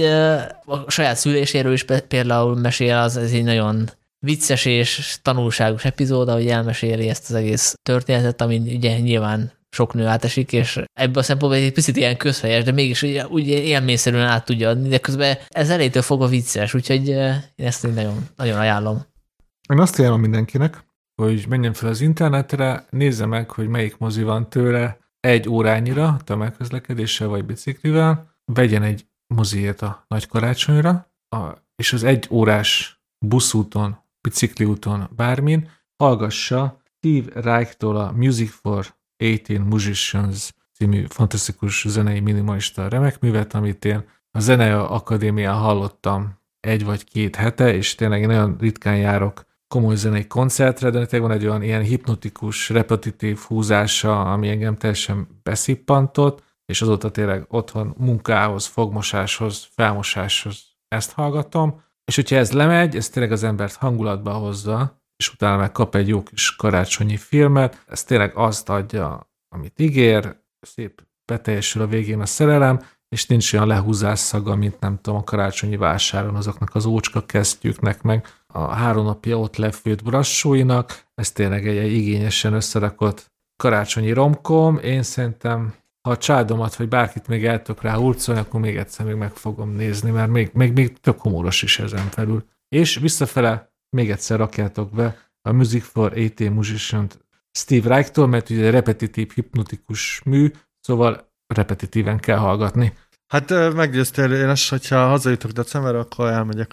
a saját szüléséről is például mesél, ez egy nagyon vicces és tanulságos epizód, ahogy elmeséli ezt az egész történetet, amin ugye nyilván sok nő átesik, és ebből a szempontból egy picit ilyen közhelyes, de mégis ugye élményszerűen át tudja adni, de közben ez elejétől fogva vicces, úgyhogy én ezt nagyon, nagyon ajánlom. Én azt ajánlom mindenkinek, hogy menjen fel az internetre, nézze meg, hogy melyik mozi van tőle 1 órányira tömegközlekedéssel vagy biciklivel, vegyen egy moziért a Nagy Karácsonyra, és az 1 órás buszúton, bicikliúton, bármin, hallgassa Steve Reichtól a Music for 18 Musicians című fantasztikus zenei minimalista remek művet, amit én a Zenei Akadémián hallottam 1 vagy 2 hete, és tényleg én nagyon ritkán járok komoly zenei koncertre, de tényleg van egy olyan ilyen hipnotikus, repetitív húzása, ami engem teljesen beszippantott, és azóta tényleg otthon munkához, fogmosáshoz, felmosáshoz ezt hallgatom, és hogyha ez lemegy, ez tényleg az embert hangulatba hozza, és utána meg kap egy jó kis karácsonyi filmet, ez tényleg azt adja, amit ígér, szép beteljesül a végén a szerelem, és nincs olyan lehúzás szaga, mint nem tudom, a karácsonyi vásáron azoknak az ócska kesztyűknek, meg a 3 napja ott lefőtt brassóinak, ez tényleg egy igényesen összerakott karácsonyi romkom. Én szerintem, ha a családomat vagy bárkit még el tudok rá hurcolni, akkor még egyszer még meg fogom nézni, mert még tök humoros is ezen felül. És visszafele még egyszer rakjátok be a Music for 18 Musicians Steve Reichtól, mert ugye repetitív, hipnotikus mű, szóval repetitíven kell hallgatni. Hát meggyőztél, én azt, hogyha hazajutok decemberre, akkor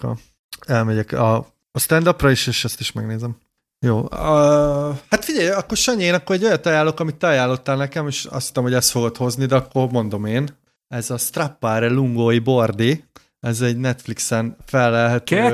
elmegyek a stand-upra is, és ezt is megnézem. Jó. Hát figyelj, akkor Sanyi, én akkor egy olyat ajánlok, amit te ajánlottál nekem, és azt hittem, hogy ezt fogod hozni, de akkor mondom én. Ez a Strappare Lungoi Bordi, ez egy Netflixen felelhető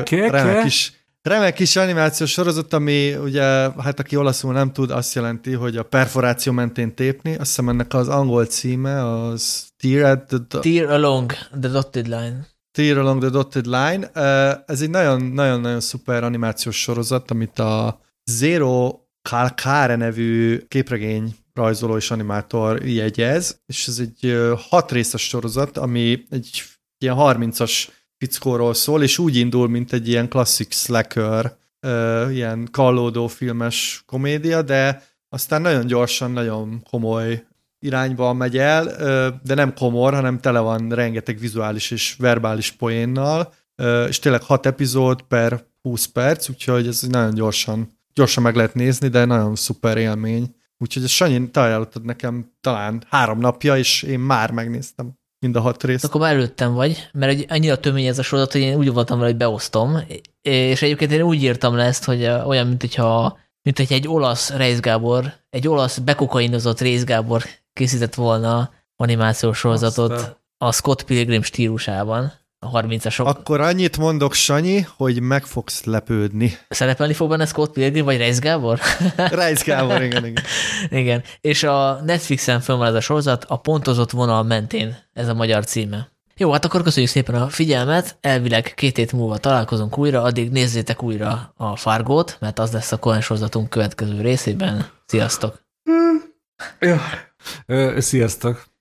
remek kis animációs sorozat, ami ugye, hát aki olaszul nem tud, azt jelenti, hogy a perforáció mentén tépni. Azt hiszem ennek az angol címe az Tear Along the Dotted Line. Steer Along the Dotted Line. Ez egy nagyon-nagyon szuper animációs sorozat, amit a Zero Calcare nevű képregény rajzoló és animátor jegyez, és ez egy 6 részes sorozat, ami egy ilyen 30-as fickóról szól, és úgy indul, mint egy ilyen klasszik slacker, ilyen kallódó filmes komédia, de aztán nagyon gyorsan, nagyon komoly irányba megy el, de nem komor, hanem tele van rengeteg vizuális és verbális poénnal, és tényleg 6 epizód per 20 perc, úgyhogy ez nagyon gyorsan meg lehet nézni, de nagyon szuper élmény. Úgyhogy a Sanyi, te ajánlottad nekem talán 3 napja, és én már megnéztem mind a 6 részt. Akkor már előttem vagy, mert annyira tömény ez a sorozat, hogy én úgy voltam vele, hogy beosztom, és egyébként én úgy írtam le ezt, hogy olyan, mint hogyha egy olasz Reis Gábor, egy olasz bekokainozott Reis Gábor készített volna animációs sorozatot a Scott Pilgrim stílusában, a 30-asok. Akkor annyit mondok, Sanyi, hogy meg fogsz lepődni. Szerepelni fog benne Scott Pilgrim, vagy Reis Gábor? Reis Gábor, igen. Igen, és a Netflixen fönn van ez a sorozat, a Pontozott vonal mentén, ez a magyar címe. Jó, hát akkor köszönjük szépen a figyelmet, elvileg 2 hét múlva találkozunk újra, addig nézzétek újra a Fargót, mert az lesz a Coen sorozatunk következő részében. Sziasztok! Sziasztok!